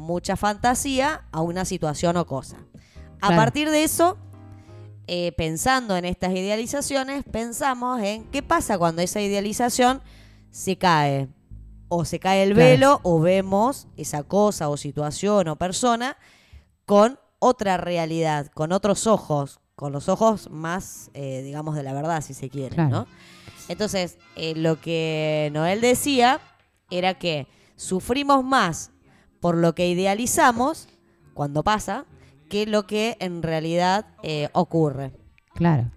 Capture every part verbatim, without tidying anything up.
mucha fantasía a una situación o cosa. A Claro. partir de eso, eh, pensando en estas idealizaciones, pensamos en qué pasa cuando esa idealización se cae. O se cae el Claro. velo o vemos esa cosa o situación o persona con otra realidad, con otros ojos, con los ojos más, eh, digamos, de la verdad, si se quiere, Claro. ¿no? Entonces, eh, lo que Noel decía era que sufrimos más por lo que idealizamos cuando pasa que lo que en realidad eh, ocurre. Claro.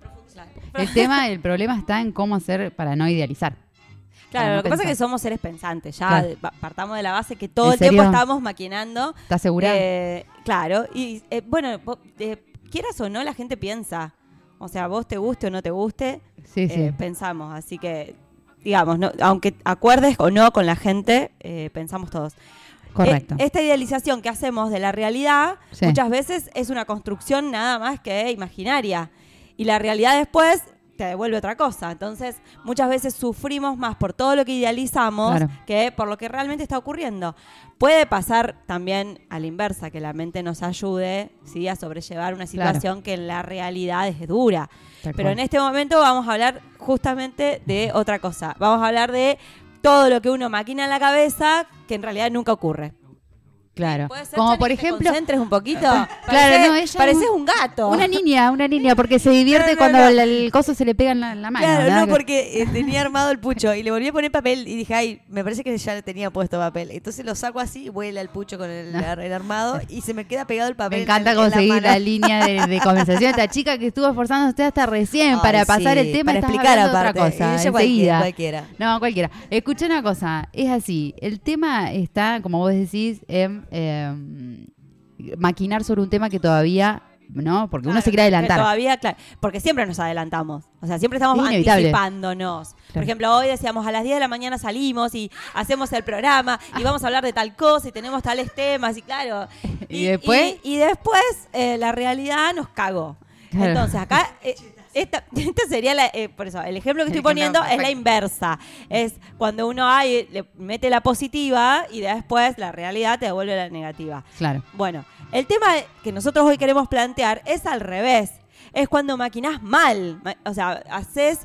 El tema, el problema está en cómo hacer para no idealizar. Claro, Para no lo que pasa es pensar. que somos seres pensantes. Ya Claro. de- pa- partamos de la base que todo ¿En el tiempo serio? estamos maquinando. ¿Estás segura? Eh, claro. Y eh, bueno, vos, eh, quieras o no, la gente piensa. O sea, vos te guste o no te guste, sí, sí. eh, pensamos. Así que, digamos, no, aunque acuerdes o no con la gente, eh, pensamos todos. Correcto. Eh, esta idealización que hacemos de la realidad Sí. muchas veces es una construcción nada más que imaginaria. Y la realidad después te devuelve otra cosa. Entonces, muchas veces sufrimos más por todo lo que idealizamos Claro. que por lo que realmente está ocurriendo. Puede pasar también a la inversa, que la mente nos ayude, ¿sí?, a sobrellevar una situación que en la realidad es dura. Tal Pero cual. en este momento vamos a hablar justamente de otra cosa. Vamos a hablar de todo lo que uno maquina en la cabeza que en realidad nunca ocurre. Claro. ¿Puede ser, Como Chani, por que te ejemplo, concentres un poquito? Claro, Parece- no, ella pareces es un gato. una niña, una niña, porque se divierte No, no, cuando no. El, el coso se le pega en la, en la mano. Claro, nada no, que- porque eh, tenía armado el pucho y le volví a poner papel y dije, ay, me parece que ya le tenía puesto papel. Entonces lo saco así, vuela el pucho con el, No. ar- el armado y se me queda pegado el papel. Me encanta en, en conseguir la, la, mano. línea de, de conversación. Esta chica que estuvo esforzándose hasta recién Ay, para pasar sí, el tema, para estás explicar hablando de aparte. otra cosa. Y ella cualquiera, enseguida. cualquiera. No, cualquiera. Escucha una cosa, es así. El tema está, como vos decís, en eh, maquinar sobre un tema que todavía, ¿no? Porque uno Claro, se quiere que adelantar. Todavía, claro, porque siempre nos adelantamos. O sea, siempre estamos Es inevitable. anticipándonos. Por Claro. ejemplo, hoy decíamos a las diez de la mañana salimos y hacemos el programa y vamos a hablar de tal cosa y tenemos tales temas y claro. ¿Y después? Y, y después eh, la realidad nos cagó. Claro. Entonces, acá... eh, Esta, esta sería la, eh, por eso, el ejemplo que El estoy ejemplo poniendo es la perfecto. inversa. Es cuando uno ay, le mete la positiva y después la realidad te devuelve la negativa. Claro. Bueno, el tema que nosotros hoy queremos plantear es al revés. Es cuando maquinás mal. Ma- O sea, haces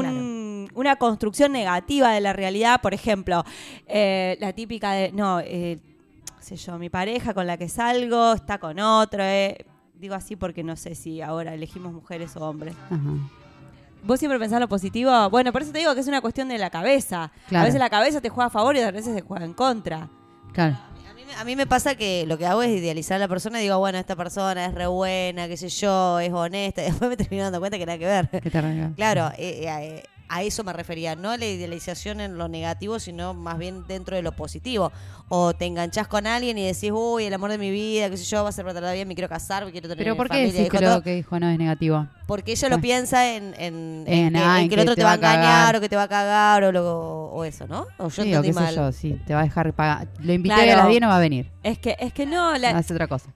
un- una construcción negativa de la realidad. Por ejemplo, eh, la típica de, no, eh, qué sé yo, mi pareja con la que salgo está con otro. eh. Digo así porque no sé si ahora elegimos mujeres o hombres. Ajá. ¿Vos siempre pensás lo positivo? Bueno, por eso te digo que es una cuestión de la cabeza. Claro. A veces la cabeza te juega a favor y a veces te juega en contra. Claro. A mí, me- a mí me pasa que lo que hago es idealizar a la persona y digo, bueno, esta persona es re buena, qué sé yo, es honesta. Y después me termino dando cuenta que nada que ver. ¿Qué te arregla? Claro, eh, eh, a eso me refería, no a la idealización en lo negativo, sino más bien dentro de lo positivo. O te enganchás con alguien y decís, uy, el amor de mi vida, qué sé yo, va a ser para toda la vida, me quiero casar, me quiero tener Pero ¿por qué familia, decís hijo, que todo. lo que dijo no es negativo? Porque ella lo Ah. piensa en, en, en En, que, ah, en en que el que otro te te va a va a engañar cagar. o que te va a cagar o, lo, o eso, ¿no? O yo Sí, o entendí qué sé mal. yo, sí, te va a dejar pagar. Lo invité Claro. a las diez, no va a venir. Es que, es que no, la- Hace otra cosa.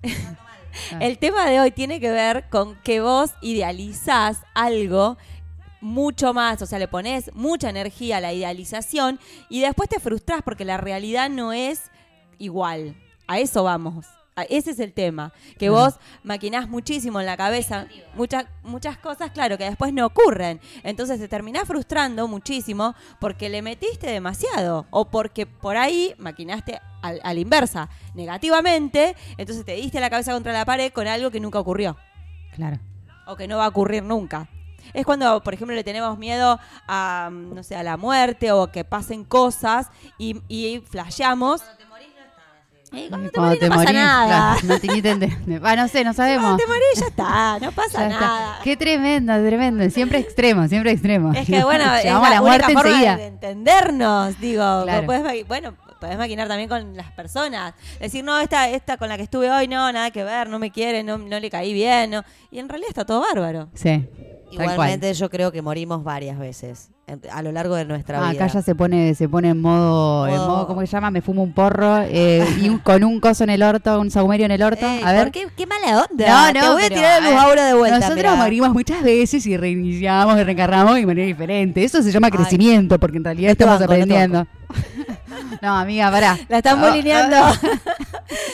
el tema de hoy tiene que ver con que vos idealizás algo mucho más, o sea, le pones mucha energía a la idealización y después te frustrás porque la realidad no es igual. A eso vamos. A- Ese es el tema. Que Claro. vos maquinás muchísimo en la cabeza muchas muchas cosas, claro, que después no ocurren. Entonces te terminás frustrando muchísimo porque le metiste demasiado o porque por ahí maquinaste al- a la inversa, negativamente, entonces te diste la cabeza contra la pared con algo que nunca ocurrió Claro. o que no va a ocurrir nunca. Es cuando, por ejemplo, le tenemos miedo a, no sé, a la muerte o que pasen cosas y, y flasheamos. Eh, cuando te morís no pasa nada. claro, no te ni te entiendes. Ah, no sé, no sabemos. Cuando te morís ya está, no pasa Ya está. nada. Qué tremendo, tremendo. Siempre extremo, siempre extremo. Es que bueno, es Llegamos la, a la única muerte forma enseguida. de entendernos, digo. Claro. Podés ma- bueno, podés maquinar también con las personas. Decir, no, esta, esta con la que estuve hoy, no, nada que ver, no me quiere, no, no le caí bien. No. Y en realidad está todo bárbaro. Sí. Tal Igualmente cual. yo creo que morimos varias veces en- a lo largo de nuestra Ah, vida. acá ya se pone, se pone en modo, en Modo- modo, ¿cómo se llama? Me fumo un porro eh, y un- con un coso en el orto, un saumerio en el orto. Ey, a ver. ¿por qué, qué mala onda. No, no, Te voy a pero, tirar a luz ver, ahora de vuelta. Nosotros mirá. morimos muchas veces y reiniciamos y reencarnamos de manera diferente. Eso se llama Ay. crecimiento, porque en realidad No te estamos banco, no te aprendiendo. No, amiga, pará. La están Oh, bolineando. oh.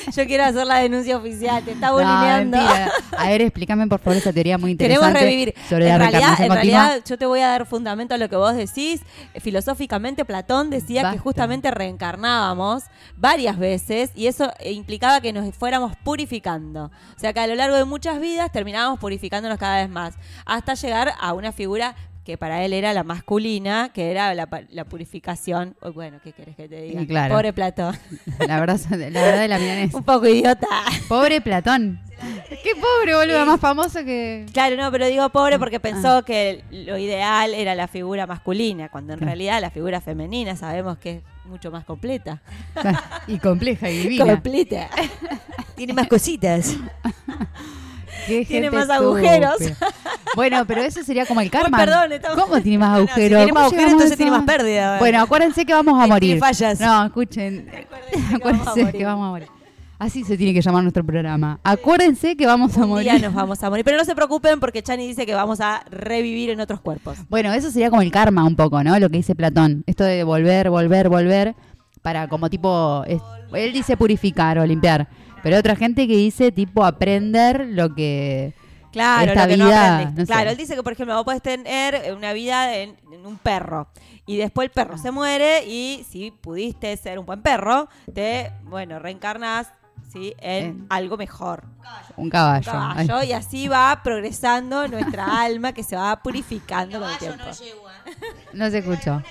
Yo quiero hacer la denuncia oficial, te está No, bulineando. mentira. A ver, explícame por favor esa teoría muy Queremos interesante revivir. sobre en la realidad, reencarnación en continua. realidad, yo te voy a dar fundamento a lo que vos decís. Eh, Filosóficamente, Platón decía Basta. que justamente reencarnábamos varias veces y eso eh, implicaba que nos fuéramos purificando. O sea, que a lo largo de muchas vidas terminábamos purificándonos cada vez más hasta llegar a una figura que para él era la masculina, que era la, pa- la purificación. Oh, bueno, ¿qué querés que te diga? Y claro. Pobre Platón. La verdad, la verdad de la milanesa. Un poco idiota. Pobre Platón. Qué pobre, boludo, más famoso que... Claro, no, pero digo pobre porque Ah. pensó que lo ideal era la figura masculina, cuando en realidad la figura femenina sabemos que es mucho más completa. Y compleja y divina. Completa. Tiene más cositas. Qué Tiene gente más agujeros. estúpida. Bueno, pero eso sería como el karma. Uy, perdón, estamos- ¿Cómo tiene más No, si agujeros? tiene más ¿Cómo agujeros, llegamos a entonces eso? tiene más pérdida. Bueno, acuérdense que vamos a Tiene morir. fallas. No, escuchen. vamos a Acuérdense morir. que vamos a morir. Así se tiene que llamar nuestro programa. Acuérdense que vamos a Un morir. día nos vamos a morir. Pero no se preocupen porque Chani dice que vamos a revivir en otros cuerpos. Bueno, eso sería como el karma un poco, ¿no? Lo que dice Platón. Esto de volver, volver, volver. Para como tipo... es- él dice purificar o limpiar. Pero hay otra gente que dice tipo aprender lo que... Claro, Esta lo que no vida, aprendiste. no sé. Claro, él dice que, por ejemplo, vos podés tener una vida en, en un perro y después el perro se muere y si pudiste ser un buen perro, te, bueno, reencarnás, ¿sí? en En- algo mejor. Un Un caballo. caballo, Ay. y así va progresando nuestra alma que se va purificando con el tiempo. No se escuchó.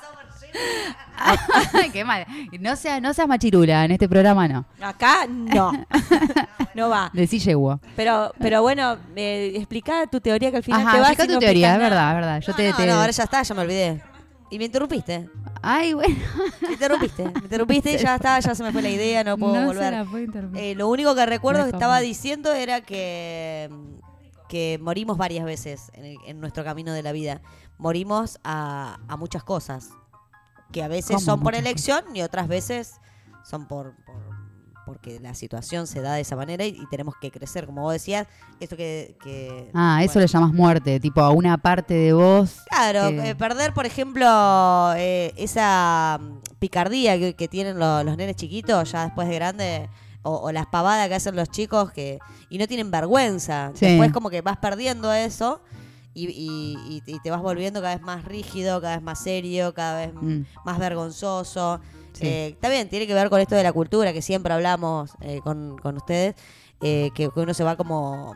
Ay, qué mal. No seas no seas machirula, en este programa no. Acá no. No va. Decí yegua. Pero, pero bueno, eh, explica tu teoría que al final Ajá, te vas explica y tu no teoría, es explicas verdad, nada. es verdad. Yo No, te, no, te- no, ahora ya está, ya me olvidé. Y me interrumpiste. Ay, bueno. Me interrumpiste. Me interrumpiste y ya está, ya se me fue la idea, no puedo no se volver. la puedo interrumpir. Eh, lo único que recuerdo Me que estaba escapó. diciendo era que, que morimos varias veces en, el- en nuestro camino de la vida. Morimos a, a muchas cosas. Que a veces ¿Cómo son por muchas elección y otras veces son por, por- porque la situación se da de esa manera y, y tenemos que crecer. Como vos decías, esto que... que Ah, eso bueno, le llamas muerte, tipo a una parte de vos. Claro, que- eh, perder, por ejemplo, eh, esa mm, picardía que, que tienen lo- los nenes chiquitos ya después de grande, o, o las pavadas que hacen los chicos que y no tienen vergüenza. Sí. Después como que vas perdiendo eso y, y- y- y te vas volviendo cada vez más rígido, cada vez más serio, cada vez Mm. más vergonzoso. Sí. Eh, está bien, tiene que ver con esto de la cultura que siempre hablamos eh, con, con ustedes, eh, que, que uno se va como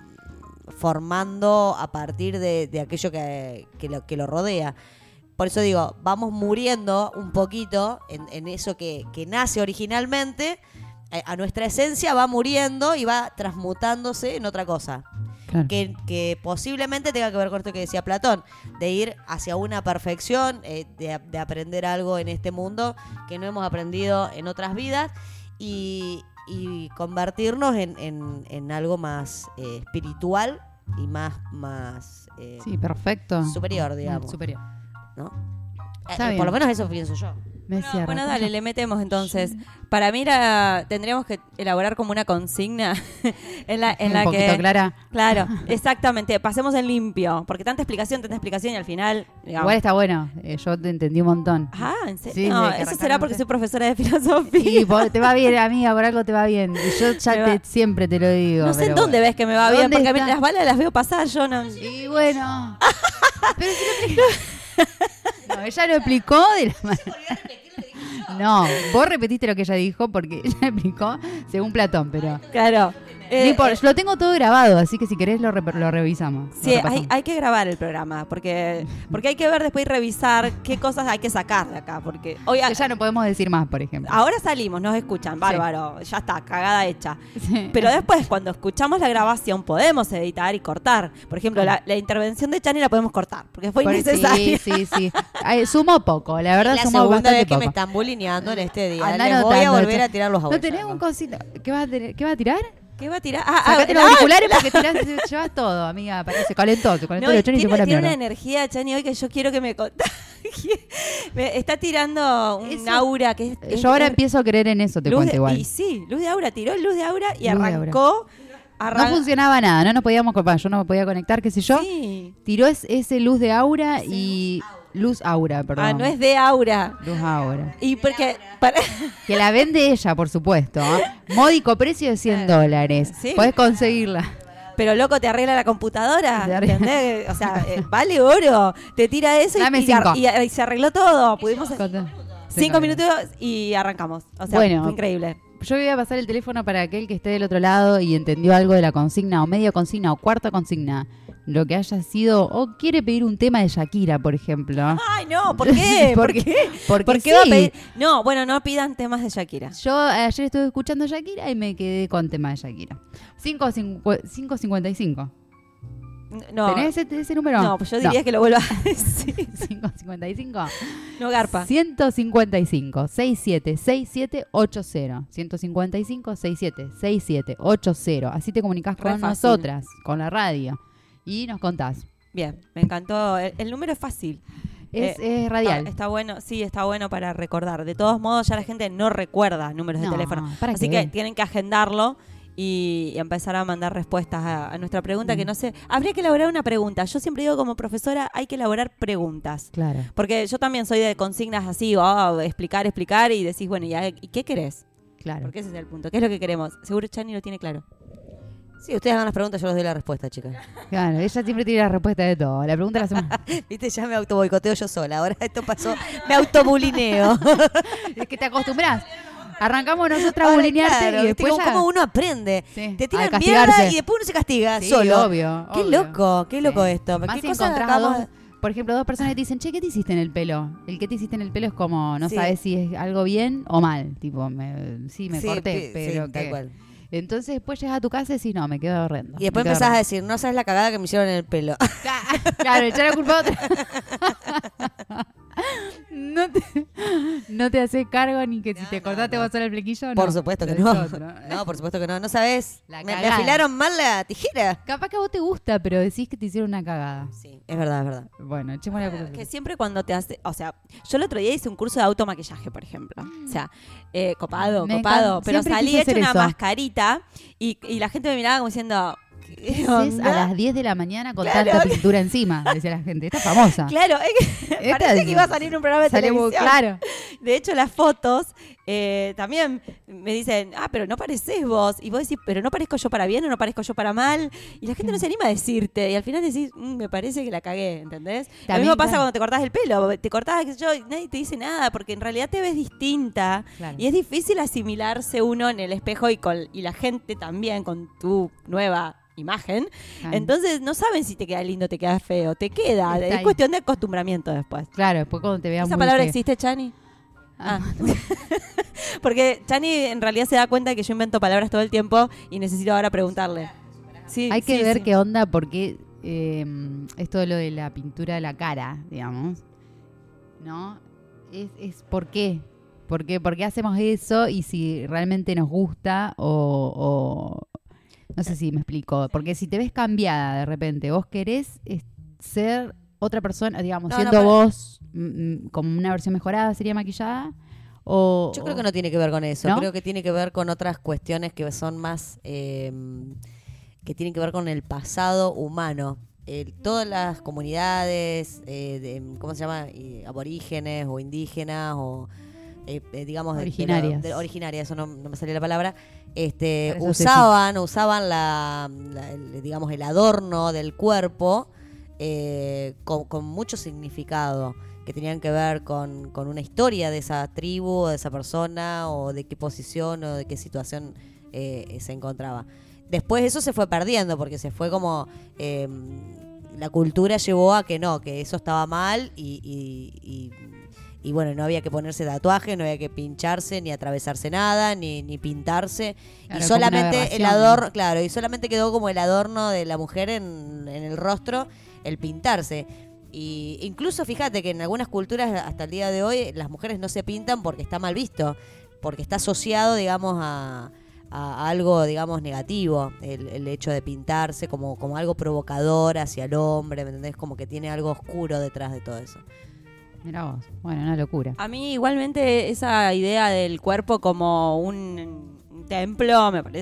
formando a partir de, de aquello que, que, lo, que lo rodea. Por eso digo, vamos muriendo un poquito en, en eso que, que nace originalmente, a, a nuestra esencia va muriendo y va transmutándose en otra cosa. Claro. Que, que posiblemente tenga que ver con esto que decía Platón, de ir hacia una perfección, eh, de, de aprender algo en este mundo que no hemos aprendido en otras vidas y, y convertirnos en, en- en algo más eh, espiritual y más, más eh, Sí, perfecto. superior, Mm, digamos. Superior. ¿no? Está Eh, bien. por lo menos eso pienso yo. Me cierra. Bueno, dale, le metemos entonces. Para mí era- tendríamos que elaborar como una consigna en la, en Un la poquito que... clara. Claro, exactamente. Pasemos en limpio. Porque tanta explicación, tanta explicación y al final... digamos- Igual está bueno. eh, yo te entendí un montón. Ah, ¿en serio? Sí, no, de que eso arrancaron será porque ustedes. soy profesora de filosofía. Y por- te va bien, amiga, por algo te va bien. Y yo ya Me te, va. siempre te lo digo. No sé en pero dónde bueno. ves que me va bien, ¿Dónde porque a mí está? las balas las veo pasar, yo no... Y bueno. Pero si lo No, ella lo explicó de la manera. No, vos repetiste lo que ella dijo porque ella explicó según Platón, pero. Claro. No Eh, importa, eh, lo tengo todo grabado, así que si querés lo, re- lo revisamos. lo Sí, hay, repasamos. hay que grabar el programa, porque porque hay que ver después y revisar qué cosas hay que sacar de acá, porque hoy Que ya no podemos decir más, por ejemplo. ahora salimos, nos escuchan, bárbaro, ya está, cagada hecha. Sí. Pero después, cuando escuchamos la grabación, podemos editar y cortar. Por ejemplo, la, la intervención de Chani la podemos cortar, porque fue Por- innecesaria. Sí, sí, sí. Ay, sumó poco, la verdad Es la sumó segunda bastante vez que poco. me están bulineando en este día. Andá Les voy a anotando, volver che. a tirar los ¿No audios. tenés un cosito? ¿Qué vas a, tener- ¿Qué vas a tirar? ¿Qué va a tirar? Ah, ah, Sacate los ah, auriculares porque tirás, llevas todo, amiga. Parece, se calentó, se calentó no, el Chani y se tiene, fue a la tiene una mierda. energía, Chani, hoy que yo quiero que me contagie. Me está tirando un Eso- aura que es... es- Yo ahora es- empiezo a creer en eso, te luz cuento de- igual. Y sí, luz de aura, tiró luz de aura y Luz de arrancó. No arran- funcionaba nada, no nos podíamos, bueno, yo no me podía conectar, qué sé yo. Sí. Tiró es- ese luz de aura y Luz Aura, perdón. Ah, no es de Aura. Luz Aura. Y porque... Para... Que la vende ella, por supuesto. Módico precio de cien dólares. Sí. Podés conseguirla. Pero loco, te arregla la computadora, Te arregla. ¿entendés? O sea, eh, vale oro. Te tira eso y, Dame y, ar- cinco. y, y se arregló todo. Pudimos Cinco cinco minutos y arrancamos. O sea, Bueno. fue increíble. Yo voy a pasar el teléfono para aquel que esté del otro lado y entendió algo de la consigna o media consigna o cuarta consigna. Lo que haya sido, o quiere pedir un tema de Shakira, por ejemplo. Ay, no, ¿por qué? ¿Por Porque- qué? porque ¿Por qué sí. va a pedir? No, bueno, no pidan temas de Shakira. Yo ayer estuve escuchando Shakira y me quedé con tema de Shakira. cinco cincuenta y cinco. No, ¿Tenés ese, ese número? no, pues yo diría que lo vuelva a decir. cinco cincuenta y cinco. No garpa. ciento cincuenta y cinco, sesenta y siete, sesenta y siete, ochenta. ciento cincuenta y cinco, sesenta y siete, sesenta y siete, ochenta. Así te comunicas Re con fácil. nosotras, con la radio. Y nos contás. Bien, me encantó. El, el número es fácil. Es, Eh, es radial. Está, está bueno, sí, está bueno para recordar. De todos modos, ya la gente no recuerda números No, de teléfono. ¿para Así qué? que tienen que agendarlo y, y empezar a mandar respuestas a, a nuestra pregunta, Mm. que no sé. Habría que elaborar una pregunta. Yo siempre digo, como profesora, hay que elaborar preguntas. Claro. Porque yo también soy de consignas así, oh, explicar, explicar, y decís, bueno, ¿y, a- ¿y qué querés? Claro. Porque ese es el punto. ¿Qué es lo que queremos? Seguro Chani lo tiene claro. Sí, ustedes hagan las preguntas, yo les doy la respuesta, chicas. Claro, ella siempre tiene la respuesta de todo. La pregunta la hacemos. Viste, ya me autoboicoteo yo sola. Ahora esto pasó, me autobulineo. Es que te acostumbras. Arrancamos nosotras a Ahora, bulinearte claro, y ¿viste después cómo, ya... cómo uno aprende? Sí, Te a tiran castigarse. mierda y después uno se castiga Sí, solo. obvio, Qué obvio. loco, qué loco Sí. esto. Más ¿Qué si cosas encontrás a acabamos dos, por ejemplo, dos personas que te dicen, che, ¿qué te hiciste en el pelo? El que te hiciste en el pelo es como, no Sí. sabes si es algo bien o mal. Tipo, me, sí, me Sí, corté, sí, pero sí, tal que... cual. Entonces después llegas a tu casa y decís, no, me quedo horrendo. Y después me quedo empezás a horrendo. decir, no sabes la cagada que me hicieron en el pelo. Claro, echar la culpa a otra. No te, no te haces cargo ni que si No, te no, cortaste no. vas a hacer el flequillo. No, Por supuesto que lo no. es otro. No, por supuesto que no. No sabes. La Me, me cagada. afilaron mal la tijera. Capaz que a vos te gusta, pero decís que te hicieron una cagada. Sí, es verdad, es verdad. Bueno, echemos la culpa. Que siempre cuando te hace, o sea, yo el otro día hice un curso de automaquillaje, por ejemplo. O sea, eh, copado, Me copado. encanta. Pero Siempre salí quise hecha hacer una eso. mascarita y, y la gente me miraba como diciendo, ¿qué ¿Qué haces onda? a las diez de la mañana con Claro. tanta pintura encima? Decía la gente. Esta es famosa. Claro, es que Esta parece es- que iba a salir un programa de Sale muy televisión. claro. De hecho, las fotos eh, también me dicen, ah, pero no pareces vos. Y vos decís, pero no parezco yo para bien o no parezco yo para mal. Y la gente no se anima a decirte. Y al final decís, "Mm, me parece que la cagué, ¿entendés? Lo También, mismo pasa claro. cuando te cortás el pelo. Te cortás, qué sé yo, y nadie te dice nada, porque en realidad te ves distinta. Claro. Y es difícil asimilarse uno en el espejo y, con, y la gente también con tu nueva imagen. Claro. Entonces no saben si te queda lindo o te queda feo. Te queda. Está es ahí. cuestión de acostumbramiento después. Claro, después cuando te vean ¿Esa muy palabra fea. existe, Chani? Ah. Ah. Porque Chani en realidad se da cuenta de que yo invento palabras todo el tiempo y necesito ahora preguntarle. Sí, Hay que sí, ver sí. qué onda porque eh, esto de lo de la pintura de la cara, digamos, ¿no? Es, es ¿por qué? ¿Por qué? ¿Por qué hacemos eso? Y si realmente nos gusta o, o- no sé si me explico. Porque si te ves cambiada de repente, vos querés es, ser otra persona, digamos, No, siendo no, pero- vos mm, mm, como una versión mejorada, sería maquillada. O, Yo creo que no tiene que ver con eso. ¿No? Creo que tiene que ver con otras cuestiones que son más. eh, que tienen que ver con el pasado humano. El- todas las comunidades, eh, de- ¿cómo se llama? Eh, aborígenes o indígenas o. eh, eh, digamos de- de lo- Originarias. de- originarias, eso no, no me salía la palabra. Este, Para eso se usaban, usaban la, la- el, digamos el adorno del cuerpo eh, con, con mucho significado que tenían que ver con, con una historia de esa tribu, o de esa persona, o de qué posición o de qué situación eh, se encontraba. Después eso se fue perdiendo porque se fue como eh, la cultura llevó a que no, que eso estaba mal y, y, y, y bueno, no había que ponerse tatuaje, no había que pincharse, ni atravesarse nada, ni, ni pintarse. Claro, y como una solamente el aberración, adorno, claro, y solamente quedó como el adorno de la mujer en, en el rostro, el pintarse. Y incluso fíjate que en algunas culturas hasta el día de hoy las mujeres no se pintan porque está mal visto, porque está asociado, digamos, a, a algo, digamos, negativo, el, el hecho de pintarse como, como algo provocador hacia el hombre, ¿me entendés? Como que tiene algo oscuro detrás de todo eso. Mirá vos. Bueno, una locura. A mí igualmente esa idea del cuerpo como un, un templo me parece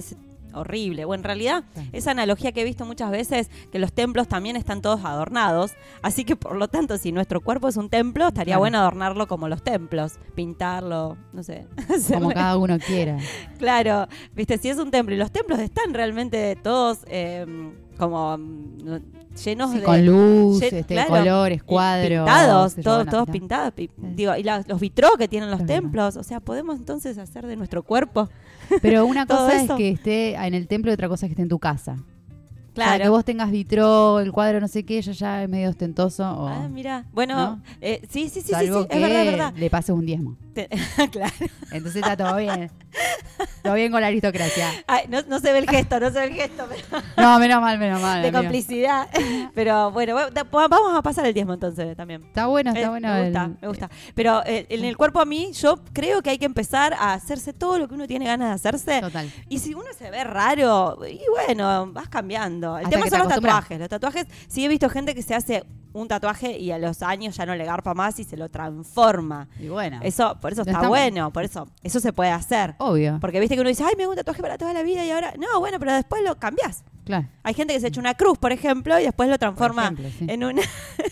horrible. Bueno, en realidad, Sí. esa analogía que he visto muchas veces, que los templos también están todos adornados, así que por lo tanto, si nuestro cuerpo es un templo, estaría Claro. bueno adornarlo como los templos, pintarlo, no sé. Como hacerle- cada uno quiera. Claro, viste, si es un templo y los templos están realmente todos eh, como mm, llenos Sí, de... con luz, Lle- este, claro, colores, y cuadros. pintados, qué sé yo, todos, bueno, todos pintados. pintados. pi- Sí. Digo, y la- los vitró que tienen los Es verdad. templos. O sea, podemos entonces hacer de nuestro cuerpo. Pero una Todo cosa es eso. que esté en el templo y otra cosa es que esté en tu casa. O sea, Claro. que vos tengas vitró, el cuadro no sé qué, ya ya es medio ostentoso. O, Ah, mira. Bueno, ¿no? eh, sí, sí, sí, sí, salvo sí, que es verdad, es verdad. le pases un diezmo. Te- claro. Entonces está todo bien. Todo bien con la aristocracia. Ay, no, no se ve el gesto, no se ve el gesto pero- No, menos mal, menos mal. de amigo. complicidad. Pero bueno, bueno, da- vamos a pasar el diezmo entonces también. Está bueno, está Eh, bueno. me gusta, el- me gusta. Pero eh, en el cuerpo a mí, yo creo que hay que empezar a hacerse todo lo que uno tiene ganas de hacerse. Total. Y si uno se ve raro, y bueno, vas cambiando. El Hasta tema que son te los acostumbras. tatuajes. Los tatuajes, sí he visto gente que se hace un tatuaje y a los años ya no le garpa más y se lo transforma. Y bueno, Eso, por eso No está está- bueno, por eso, eso se puede hacer. obvio. Porque viste que uno dice, ay, me hago un tatuaje para toda la vida y ahora. No, bueno, pero después lo cambiás. Claro. Hay gente que se echa una cruz, por ejemplo, y después lo transforma ejemplo, sí. en una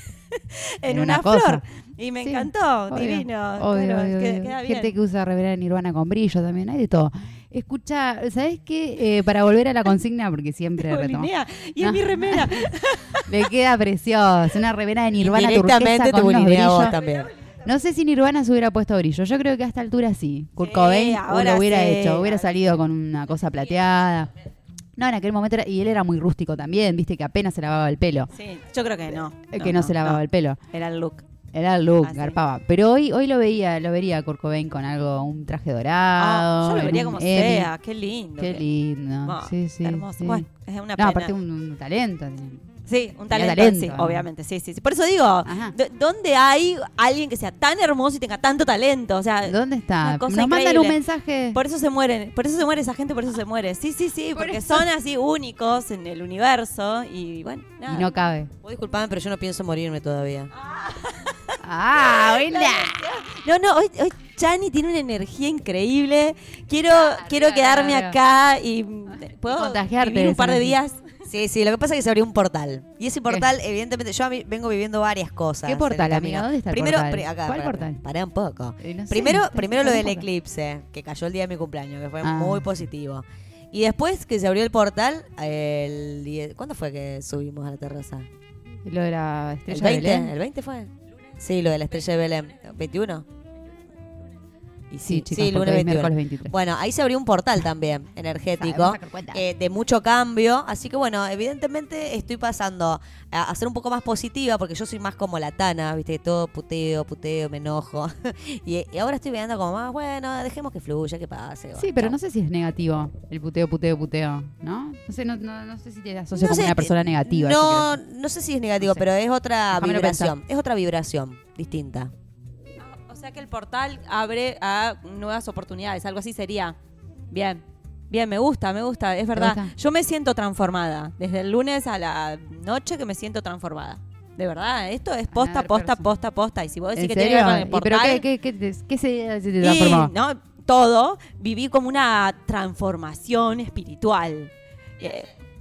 en, En una, una cosa. flor. Y me Sí, encantó, obvio, divino. obvio, claro, obvio, que- obvio. queda bien. Gente que usa remera de Nirvana con brillo también, hay de todo. Escucha, ¿sabes qué? Eh, para volver a la consigna, porque siempre retomo. Bulinea. Y es No. mi remera. Le queda precioso, una remera de Nirvana Directamente turquesa te con unos bulinea a vos brillos. también. No sé si Nirvana se hubiera puesto brillo. Yo creo que a esta altura sí. Kurt Sí, Cobain ahora lo hubiera sí. hecho. Hubiera salido con una cosa plateada. No, en aquel momento era, y él era muy rústico también, viste que apenas se lavaba el pelo. Sí, yo creo que no. Eh, que no, se lavaba el pelo. Era el look. Era el look, Ah, sí. garpaba. Pero hoy hoy lo veía, lo vería a Kurt Cobain con algo, un traje dorado. Ah, yo lo en vería un como Emmy. sea. Qué lindo. Qué lindo. Ah, sí, sí. hermoso. sí. Bueno, es una No, pena. aparte un, un talento. tiene. Sí, un Tenía talento, talento, sí, ¿no? obviamente, sí, sí, sí. Por eso digo, Ajá. d- ¿dónde hay alguien que sea tan hermoso y tenga tanto talento? O sea, ¿Dónde está? una Nos cosa mandan increíble. un mensaje. por eso se mueren, por eso se muere esa gente, por eso se muere. Sí, sí, sí, Por porque eso. son así únicos en el universo y bueno, nada. Y no cabe. Vos disculpame, pero yo no pienso morirme todavía. Ah, buena. No, no, hoy, hoy Chani tiene una energía increíble. Quiero, quiero claro, quedarme claro. acá y ¿puedo contagiarte vivir de un esa par de energía. días? Sí, sí, lo que pasa es que se abrió un portal. Y ese portal, evidentemente, yo a mí vengo viviendo varias cosas. ¿Qué en portal, el amiga? camino. ¿Dónde está el primero, portal? pri- acá, ¿Cuál pará, portal? Pará un poco. Eh, no sé, primero, está- primero está lo un del poco. eclipse, que cayó el día de mi cumpleaños, que fue Ah. muy positivo. Y después que se abrió el portal, el die- ¿cuándo fue que subimos a la terraza? Lo de la ¿El estrella de veinte? Belén. ¿El veinte fue? Sí, lo de la estrella de Belén. ¿veintiuno? Y Sí, chicos, sí, porque lunes hoy es veintiuno. miércoles veintitrés. Bueno, ahí se abrió un portal también, energético, Sabemos sacar cuenta. eh, de mucho cambio. Así que bueno, evidentemente estoy pasando a, a ser un poco más positiva, porque yo soy más como la Tana, viste, todo puteo, puteo, me enojo. y, y ahora estoy viendo como más, bueno, dejemos que fluya, que pase. Sí, pero no sé si es negativo el puteo, puteo, puteo, ¿no? No sé, no, no, no sé si te asocio No como sé, una persona eh, negativa. No, eso quiero no sé si es negativo, No sé. pero es otra Déjamelo vibración. Es otra vibración distinta. O sea que el portal abre a nuevas oportunidades, algo así sería. Bien, bien, me gusta, me gusta, es verdad. gusta? Yo me siento transformada, desde el lunes a la noche que me siento transformada. De verdad, esto es posta, Ganar posta, persona. posta, posta. Y si vos decís ¿En que tiene que ver serio? con el ¿Y portal... ¿Pero qué, qué, qué, te- qué se, se te y, transformó? no, todo, viví como una transformación espiritual. Eh,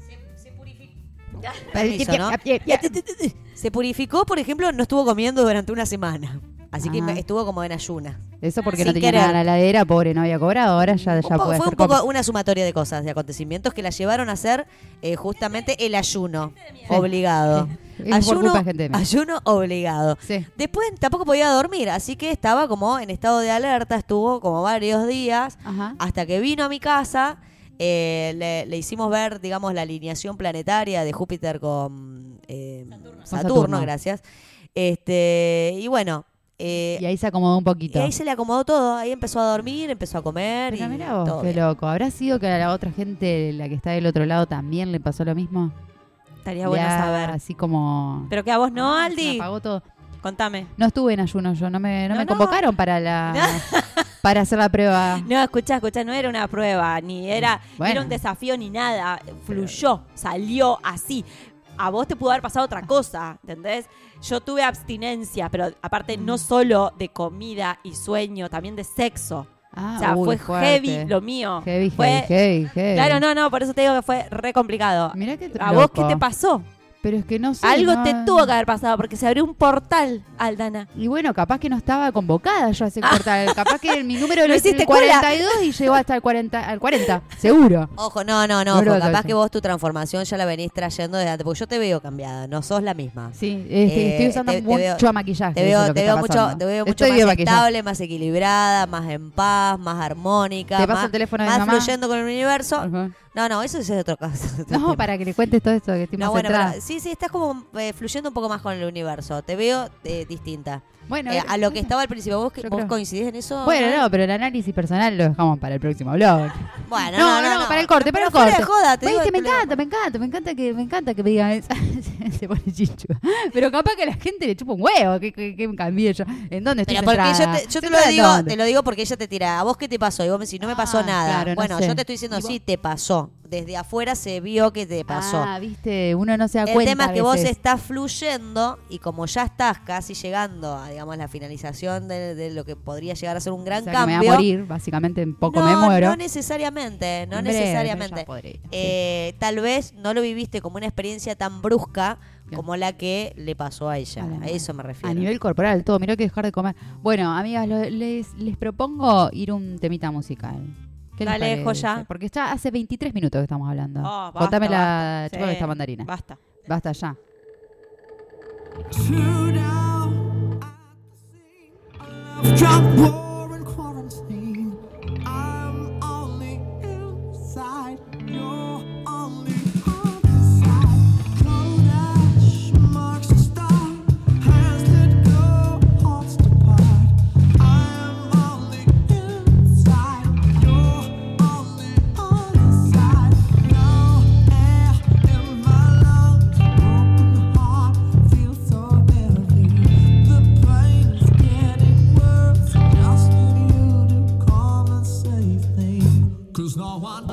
Permiso, ¿no? Se purificó, por ejemplo, no estuvo comiendo durante una semana. Así que Ajá. me- estuvo como en ayunas. Eso porque Sin no tenía querer. nada en la heladera, pobre, no había cobrado, ahora ya, ya Un poco- puede fue un hacer poco compras. una sumatoria de cosas, de acontecimientos que la llevaron a hacer eh, justamente el ayuno obligado. Sí. Es por culpa de gente de mí. ayuno obligado. Sí. Después tampoco podía dormir, así que estaba como en estado de alerta, estuvo como varios días, Ajá. hasta que vino a mi casa, eh, le, le hicimos ver, digamos, la alineación planetaria de Júpiter con eh, Saturno. Saturno. gracias. Este, y bueno, eh, Y ahí se acomodó un poquito. y ahí se le acomodó todo, ahí empezó a dormir, empezó a comer Pero y mirá vos, todo qué bien. loco. ¿Habrá sido que a la otra gente, la que está del otro lado, también le pasó lo mismo? estaría bueno Ya, saber. Así como... Pero que a vos no, Ah, se me Aldi. apagó todo. Contame. No estuve en ayuno yo, no me, no No, me no. convocaron para la para hacer la prueba. No, escuchá, escuchá, no era una prueba, ni era, ni Bueno. era un desafío, ni nada. Fluyó, salió así. A vos te pudo haber pasado otra cosa, ¿entendés? Yo tuve abstinencia, pero aparte Mm. no solo de comida y sueño, también de sexo. Ah, o sea, uy, fue fuerte. heavy lo mío. Heavy, Fue- heavy, heavy, heavy. Claro, no, no, por eso te digo que fue re complicado. Mirá qué ¿A vos qué loco. te pasó? Pero es que no sé. Algo no- te tuvo que haber pasado porque se abrió un portal, Aldana. Y bueno, capaz que no estaba convocada yo a ese portal. Capaz que mi número Lo era hiciste el cuarenta y dos y llegó hasta el cuarenta, al cuarenta, seguro. Ojo, no, no, no, No ojo, creo que capaz eso. que vos tu transformación ya la venís trayendo desde antes, porque yo te veo cambiada, no sos la misma. Sí, este, Eh, estoy usando te- te mucho veo- maquillaje. Te eso veo, es lo que te está veo mucho, pasando. te veo mucho Estoy más bien maquillada. estable, más equilibrada, más en paz, más armónica, ¿Te paso más, el teléfono de más mi mamá? fluyendo con el universo. Ajá. No, no, eso es otro caso. No, para que le cuentes todo esto que estoy No, más bueno, centrada. pero sí, sí, estás como eh, fluyendo un poco más con el universo. Te veo eh, distinta. Bueno, Eh, eh, a lo que estaba al principio, ¿vos, que- Yo vos creo. coincidís en eso? Bueno, no, pero el análisis personal lo dejamos para el próximo blog. Bueno, No, no, no, para el corte, para Pero el fuera corte. de joda, te digo, Viste, me te lo- encanta, me encanta, me encanta que me encanta que me digan eso. Se pone chicho. Pero capaz que a la gente le chupa un huevo, que, que, que me cambié yo. ¿En dónde estoy Pero porque yo centrada? te, yo te ¿Centrada lo en digo, dónde? te lo digo porque ella te tira, ¿a vos qué te pasó? Y vos me decís, no me pasó Ah, nada. claro, no bueno, sé. yo te estoy diciendo, ¿Y vos? sí, te pasó. Desde afuera se vio que te pasó. Ah, viste, uno no se da El cuenta tema es a que vos veces. estás fluyendo y como ya estás casi llegando a, digamos, la finalización de, de lo que podría llegar a ser un gran O sea, que cambio. me voy a morir, básicamente en poco no, me muero. no necesariamente, no En breve, necesariamente. ya podré, sí. Eh, Tal vez no lo viviste como una experiencia tan brusca Bien. como la que le pasó a ella. A la A eso me refiero. A nivel corporal, todo. Mirá que dejar de comer. Bueno, amigas, lo- les, les propongo ir un temita musical. ¿Qué les Dale, parece? joya. Porque ya hace veintitrés minutos que estamos hablando. Oh, basta, Contame la basta. chupame Sí, esta mandarina. Basta. Basta ya. Drunk war and quarantine. I'm on the inside. You're on the other side. Cold ash marks the start. Hands that go, hearts to part. I'm on the inside. You're on the other side. No air in my lungs. Broken heart feels so heavy. The pain is getting worse. Just need you to come and save me. 'Cause no one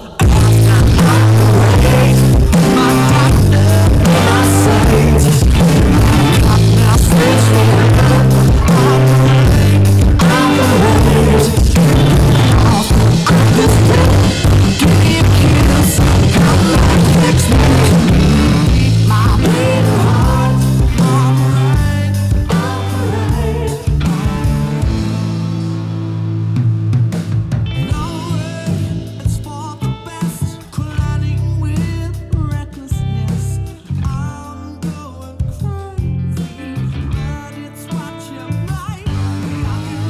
it's for the best, colliding with recklessness. I'm going crazy, but it's what you make me.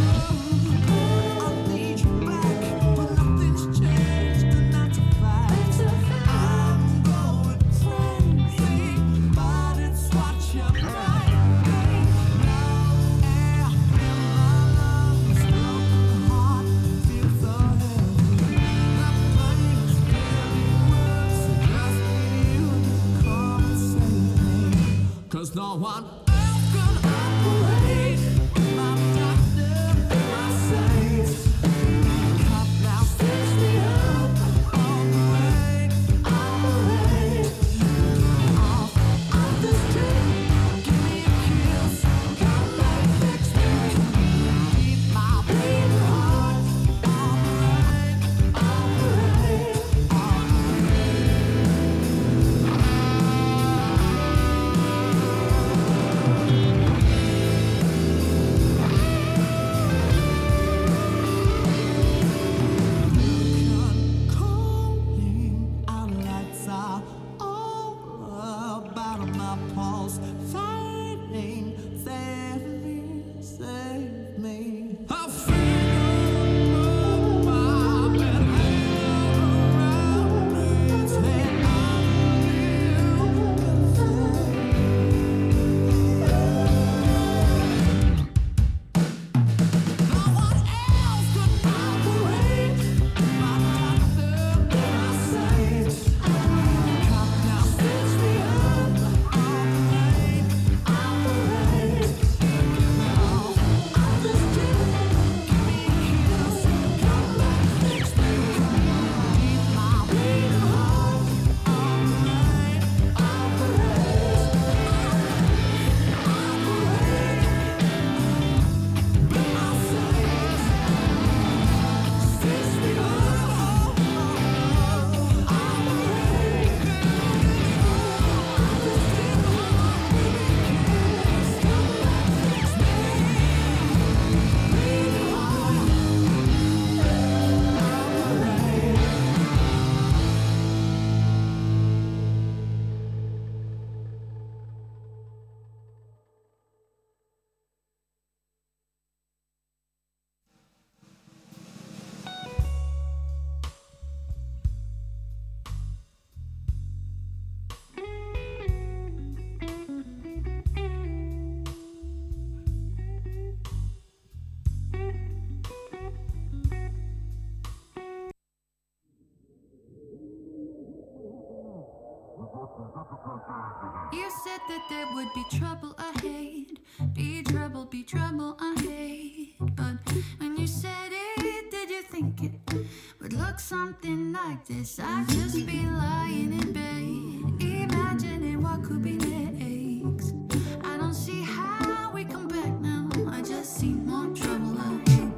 I need you back, but nothing's changed, and that's a fact. I'm going crazy, but it's what you make me. No air in my lungs, broken heart feels so heavy. Cause no one else can operate. My doctor, my safe. Come now, stitch me up. Operate, operate. Off, off the street. Give me a kiss. Come back, fix me. Keep my bleeding heart. Operate, operate, operate. Calling, our lights are over, bottom my pulse fading. Save me, save me. I feel my head around me. Say no one else could operate. My doctor, my safe. Come now, stitch me up. Operate, You said that there would be trouble ahead. Be trouble, be trouble ahead. But when you said it, did you think it would look something like this? I'd just be lying in bed, imagining what could be next. I don't see how we come back now. I just see more trouble ahead.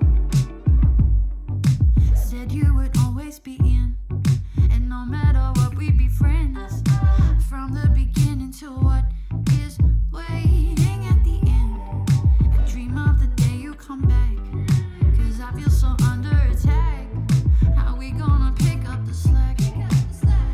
Said you would always be in, and no matter what, we'd be friends. From the beginning to what is waiting at the end. I dream of the day you come back, 'cause I feel so under attack. How we gonna pick up the slack?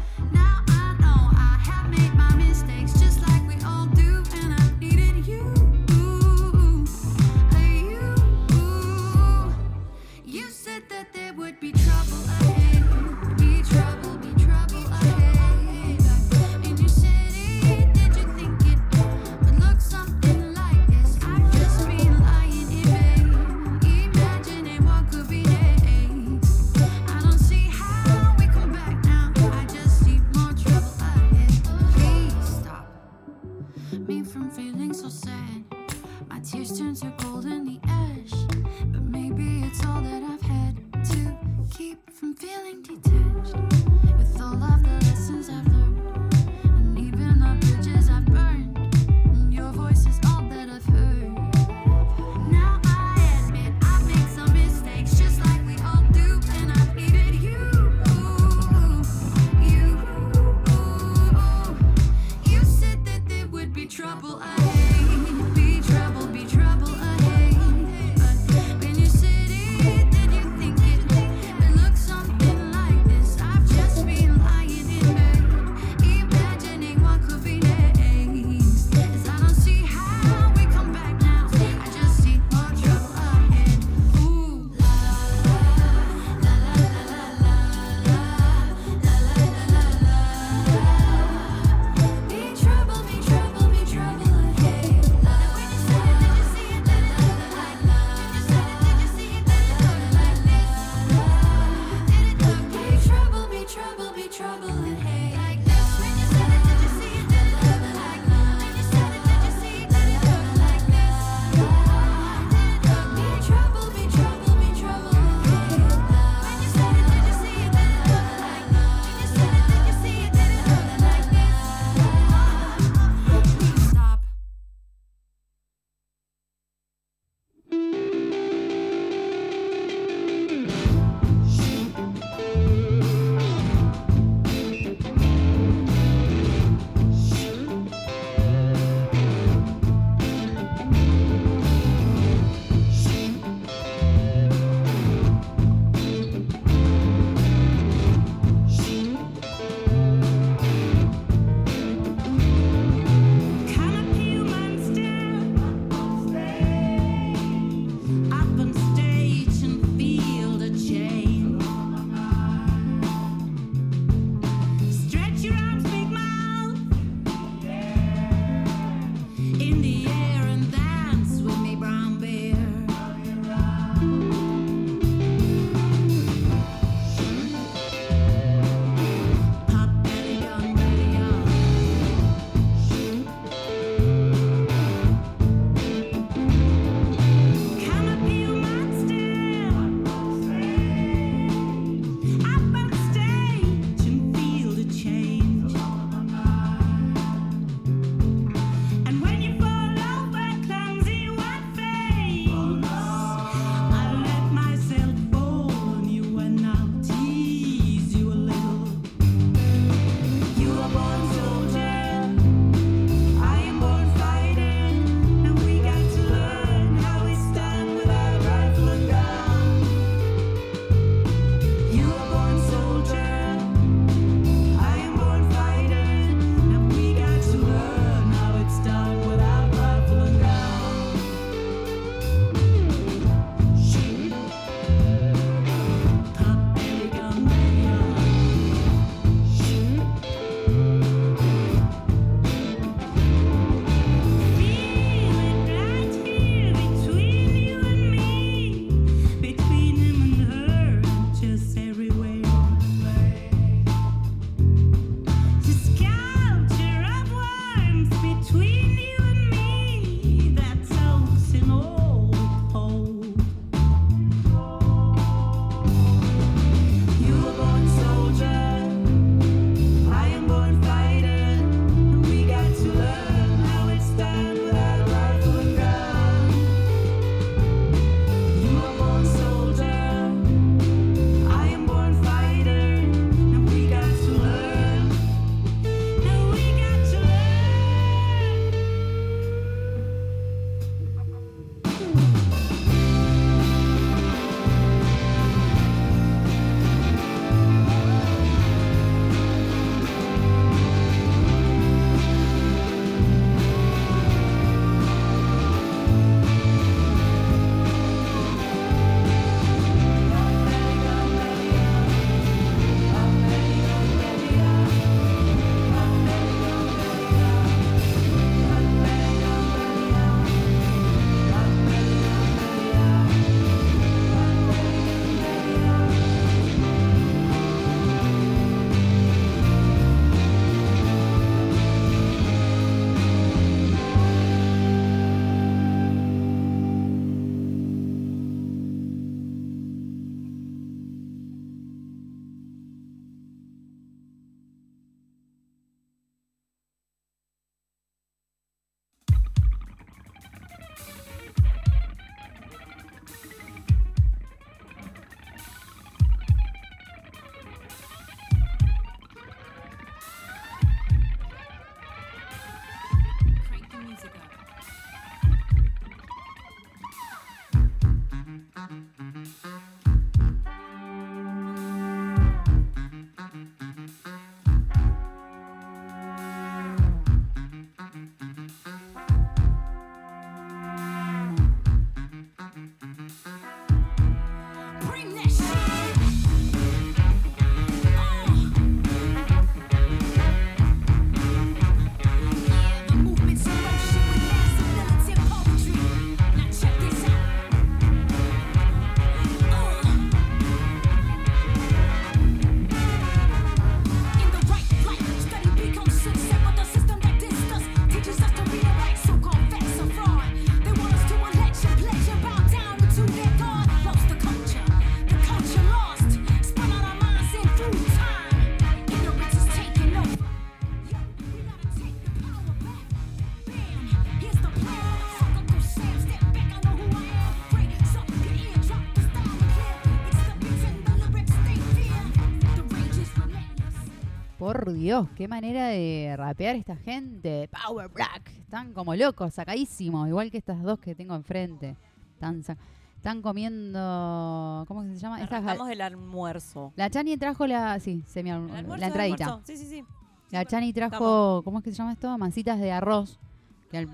Por Dios, qué manera de rapear esta gente. Power Black. Están como locos, sacadísimos. Igual que estas dos que tengo enfrente. Están, sa- están comiendo... ¿Cómo que se llama? Estas- Arrancamos el almuerzo. la Chani trajo la... Sí, semi, El almuerzo, la el entradita. almuerzo. Sí, sí, sí. La Chani trajo... Estamos. ¿Cómo es que se llama esto? Mancitas de arroz. Que al-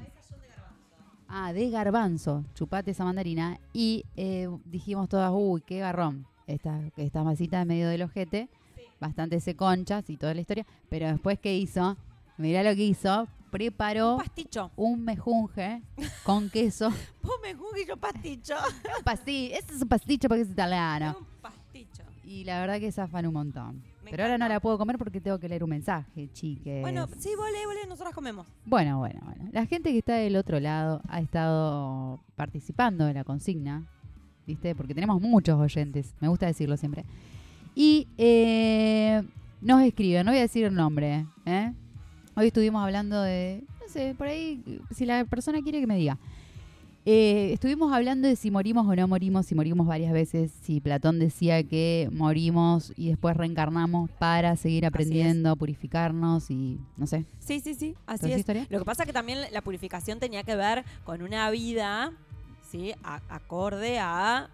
Ah, de garbanzo. Chupate esa mandarina. Y eh, dijimos todas, uy, qué garrón. Esta, esta masita en medio del ojete. Bastante seconchas y toda la historia. Pero después, ¿qué hizo? Mirá lo que hizo. Preparó Un pasticho. un mejunje con queso. Vos me juzgues y yo pasticho. Un pastillo. Este es un pasticho porque es italiano. Un pasticho. Y la verdad que zafan un montón. Me Pero ahora no encanta. la puedo comer porque tengo que leer un mensaje, chiques. Bueno, sí, volé, volé, nosotros comemos. Bueno, bueno, bueno. La gente que está del otro lado ha estado participando de la consigna, ¿viste? Porque tenemos muchos oyentes, me gusta decirlo siempre. Y eh, nos escriben, no voy a decir el nombre, ¿eh? Hoy estuvimos hablando de, no sé, por ahí, si la persona quiere que me diga. Eh, estuvimos hablando de si morimos o no morimos, si morimos varias veces, si Platón decía que morimos y después reencarnamos para seguir aprendiendo, purificarnos y no sé. Sí, sí, sí, así ¿Toda esa es. historia? Lo que pasa que también la purificación tenía que ver con una vida, ¿sí? A- acorde a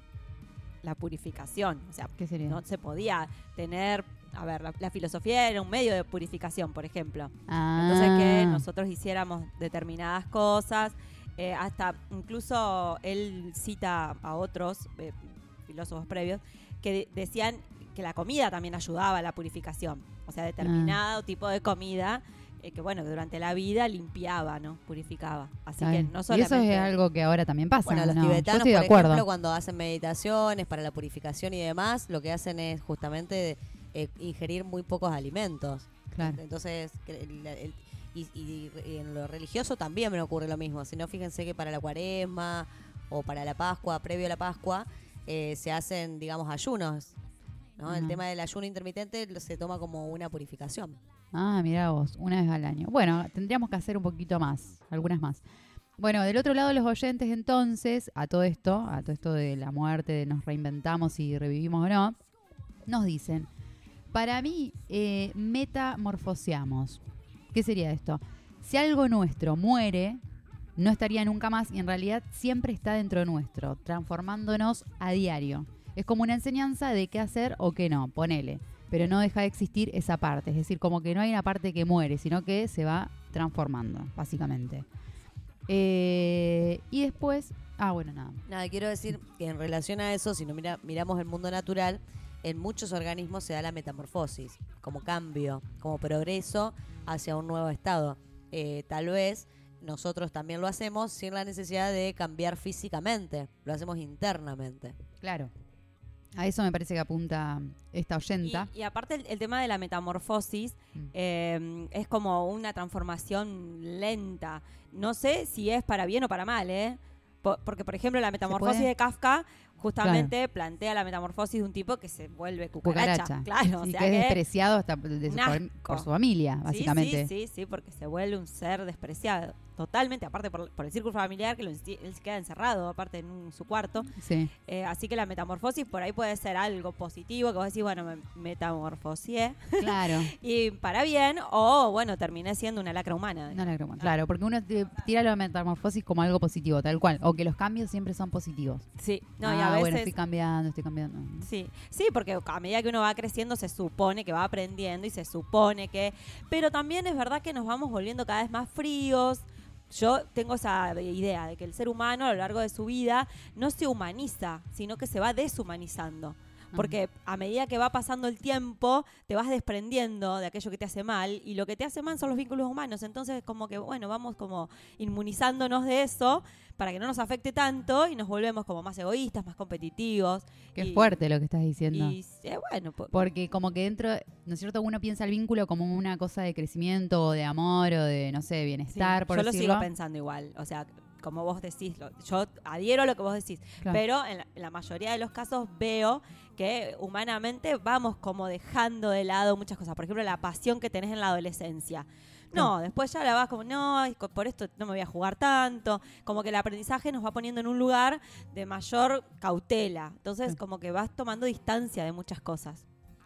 la purificación. O sea, ¿Qué sería? no se podía tener... A ver, la, la filosofía era un medio de purificación, por ejemplo. Ah. Entonces que nosotros hiciéramos determinadas cosas, eh, hasta incluso él cita a otros eh, filósofos previos que de- decían que la comida también ayudaba a la purificación, o sea, determinado tipo de comida eh, que bueno, que durante la vida limpiaba, ¿no? Purificaba. Así Está que bien. no Y solamente... eso es algo que ahora también pasa. Bueno, los ¿no? Yo tibetanos, estoy de por acuerdo. ejemplo, cuando hacen meditaciones para la purificación y demás, lo que hacen es justamente eh, ingerir muy pocos alimentos. Claro. Entonces, que el- el- y, y- y en lo religioso también me ocurre lo mismo. Si no, fíjense que para la cuaresma o para la Pascua, previo a la Pascua, eh, se hacen, digamos, ayunos. ¿no? El Ajá. tema del ayuno intermitente lo- se toma como una purificación. Ah, mira vos, una vez al año. Bueno, tendríamos que hacer un poquito más, algunas más. Bueno, del otro lado los oyentes entonces, a todo esto, a todo esto de la muerte, de nos reinventamos y revivimos o no, nos dicen, para mí, eh, metamorfoseamos. ¿Qué sería esto? Si algo nuestro muere, no estaría nunca más y en realidad siempre está dentro nuestro, transformándonos a diario. Es como una enseñanza de qué hacer o qué no, ponele. Pero no deja de existir esa parte. Es decir, como que no hay una parte que muere, sino que se va transformando, básicamente. Eh, y después... Ah, bueno, nada. Nada, quiero decir que en relación a eso, si no mira, miramos el mundo natural, en muchos organismos se da la metamorfosis, como cambio, como progreso hacia un nuevo estado. Eh, tal vez nosotros también lo hacemos sin la necesidad de cambiar físicamente, lo hacemos internamente. Claro. A eso me parece que apunta esta oyenta. Y, y aparte el, el tema de la metamorfosis Mm. eh, es como una transformación lenta. No sé si es para bien o para mal, ¿eh? Po- porque, por ejemplo, la metamorfosis puede? de Kafka justamente plantea la metamorfosis de un tipo que se vuelve cucaracha. Cucaracha. Claro, o Y sea que es que- despreciado hasta de su un fam- asco. por su familia, Sí, básicamente. Sí, sí, sí, porque se vuelve un ser despreciado. Totalmente, aparte por, por el círculo familiar, que lo enci- él se queda encerrado, aparte en un- su cuarto. Sí. Eh, así que la metamorfosis por ahí puede ser algo positivo, que vos decís, bueno, me metamorfosié. Claro. Y para bien, o bueno, terminé siendo una lacra humana. No la creo. Claro, porque uno te- tira la metamorfosis como algo positivo, tal cual. O que los cambios siempre son positivos. Sí, no, y ah, a veces. bueno, estoy cambiando, estoy cambiando. Sí, sí, porque a medida que uno va creciendo se supone que va aprendiendo y se supone que... Pero también es verdad que nos vamos volviendo cada vez más fríos. Yo tengo esa idea de que el ser humano a lo largo de su vida no se humaniza, sino que se va deshumanizando. Porque a medida que va pasando el tiempo, te vas desprendiendo de aquello que te hace mal y lo que te hace mal son los vínculos humanos. Entonces, como que, bueno, vamos como inmunizándonos de eso para que no nos afecte tanto y nos volvemos como más egoístas, más competitivos. Qué y, fuerte lo que estás diciendo. Y eh, bueno, po- Porque como que dentro, ¿no es cierto? Uno piensa el vínculo como una cosa de crecimiento o de amor o de, no sé, sí, bienestar, por yo lo decirlo. sigo pensando igual. O sea, como vos decís, lo- yo adhiero a lo que vos decís, Claro. pero en la, en la mayoría de los casos veo que humanamente vamos como dejando de lado muchas cosas. Por ejemplo, la pasión que tenés en la adolescencia. No, después ya la vas como, no, ay, co- por esto no me voy a jugar tanto. Como que el aprendizaje nos va poniendo en un lugar de mayor cautela. Entonces, Sí. como que vas tomando distancia de muchas cosas.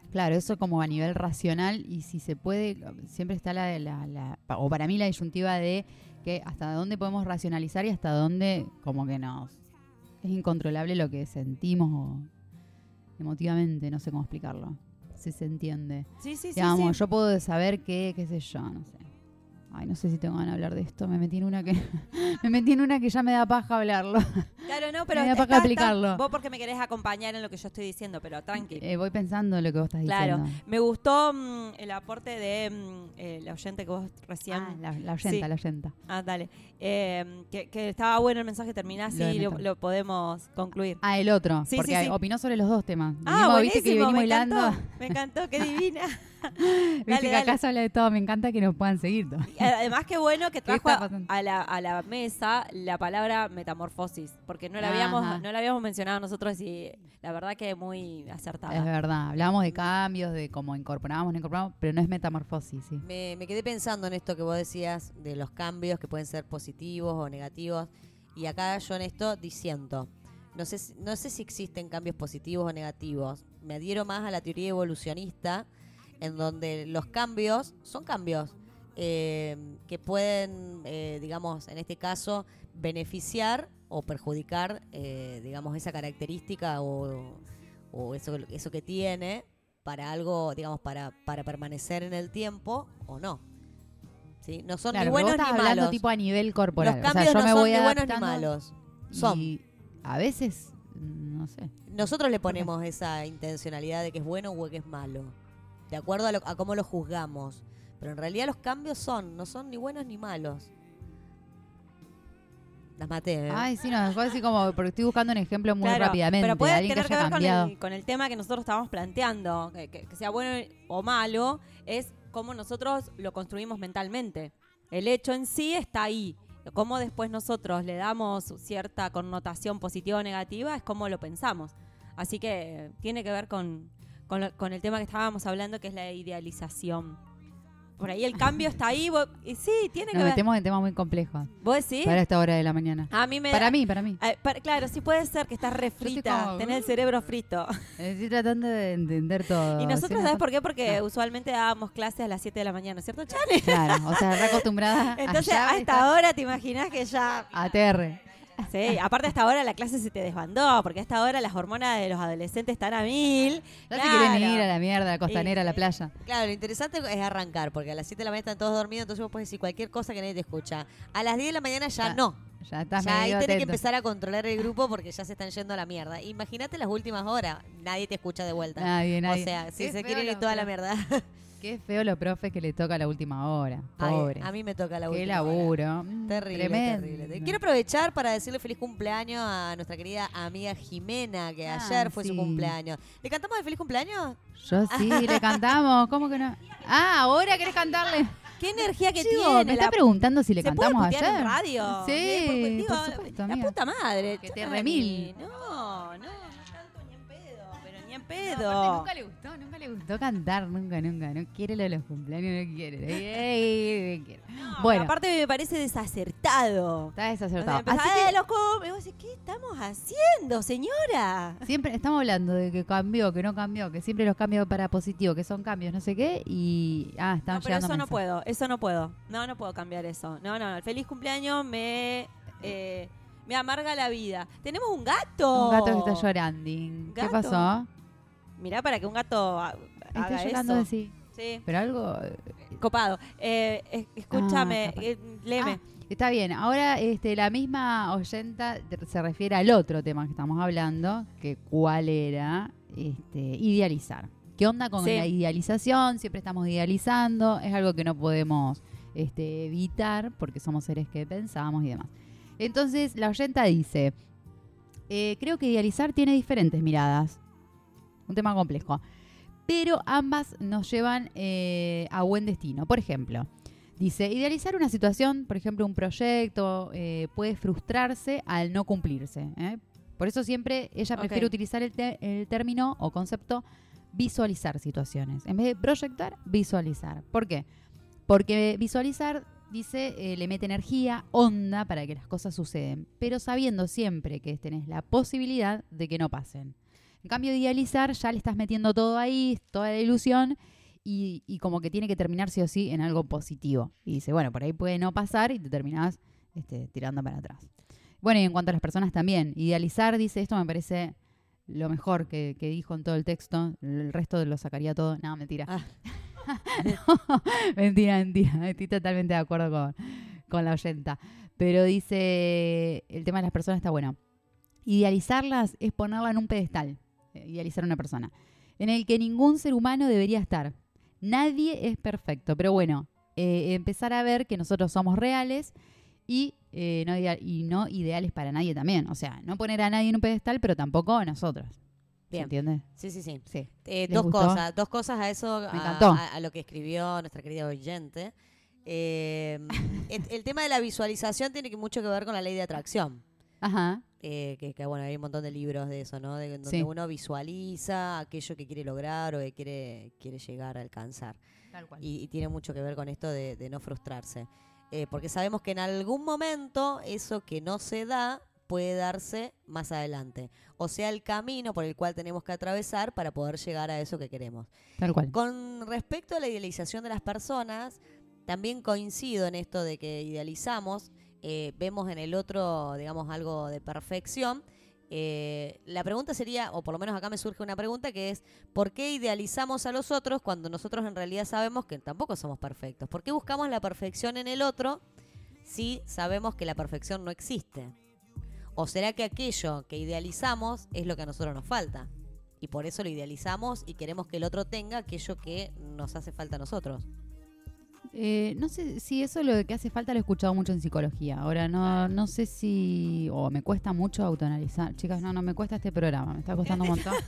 Claro, eso como a nivel racional y si se puede, siempre está la, la, la, o para mí la disyuntiva de que hasta dónde podemos racionalizar y hasta dónde como que nos es incontrolable lo que sentimos o emotivamente, no sé cómo explicarlo, si se entiende. Sí, sí, sí. Digamos, sí. yo puedo saber que, qué sé yo, no sé. Ay, no sé si tengo ganas de hablar de esto. Me metí en una que me metí en una que ya me da paja hablarlo. Claro, no, pero Me da está- paja está- explicarlo. vos porque me querés acompañar en lo que yo estoy diciendo, pero tranqui. Eh, voy pensando en lo que vos estás Claro, diciendo. me gustó mm, el aporte de mm, eh, la oyente que vos recién... Ah, la, la oyenta, Sí. la oyenta. Ah, dale. Eh, que, que estaba bueno el mensaje, termina así Lo de y lo, Metam. lo podemos concluir. Ah, el otro. Sí, porque sí, sí. opinó sobre los dos temas. Ah, Venimos, viste que buenísimo, venimos me hilando. encantó, me encantó, qué divina. Viste Dale, que dale. acá se habla de todo. Me encanta que nos puedan seguir. todo. Y además, qué bueno que ¿Qué trajo está a, pasando? a la, a la mesa la palabra metamorfosis, porque no la habíamos, Ajá. no la habíamos mencionado nosotros y la verdad que muy acertada. Es verdad. Hablábamos de cambios, de cómo incorporábamos, no incorporábamos, pero no es metamorfosis, sí. Me, me quedé pensando en esto que vos decías de los cambios que pueden ser positivos o negativos. Y acá yo en esto diciendo, no sé, si- no sé si existen cambios positivos o negativos. Me adhiero más a la teoría evolucionista, en donde los cambios son cambios eh, que pueden, eh, digamos, en este caso, beneficiar o perjudicar, eh, digamos, esa característica o, o eso, eso que tiene para algo, digamos, para, para permanecer en el tiempo o no. ¿Sí? No son Claro, ni pero vos buenos estás ni hablando malos. tipo a nivel corporal. Los O sea, cambios yo no me son voy ni buenos ni adaptando malos. Son. Y a veces, no sé. Nosotros le ponemos esa intencionalidad de que es bueno o que es malo, de acuerdo a, lo- a cómo lo juzgamos. Pero en realidad los cambios son, no son ni buenos ni malos. Las maté, ¿eh? Ay, sí, no, dejó así como, porque estoy buscando un ejemplo muy Claro, rápidamente pero de puede alguien que tener que, haya ver con cambiado. el, con el tema que nosotros estábamos planteando, que, que- que sea bueno o malo, es cómo nosotros lo construimos mentalmente. El hecho en sí está ahí. Cómo después nosotros le damos cierta connotación positiva o negativa es cómo lo pensamos. Así que eh, tiene que ver con, con, lo- con el tema que estábamos hablando, que es la idealización. Por ahí el cambio está ahí. vos- y sí, tiene que Nos ver. metemos en temas muy complejos. ¿Vos decís? Para esta hora de la mañana. A mí me Para da- mí, para mí. Eh, para- claro, sí puede ser que estás estoy refrita, como, tenés el cerebro frito. Estoy tratando de entender todo. Y nosotros, Sí, ¿sabes no- por qué? Porque No. usualmente dábamos clases a las siete de la mañana, ¿cierto, Chane? Claro, o sea, re acostumbrada. Entonces, allá a esta hora te imaginas que ya... A T R. Sí, aparte a esta hora la clase se te desbandó, porque a esta hora las hormonas de los adolescentes están a mil. Ya Claro. se quieren ir a la mierda, a la costanera, a la playa. Claro, lo interesante es arrancar, porque a las siete de la mañana están todos dormidos, entonces vos podés decir cualquier cosa que nadie te escucha. A las diez de la mañana ya Ya, no. Ya estás Ya ahí medio tenés que atento. empezar a controlar el grupo porque ya se están yendo a la mierda. Imagínate las últimas horas, nadie te escucha de vuelta. Nadie, nadie. O sea, si Qué se feo quieren ir lo- toda la mierda. Qué feo los profes que le toca la última hora. Ay, Pobre. a mí me toca la Qué última hora. laburo. Mm, Terrible, tremendo. terrible. Quiero aprovechar para decirle feliz cumpleaños a nuestra querida amiga Jimena, que Ah, ayer fue sí. su cumpleaños. ¿Le cantamos el feliz cumpleaños? Yo sí, le cantamos. ¿Cómo que no? Ah, ahora querés cantarle. ¿Qué energía que Chico, tiene? me está la- preguntando si le ¿Se puede cantamos putear ayer. en radio? Sí, Bien, porque, digo, por supuesto, La amiga. puta madre. Que te Chani. remil. No, no, no canto ni en pedo, pero ni en No, pedo. aparte, nunca le gustó, nunca le gustó cantar, nunca, nunca. No quiere lo de los cumpleaños, no quiere. Ey, ey, no quiere. No, Bueno, aparte me parece desacertado. está O sea, desacertado. empezás, Así "Eh, que los cum-". Y vos decís, ¿qué estamos haciendo, señora? siempre estamos hablando de que cambió, que no cambió, que siempre los cambios para positivo, que son cambios, no sé qué, y ah, están No, pero llegando eso no mensajes. puedo, eso no puedo. No, no puedo cambiar eso. No, no, el feliz cumpleaños me, eh, me amarga la vida. Tenemos un gato. Un gato que está llorando. ¿Qué Gato. pasó? Mirá, para que un gato ha- Está haga llorando eso. de sí. Sí, Pero algo. copado. Eh, es- escúchame, Ah, capaz. eh, léeme. Ah, está bien. Ahora este, la misma oyenta te- se refiere al otro tema que estamos hablando, que cuál era este, idealizar. ¿Qué onda con Sí. la idealización? Siempre estamos idealizando. Es algo que no podemos este, evitar porque somos seres que pensamos y demás. Entonces la oyenta dice, eh, creo que idealizar tiene diferentes miradas. Un tema complejo. Pero ambas nos llevan eh, a buen destino. Por ejemplo, dice, idealizar una situación, por ejemplo, un proyecto, eh, puede frustrarse al no cumplirse. ¿eh? Por eso siempre ella Ok. prefiere utilizar el, te- el término o concepto visualizar situaciones. En vez de proyectar, visualizar. ¿Por qué? Porque visualizar, dice, eh, le mete energía, onda para que las cosas suceden, pero sabiendo siempre que tenés la posibilidad de que no pasen. En cambio, idealizar ya le estás metiendo todo ahí, toda la ilusión, y, y como que tiene que terminar sí o sí en algo positivo. Y dice, bueno, por ahí puede no pasar y te terminás este, tirando para atrás. Bueno, y en cuanto a las personas también, idealizar, dice, esto me parece lo mejor que, que dijo en todo el texto, el resto lo sacaría todo. No, mentira. Ah. No, mentira, mentira. Estoy totalmente de acuerdo con, con la oyenta. Pero dice, el tema de las personas está bueno. Idealizarlas es ponerla en un pedestal, eh, idealizar a una persona, en el que ningún ser humano debería estar. Nadie es perfecto, pero bueno, eh, empezar a ver que nosotros somos reales y, eh, no ideal, y no ideales para nadie también. O sea, no poner a nadie en un pedestal, pero tampoco a nosotros. Bien. ¿Se entiende? Sí, sí, sí. Sí. Eh, ¿Les dos gustó? cosas, dos cosas a eso, Me a, encantó. a- a lo que escribió nuestra querida oyente. Eh, el, el tema de la visualización tiene que mucho que ver con la ley de atracción. Ajá. Eh, que, que, bueno, hay un montón de libros de eso, ¿no? De, donde Sí. uno visualiza aquello que quiere lograr o que quiere, quiere llegar a alcanzar. Tal cual. Y, y tiene mucho que ver con esto de, de no frustrarse. Eh, porque sabemos que en algún momento eso que no se da puede darse más adelante. O sea, el camino por el cual tenemos que atravesar para poder llegar a eso que queremos. Tal cual. Con respecto a la idealización de las personas, también coincido en esto de que idealizamos, eh, vemos en el otro, digamos, algo de perfección. Eh, la pregunta sería, o por lo menos acá me surge una pregunta, que es, ¿por qué idealizamos a los otros cuando nosotros en realidad sabemos que tampoco somos perfectos? ¿Por qué buscamos la perfección en el otro si sabemos que la perfección no existe? ¿O será que aquello que idealizamos es lo que a nosotros nos falta? Y por eso lo idealizamos y queremos que el otro tenga aquello que nos hace falta a nosotros. Eh, no sé si eso lo que hace falta lo he escuchado mucho en psicología. Ahora no, no sé si... O me cuesta mucho autoanalizar. Chicas, no, no me cuesta este programa. Me está costando un montón.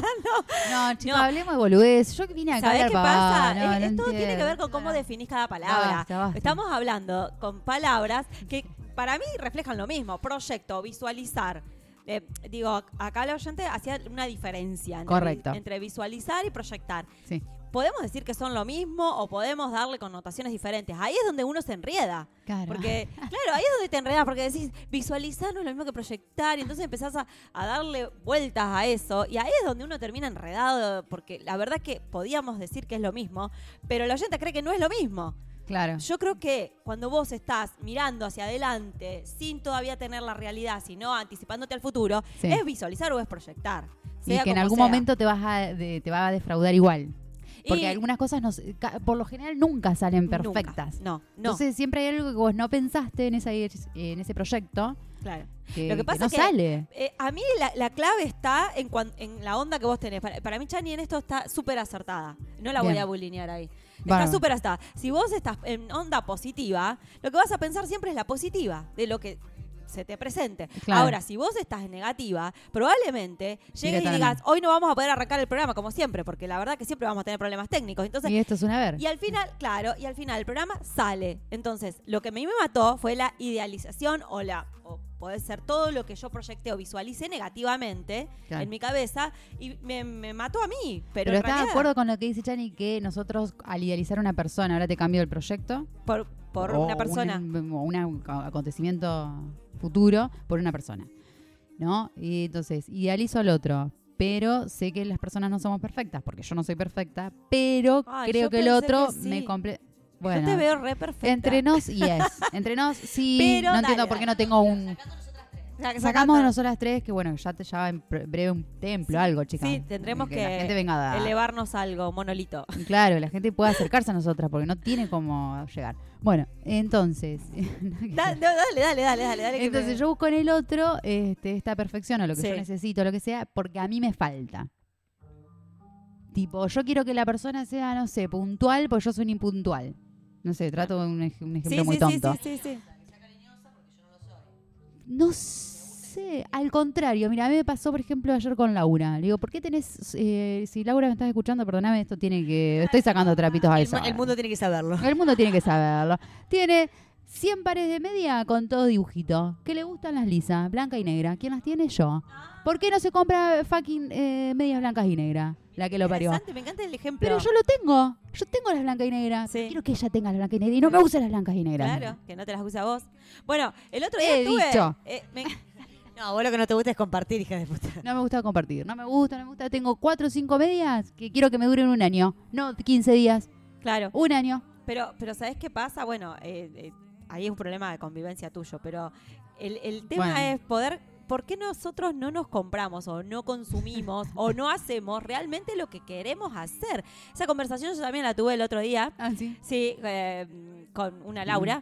No, chicas, No. hablemos de boludez. Yo que vine acá a ¿Sabés hablar qué pavada, pasa? no, Es- no esto tiene que entiendo. ver con cómo definís cada palabra. Basta, basta. Estamos hablando con palabras que para mí reflejan lo mismo. Proyecto, visualizar. Eh, digo, acá la oyente hacía una diferencia entre, Correcto. entre visualizar y proyectar. Sí. Podemos decir que son lo mismo o podemos darle connotaciones diferentes. Ahí es donde uno se enreda. Claro. Porque, claro, ahí es donde te enredas, porque decís, visualizar no es lo mismo que proyectar, y entonces empezás a, a darle vueltas a eso, y ahí es donde uno termina enredado, porque la verdad que podíamos decir que es lo mismo, pero la oyente cree que no es lo mismo. Claro. Yo creo que cuando vos estás mirando hacia adelante, sin todavía tener la realidad, sino anticipándote al futuro, Sí. es visualizar o es proyectar. Y sea que en como algún sea. momento te vas a, de- te va a defraudar igual. Porque Y- algunas cosas, no, s- ca- por lo general, nunca salen Nunca. perfectas. No, no, Entonces siempre hay algo que vos no pensaste en, esa, en ese proyecto claro. que, Lo que que pasa no es que sale. Eh, a mí la, la clave está en, cuan- en la onda que vos tenés. Para, para mí, Chani, en esto está súper acertada. No la voy Bien. a bulinear ahí. Bárbaro. Está súper acertada. Si vos estás en onda positiva, lo que vas a pensar siempre es la positiva de lo que se te presente. Claro. Ahora, si vos estás en negativa, probablemente llegues y Directamente. digas, hoy no vamos a poder arrancar el programa como siempre, porque la verdad que siempre vamos a tener problemas técnicos. Entonces, Y esto es una ver. y al final, claro, y al final el programa sale. Entonces, lo que a mí me mató fue la idealización o la o puede ser todo lo que yo proyecté o visualicé negativamente Claro. en mi cabeza y me, me mató a mí. Pero, Pero en estás de realidad, acuerdo con lo que dice Chani, que nosotros al idealizar a una persona, ahora te cambio el proyecto. por, por o una persona. Un, o un ac- acontecimiento futuro por una persona. ¿No? Y entonces, idealizo al otro. Pero sé que las personas no somos perfectas, porque yo no soy perfecta, pero Ay, creo yo que el pensé otro que sí. me comple... Bueno, Yo te veo re perfecta. entre nos, yes. Entre nos, sí. Pero no dale, entiendo por qué dale. no tengo un... Saca- Sacamos de sacando- nosotras tres, que bueno, ya te lleva en bre- breve un templo, algo, chicas. Sí, tendremos que, la gente venga a... elevarnos algo, monolito. Y claro, la gente puede acercarse a nosotras, porque no tiene cómo llegar. Bueno, entonces... Da- da- dale, dale, dale, dale, dale. que Entonces me- yo busco en el otro este, esta perfección o lo que Sí. yo necesito, lo que sea, porque a mí me falta. Tipo, yo quiero que la persona sea, no sé, puntual, porque yo soy un impuntual. No sé, trato de un, ej- un ejemplo Sí, muy sí, tonto. sí, sí, sí, sí. No sé, al contrario, mira, a mí me pasó, por ejemplo, ayer con Laura. Le digo, ¿por qué tenés, eh, si Laura me estás escuchando, perdóname, esto tiene que, estoy sacando trapitos al El, mu- sol. el mundo tiene que saberlo. El mundo tiene que saberlo. Tiene cien pares de media con todo dibujito. Que le gustan las lisas, blanca y negra. ¿Quién las tiene? Yo. ¿Por qué no se compra fucking eh, medias blancas y negras? La que lo parió. Interesante, me encanta el ejemplo. Pero yo lo tengo. Yo tengo las blancas y negras. Sí. Quiero que ella tenga las blancas y negras y no me use las blancas y negras. Claro, que no te las use a vos. Bueno, el otro día He estuve... dicho. eh, me- No, vos lo que no te gusta es compartir, hija de puta. No me gusta compartir, no me gusta, no me gusta. Tengo cuatro o cinco medias que quiero que me duren un año, no quince días, Claro. un año. Pero, pero ¿sabés qué pasa? Bueno, eh, eh, ahí es un problema de convivencia tuyo, pero el, el tema Bueno. es poder, ¿por qué nosotros no nos compramos o no consumimos o no hacemos realmente lo que queremos hacer? Esa conversación yo también la tuve el otro día, Ah, sí. sí, eh, con una Laura.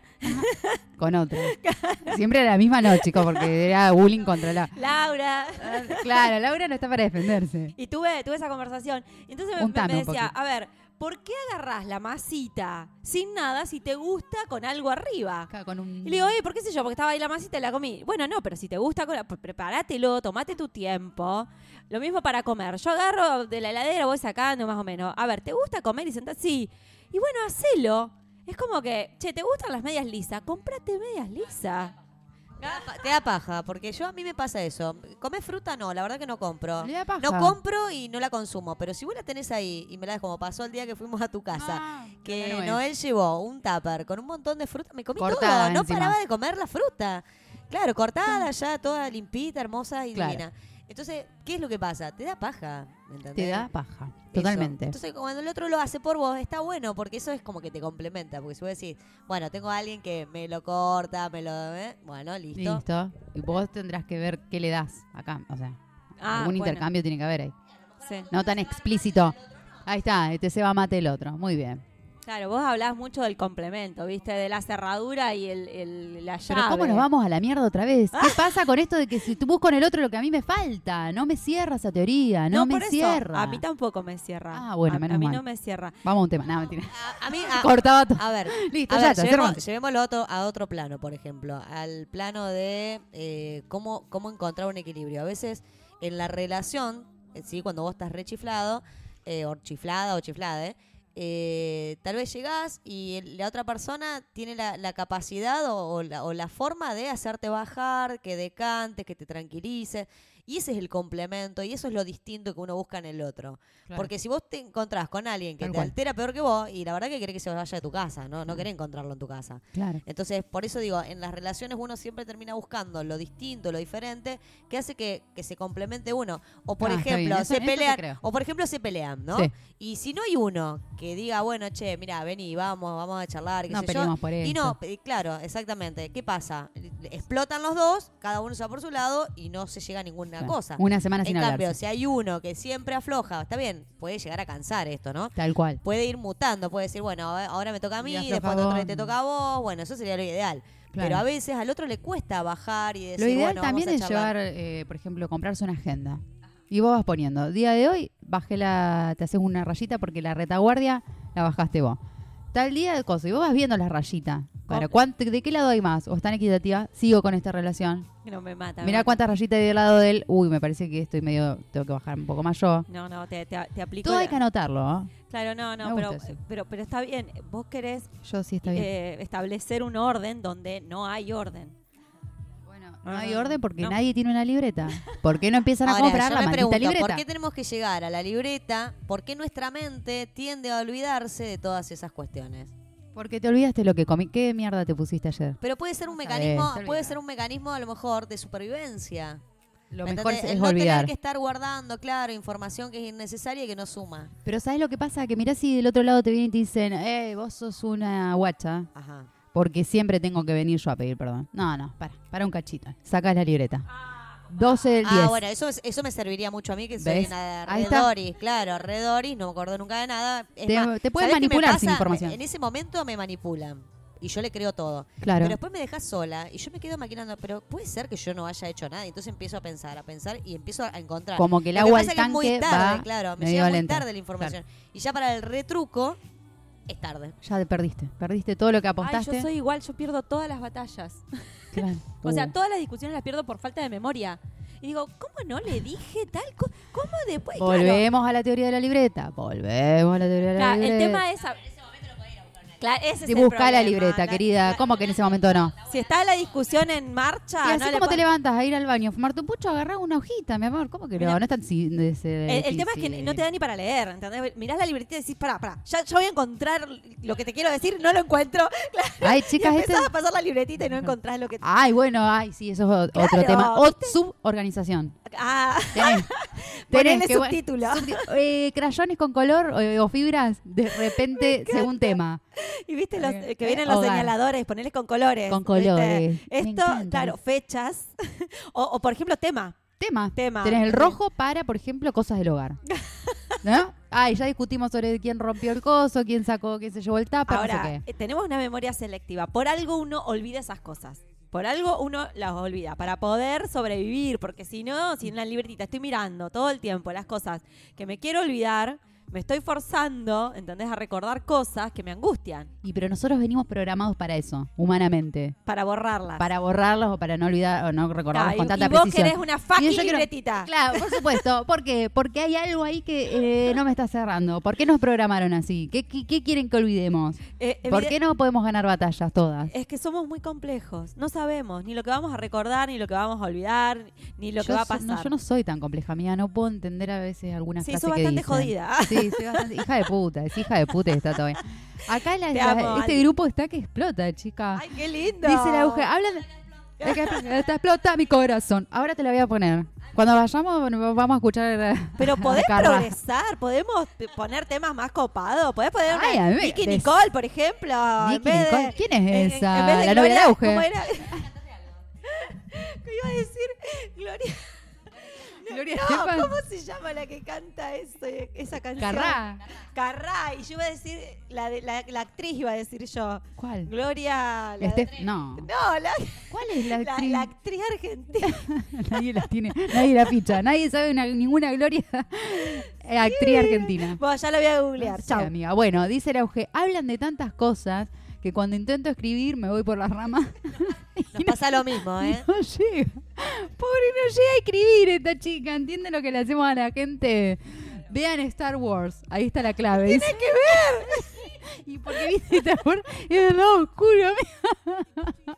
Con otro. Siempre era la misma noche, chicos, porque era bullying contra la... Laura. Claro, Laura no está para defenderse. Y tuve, tuve esa conversación. Y entonces me, Un me- tano, me un decía, poquito. a ver, ¿por qué agarrás la masita sin nada si te gusta con algo arriba? Acá con un... Y le digo, oye, ¿por qué sé yo? Porque estaba ahí la masita y la comí. Bueno, no, pero si te gusta, con la- pues prepárátelo, tomate tu tiempo. Lo mismo para comer. Yo agarro de la heladera, voy sacando más o menos. A ver, ¿te gusta comer y sentás? Sí. Y bueno, hacelo. Es como que, che, ¿te gustan las medias lisas? Cómprate medias lisas. Te da pa- Te da paja, porque yo a mí me pasa eso. ¿Comés fruta? No, la verdad que no compro. Le da paja. No compro y no la consumo, pero si vos la tenés ahí y me la das como pasó el día que fuimos a tu casa, Ah, que claro, Noel llevó un tupper con un montón de fruta, me comí Cortada todo, no encima. paraba de comer la fruta. Claro, cortada ya, toda limpita, hermosa y Claro. divina. Entonces, ¿qué es lo que pasa? Te da paja, ¿me entendés? Te da paja, Eso. totalmente. Entonces, cuando el otro lo hace por vos, está bueno, porque eso es como que te complementa. Porque si vos decís, bueno, tengo a alguien que me lo corta, me lo... ¿eh? Bueno, listo. Listo. Y vos tendrás que ver qué le das acá. O sea, Ah, algún bueno, intercambio tiene que haber ahí. sí. No tan explícito. Ahí está, este se va mate el otro. Muy bien. Claro, vos hablás mucho del complemento, ¿viste? De la cerradura y el, el- la llave. Pero ¿cómo nos vamos a la mierda otra vez? ¿Qué pasa con esto de que si tú busco en el otro lo que a mí me falta? No me cierra esa teoría, no, me por eso, cierra. A mí tampoco me cierra. Ah, bueno, a, menos a mí mal. no me cierra. Vamos a un tema. No, mentira. A, a mí... a- Cortaba todo. A ver, Listo, a ya ver, está, llevemos, cerramos. llevémoslo a otro, a otro plano, por ejemplo, al plano de eh, cómo, cómo encontrar un equilibrio. A veces en la relación, eh, ¿sí? Cuando vos estás rechiflado, eh, o chiflada o chiflada, eh, tal vez llegás y el- la otra persona tiene la, la capacidad o, o la, o la forma de hacerte bajar, que decantes, que te tranquilice. Y ese es el complemento y eso es lo distinto que uno busca en el otro. Claro. Porque si vos te encontrás con alguien que Tal te cual. altera peor que vos, y la verdad que querés que se vaya de tu casa, ¿no? No querés encontrarlo en tu casa. Claro. Entonces, por eso digo, en las relaciones uno siempre termina buscando lo distinto, lo diferente, que hace que, que se complemente uno. O por Ah, está ejemplo, bien. Eso- se eso te pelean, creo. o por ejemplo se pelean, ¿no? Sí. Y si no hay uno que diga, bueno, che, mira, vení, vamos, vamos a charlar, qué No sé peleemos yo. por Y esto. no, eh, claro, exactamente. ¿Qué pasa? Explotan los dos, cada uno se va por su lado y no se llega a ninguna Claro. cosa. Una semana sin En cambio, hablarse. si hay uno que siempre afloja, está bien, puede llegar a cansar esto, ¿no? Tal cual. Puede ir mutando, puede decir, bueno, ahora me toca a mí, Y afloja después otro vos. día te toca a vos, bueno, eso sería lo ideal. Claro. Pero a veces al otro le cuesta bajar y decir, Lo ideal bueno, también vamos a es charlar. llevar, eh, por ejemplo, comprarse una agenda. Y vos vas poniendo, día de hoy, bajé la, te haces una rayita porque la retaguardia la bajaste vos. Tal día de cosa, y vos vas viendo la rayita. Para, ¿cuánto, ¿De qué lado hay más? ¿O están equitativas? Sigo con esta relación. Que no me mata. me Mirá mata. cuántas rayitas hay del lado de él. Uy, me parece que estoy medio, tengo que bajar un poco más yo. No, no, te, te, te aplico. Todo la- hay que anotarlo, ¿no? Claro, no, no, Me pero, gusta eso. pero, pero está bien. Vos querés Yo sí está bien. eh, establecer un orden donde no hay orden. Bueno, no, no hay no, orden porque no. nadie tiene una libreta. ¿Por qué no empiezan a Ahora, comprar yo la me maldita pregunto, libreta? ¿por qué tenemos que llegar a la libreta? ¿Por qué nuestra mente tiende a olvidarse de todas esas cuestiones? Porque te olvidaste lo que comí. ¿Qué mierda te pusiste ayer? Pero puede ser un Está mecanismo, bien, está puede olvidado. ser un mecanismo a lo mejor de supervivencia. Lo ¿Me mejor entendés? es El no olvidar. tener que estar guardando, claro, información que es innecesaria y que no suma. Pero ¿sabes lo que pasa? Que mirá si del otro lado te vienen y te dicen, eh, vos sos una guacha, Ajá. porque siempre tengo que venir yo a pedir perdón. No, no, para, para un cachito. Sacás la libreta. doce del diez. Ah, bueno, eso, es- eso me serviría mucho a mí, que soy ¿Ves? una Ahí está. redoris, claro, redoris, no me acuerdo nunca de nada. Es Te- más, te pueden ¿sabés qué me manipular sin pasa? información. En ese momento me manipulan y yo le creo todo. Claro. Pero después me dejas sola y yo me quedo maquinando, pero puede ser que yo no haya hecho nada. Y entonces empiezo a pensar, a pensar y empiezo a encontrar. Como que el Lo agua pasa al que es muy tanque tarde, va claro, me medio llega muy lento. tarde la información. Y ya para el retruco es tarde. Ya te perdiste. Perdiste todo lo que Ay, apostaste. yo soy igual, yo pierdo todas las batallas. Claro. O sea, Uh. todas las discusiones las pierdo por falta de memoria. Y digo, ¿cómo no le dije tal cosa? ¿Cómo después? Claro, Volvemos a la teoría de la libreta. Volvemos a la teoría de la claro, el libreta. tema es... a- Claro, ese es el Busca la problema. libreta, La- querida. la- ¿Cómo que en ese momento no? Si está la discusión en marcha, Y así no le como te pon- levantas a ir al baño, fumarte un pucho, agarrá una hojita, mi amor. ¿Cómo que no? Mira, No es tan si- de ese El, el tema es que no te da ni para leer, ¿entendés? Mirás la libretita y decís, pará, pará, ya, ya voy a encontrar lo que te quiero decir, no lo encuentro. Claro. Ay, Y chicas, este... empezás a pasar la libretita y no encontrás lo que... Ay, bueno, ay, sí, eso es o- Claro, otro tema. O ¿viste? suborganización. Ah, Tenés, ponele que- subtítulo. subti- eh, crayones con color eh, o fibras, de repente, según tema. Y viste los, Eh, que vienen los hogar. señaladores, poneles con colores. Con ¿viste? colores. Me Esto, encantan. claro, fechas. o, o, por ejemplo, tema. Tema. Tema. Tenés el Sí. rojo para, por ejemplo, cosas del hogar. ¿No? Ay, ya discutimos sobre quién rompió el coso, quién sacó, quién se llevó el tapa, no Ahora, sé qué. eh, tenemos una memoria selectiva. Por algo uno olvida esas cosas. Por algo uno las olvida. Para poder sobrevivir. Porque si no, si en la libretita estoy mirando todo el tiempo las cosas que me quiero olvidar, me estoy forzando, ¿entendés? A recordar cosas que me angustian. Y pero nosotros venimos programados para eso, humanamente. Para borrarlas. Para borrarlos o para no olvidar o no recordarlos Ah, con y, tanta y vos precisión. querés una Y fucking yo quiero- libretita. Claro, por supuesto. ¿Por qué? Porque hay algo ahí que eh, no me está cerrando. ¿Por qué nos programaron así? ¿Qué, qué, qué quieren que olvidemos? Eh, ¿Por evide- qué no podemos ganar batallas todas? Es que somos muy complejos. No sabemos ni lo que vamos a recordar, ni lo que vamos a olvidar, ni lo que Yo va a so- pasar. no, yo no soy tan compleja, mía. No puedo entender a veces algunas Sí, frases sos que bastante dicen. jodida. Sí, soy bastante hija de puta. Es hija de puta y está todo bien. Acá la- Te la- amo, este Ali. grupo está que explota, chica. Ay, qué lindo. Dice la mujer, hablan de... de que te explota mi corazón. Ahora te la voy a poner. Cuando vayamos bueno, vamos a escuchar a- Pero a podés Carra. progresar, podemos p- poner temas más copados. Podés poner Ay, una a mí Nicky des- Nicole, por ejemplo. en Nicky vez de- Nicole, ¿quién es en- en- esa? en vez de La novia del Gloria, auge. ¿cómo era? ¿Qué iba a decir? Gloria. Gloria No, Estefan. ¿cómo se llama la que canta eso, esa canción? Carrá. Carrá. Y yo iba a decir, la, de, la, la actriz iba a decir yo. ¿Cuál? Gloria. la de- Estef- no. No, la, ¿Cuál es la la, actriz? la actriz argentina. Nadie la tiene, nadie la ficha, nadie sabe una- ninguna Gloria eh, actriz argentina. Bueno, ya la voy a googlear. Sí, Chau. amiga. Bueno, dice el auge, hablan de tantas cosas que cuando intento escribir me voy por las ramas. Nos pasa lo mismo, ¿eh? No llega. Pobre, no llega a escribir esta chica. ¿Entienden lo que le hacemos a la gente? Vean Star Wars. Ahí está la clave. Tiene que ver. Y porque viste Star Wars es el lado oscuro. amiga.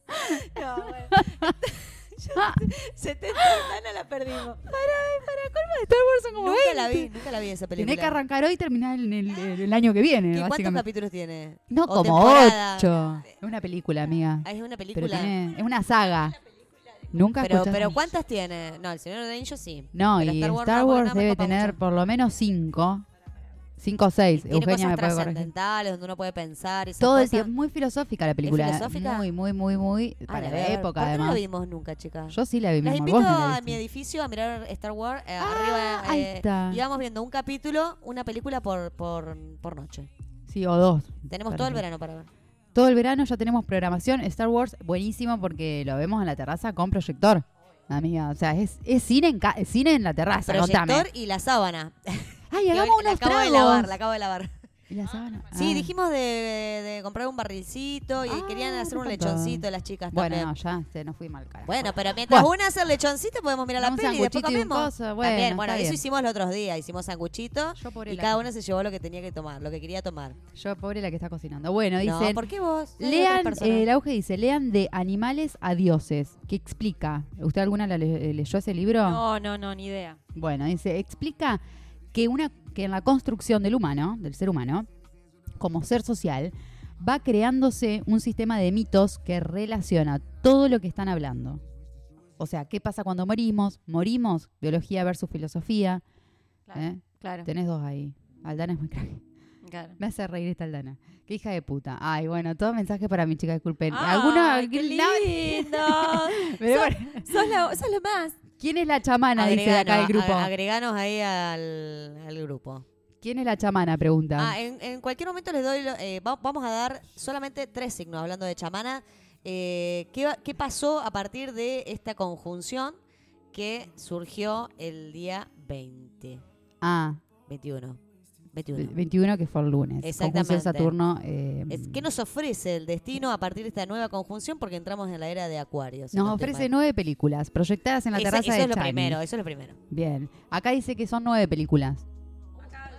No, bueno. Yo, setenta semanas la perdimos. Para, para colmo de Star Wars son como Nunca veinte. la vi, nunca la vi esa película. Tenés que arrancar hoy y terminar en el, el- el año que viene, ¿Qué- ¿Cuántos básicamente. capítulos tiene? No, ¿O como temporada? ocho. Es una película, amiga. Ah, es una Pero película. tiene, es una saga. Nunca Pero, escuchaste. pero ¿cuántas tiene? No, el Señor de los Anillos sí. No, Pero y Star Star Wars Wars, no, porque no me debe copa tener mucho. por lo menos cinco. Cinco o seis. Tiene Eugenia me cosas puede corregir. trascendentales donde uno puede pensar y esas Todo el cosas. tiempo. Muy filosófica la película. filosófica? Muy, muy, muy, muy. Ah, para la la voy a ver. época, ¿Por qué además. no la vimos nunca, chicas? Yo sí la vi, mi Las amor. invito Vos no la a viste. mi edificio a mirar Star Wars. eh, Ah, arriba ahí eh, está. y vamos viendo un capítulo, una película por, por, por noche. Sí, o dos. Tenemos todo el Perfecto. verano para ver. Todo el verano ya tenemos programación. Star Wars, buenísimo porque lo vemos en la terraza con proyector. Amiga, o sea, es, es cine en ca- es cine en la terraza, Proyector contame. y la sábana. Ay, Que hagamos hoy la unos acabo de tragos. lavar, la acabo de lavar. ¿Y la sábana? Sí, Ah. dijimos de, de comprar un barrilcito y Ah, querían hacer un me encantó. lechoncito las chicas Bueno, también. no, ya se nos fuimos al carajo. Bueno, pero mientras Bueno. una hace el lechoncito podemos mirar la Un peli y después sanguchito y un comemos. coso, bueno, También, está bueno, eso bien. hicimos los otros días, hicimos sanguchito Yo pobre y la cada que- uno se llevó lo que tenía que tomar, lo que quería tomar. Yo, pobre la que está cocinando. Bueno, No, dicen, ¿por qué vos? Hay otras lean, personas. eh, el auge dice, lean de animales a dioses. ¿Qué explica? ¿Usted alguna la le- leyó ese libro? No, no, no, ni idea. Bueno, dice, explica que, una, que en la construcción del humano, del ser humano, como ser social, va creándose un sistema de mitos que relaciona todo lo que están hablando. O sea, ¿qué pasa cuando morimos? Morimos, biología versus filosofía. Claro. ¿eh? Claro. Tenés dos ahí. Aldana es muy crack. claro. Me hace reír esta Aldana. Qué hija de puta. Ay, bueno, todo mensaje para mi chica, disculpen. Ay, ¿Alguna? qué lindo. Pero sos, bueno, sos la- sos lo más. ¿quién es la chamana? Dice de acá el Agreganos, grupo. a- agreganos ahí al, al grupo. ¿Quién es la chamana? Pregunta. Ah, en, en cualquier momento les doy, lo- eh, va- vamos a dar solamente tres signos, hablando de chamana. Eh, ¿qué, va- ¿Qué pasó a partir de esta conjunción que surgió el día veinte? Ah, veintiuno. veintiuno. veintiuno que fue el lunes. Exactamente. Conjunción Saturno. eh, Es- ¿Qué nos ofrece el destino a partir de esta nueva conjunción? Porque entramos en la era de Acuario. si nos no estoy ofrece mal. nueve películas proyectadas en la Eso- terraza eso de es lo Chani. primero, eso es lo primero. Bien. Acá dice que son nueve películas.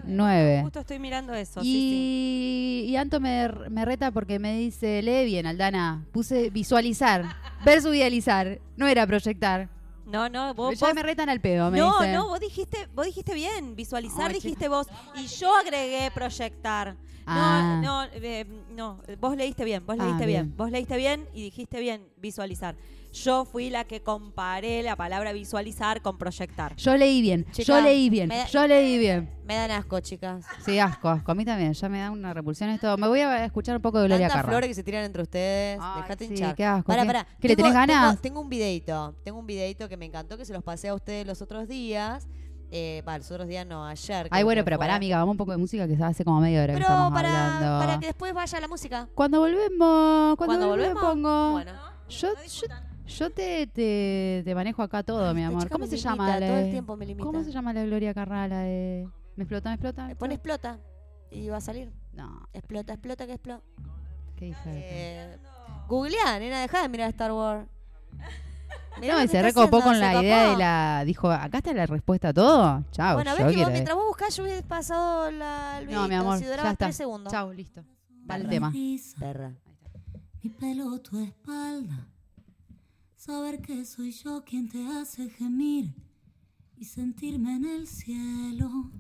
nueve. Justo estoy mirando eso. Y, Sí, sí. y Anto me, me reta porque me dice, lee bien, Aldana. Puse visualizar versus idealizar. No era proyectar. No, no, vos, Ya vos- me retan al pedo, me no, dice. no, vos dijiste, vos dijiste bien, visualizar Ay, dijiste vos y yo agregué proyectar. Ah. No, no, eh, no, vos leíste bien, vos Ah, leíste bien. bien. vos leíste bien y dijiste bien visualizar. Yo fui la que comparé la palabra visualizar con proyectar. Yo leí bien, Chica, yo leí bien, me da- yo leí bien. Me dan asco, chicas. Sí, asco, asco. A mí también, ya me da una repulsión esto. Me voy a escuchar un poco de Gloria Tantas Carra. flores que se tiran entre ustedes. Ay, Dejate sí, hinchar. qué asco, Pará, ¿qué? pará. ¿Qué, le Tengo- tenés ganas? Tengo, tengo un videito. Tengo un videito que me encantó, que se los pasé a ustedes los otros días. Eh, va, los otros días no, ayer. Ay, creo bueno, que pero fue. pará, amiga, vamos un poco de música que se hace como media hora que Pero estamos para, hablando. para que después vaya la música. Cuando volvemos, cuando, Cuando volvemos, volvemos, pongo. bueno. Yo, yo, yo te, te, te manejo acá todo, mi Esta amor. chica ¿Cómo me se limita, llama? la todo el de- tiempo me limita. ¿Cómo se llama la Gloria Carrala? De... ¿Me explota, me explota? me Pon explota? explota y va a salir. No, Explota, explota, que explota. qué hija de- Eh, Googleá, nena, dejá de mirar Star Wars. Mirá No, lo y que se está recopó haciendo, con se la idea copó. de la... Dijo, acá está la respuesta a todo. Chao, Bueno, yo ves que vos, quiero... mientras vos buscás, yo hubiese pasado la, el No, videito, mi amor, si ya duraba está. tres segundos. Chao, listo. Va el Perra. tema. Risa, Perra. mi pelo, tu espalda. Saber que soy yo quien te hace gemir y sentirme en el cielo.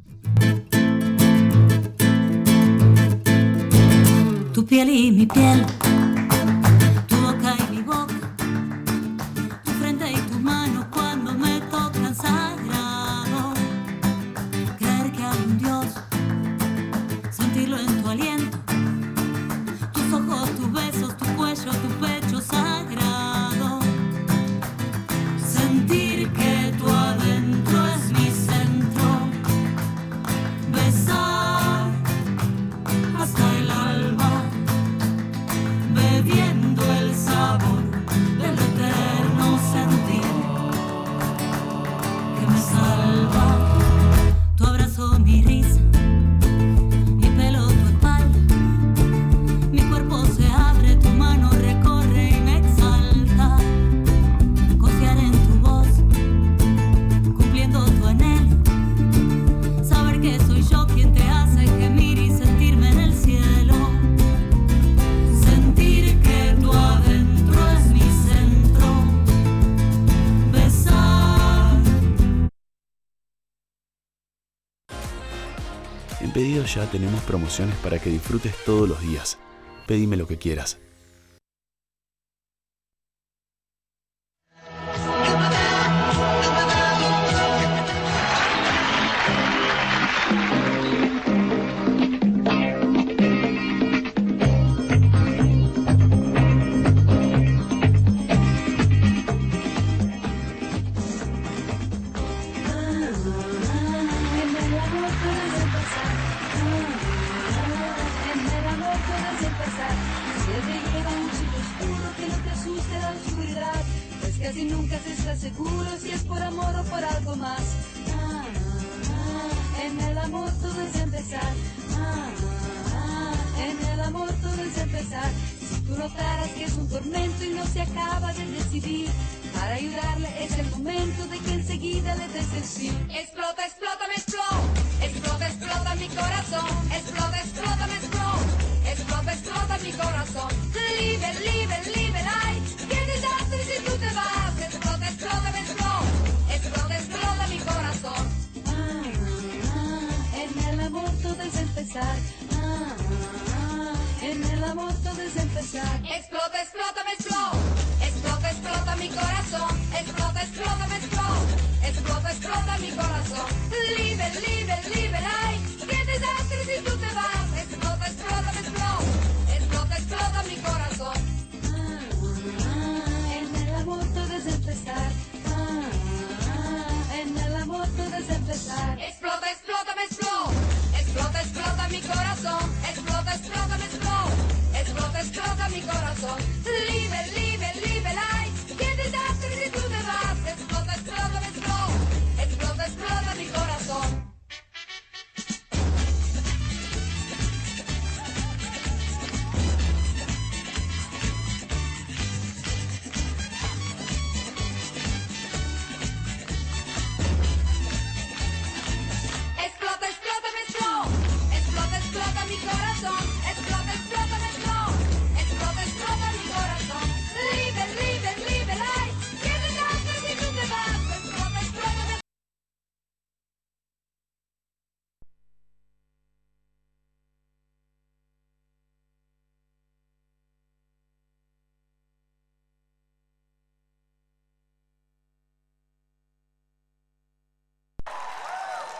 Tu piel y mi piel, tu boca y mi boca, tu frente y tus manos cuando me tocan sagrado. Creer que hay un Dios, sentirlo en tu aliento, tus ojos, tus besos, tu cuello, tu pecho sagrado. Sentir que tu adentro es mi centro, besar hasta el alba, bebiendo el sabor del eterno sentir que me salva. Tu abrazo, mi risa, mi pelo, tu espalda, mi cuerpo se abre, tu mano recorre y me exalta. Confiar en tu voz, cumpliendo tu anhelo, saber que soy yo quien te hace gemir y sentirme en el cielo. Sentir que tu adentro es mi centro, besar. En Pedidos Ya tenemos promociones para que disfrutes todos los días. Pedime lo que quieras. En el amor puedes empezar. Siempre llega un sitio oscuro que no te asuste la oscuridad. Pues casi nunca se está seguro si es por amor o por algo más. Ah, ah, en el amor todo es empezar. Ah, ah, en el amor todo es empezar. Si tú notaras que es un tormento y no se acaba de decidir, para ayudarle es el momento de que enseguida le des el sí. Explota, explota, me explota. Explota, explota mi corazón. Explota, explota, me explota. Explota, explota mi corazón. Libre, libre, libre, ay. Qué desastre si tú te vas. Explota, explota, me explota. Explota, explota mi corazón. Ah, ah, en el amor todo es empezar. Ah, ah, en el amor todo es empezar. Explota, explota, me explota. Explota, explota mi corazón. Explota, explota, me explota. Explota, explota mi corazón. Libre, libre, libre, ay. Qué desastre si tú te vas. Explota, explota, me explota. Explota, explota mi corazón. Ah, ah, en el amor todo es empezar. Ah, ah, en el amor todo es empezar. Explota, explota, me explota. Explota, explota mi corazón. Explota, explota, me explota. Explota, explota mi corazón. Libre, libre, libre, ay. Qué desastre si tú te vas. Explota, explota, me explota. Explota, explota mi corazón. Explota, explota, me explota.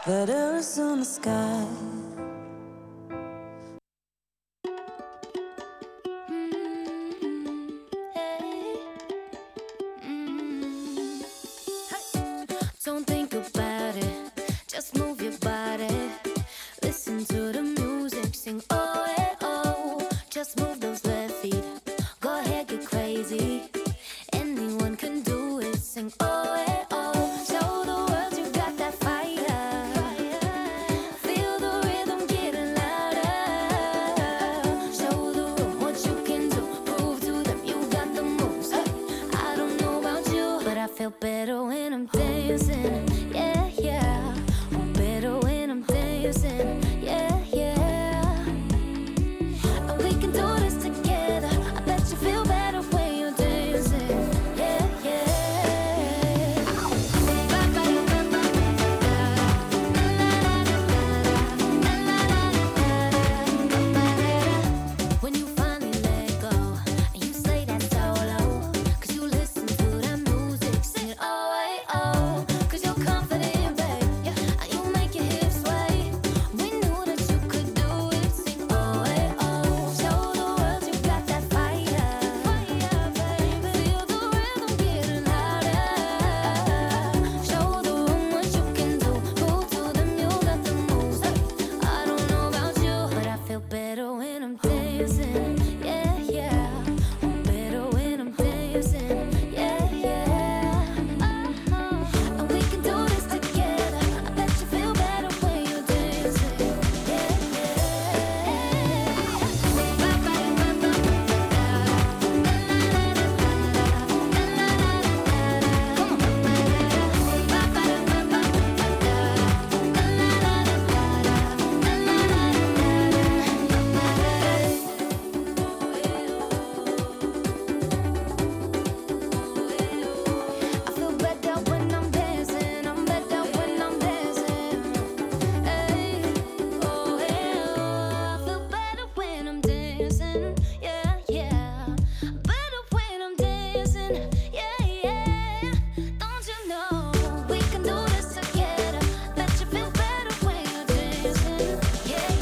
Letters on the sky. Don't think about it, just move your body. Listen to the music, sing oh, eh, oh. Just move those left feet, go ahead, get crazy. Anyone can do it, sing oh, eh, oh. Show the world you got that fire. Feel the rhythm getting louder. Show the room what you can do, prove to them you got the moves. Hey, I don't know about you, but I feel better when I'm dancing. Yeah, yeah. Oh, better when I'm dancing. Yeah, yeah. And we can do this together. I bet you feel better when you're dancing. Yeah, yeah. When you finally let go and you say that solo, 'cause you listen to that music, sing it oh, eh, oh. 'Cause you're confident, babe, yeah, and you make your hips sway. We knew that you could do it, sing oh, eh, oh. Show the world you got that fire, fire, baby. Feel the rhythm getting louder. Show the room what you can do, prove to them you got the moves. Hey, I don't know about you, but I feel better when I'm dancing. Yeah, yeah. Better when I'm dancing. Yeah, yeah. Uh-huh. And we can do this together. I bet you feel better when you're dancing. Yeah, I feel better when I'm dancing. I'm better when I'm dancing. Hey, oh, yeah. I feel better when I'm dancing. Yeah, yeah. Better when I'm dancing. Yeah, yeah. Don't you know we can do this together? Bet you feel better when you're dancing. Yeah,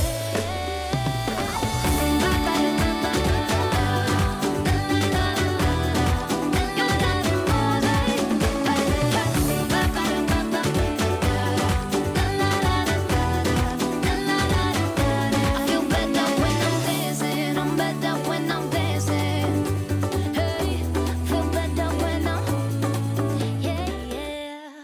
I feel better when I'm dancing. I'm better when I'm dancing. Hey, feel better when I'm, yeah, yeah.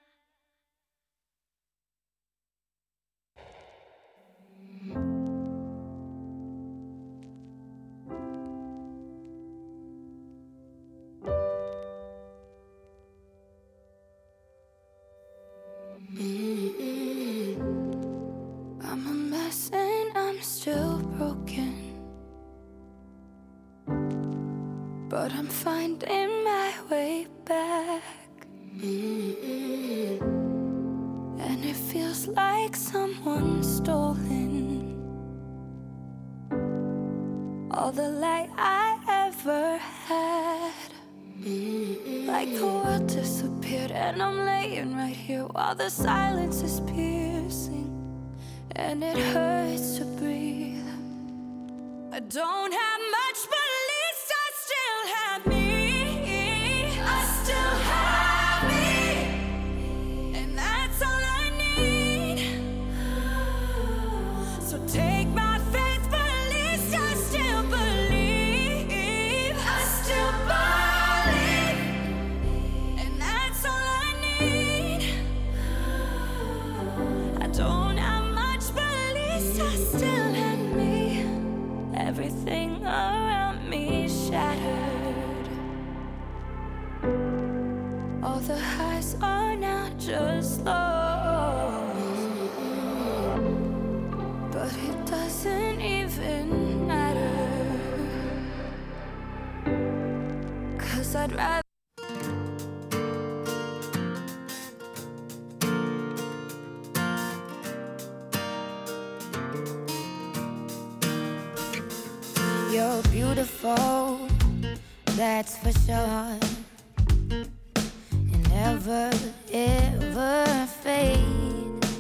I'm a mess and I'm still broken, but I'm finding my way back. And it feels like someone's stolen all the light I ever had. Like the world disappeared and I'm laying right here while the silence is piercing and it hurts to breathe. I don't have much, but at least I still have me. I still have me, and that's all I need. So take my faith, but at least I still believe. I still believe, and that's all I need. I don't have much, but at least I still have me. Everything around me shattered. All the highs are now just lows, but it doesn't even matter, 'cause I'd rather you're beautiful, that's for sure. You never ever fade.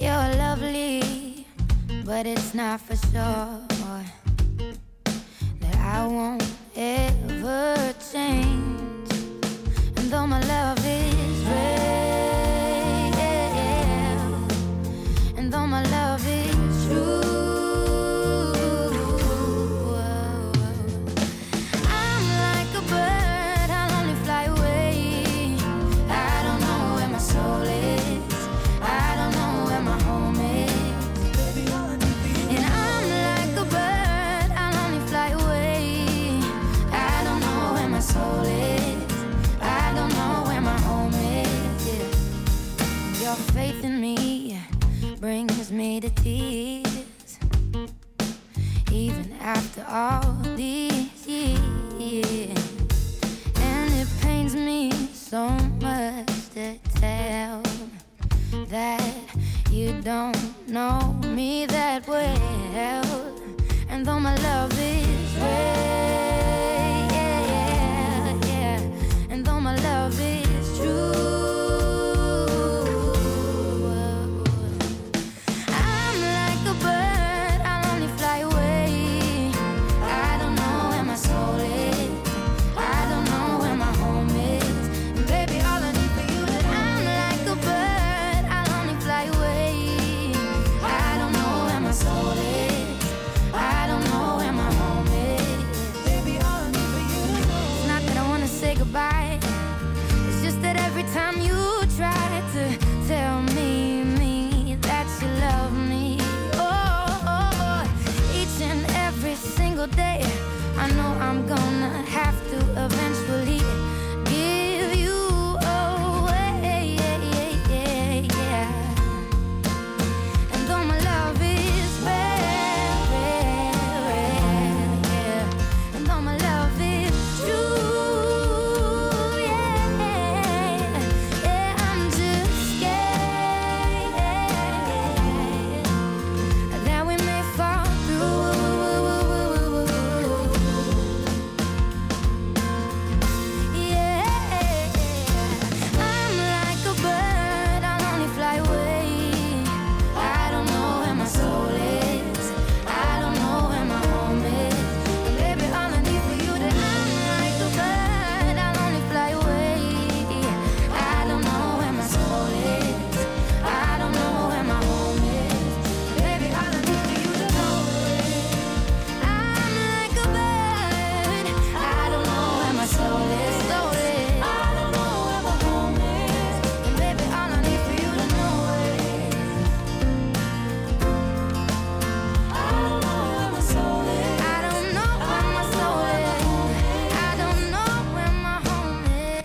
You're lovely, but it's not for sure that I won't ever change. And though my love is real, and though my love is true, I'm like a bird, I'll only fly away. I don't know where my soul is, I don't know where my home is. And I'm like a bird, I'll only fly away. I don't know where my soul is, I don't know where my home is. Yeah. Your faith in me brings me to tears, even after all these years. And it pains me so much to tell that you don't know me that well. And though my love is real, yeah, and though my love is true, I'm like a bird, I'll only fly away. I don't know where my soul is, I don't know where my home is. And baby, all I need for you to I'm like a bird, I'll only fly away. I don't know where my soul is, I don't know where my home is. Baby, all I need for you to know. It's not that I wanna say goodbye, it's just that every time you try to tell me, me that you love me, oh, oh, oh, each and every single day, I know I'm gonna have to eventually give you away, yeah, yeah, yeah. And though my love is rare, rare, rare, yeah, and though my love is true, yeah, yeah, I'm just scared that we may fall through. Yeah, I'm like a bird, I'll only fly away. I don't know where my soul is, I don't know where my home is. And baby, all I need for you to I'm like a bird, I'll only fly away. I don't know where my soul is, I don't know where my home is. Baby, all I need for you to know is I'm like a bird, I don't know where my soul is, soul is. I don't know where my home is. And baby, all I need for you to know is I don't know where my soul is. I don't know where my soul is. I don't know where my home is.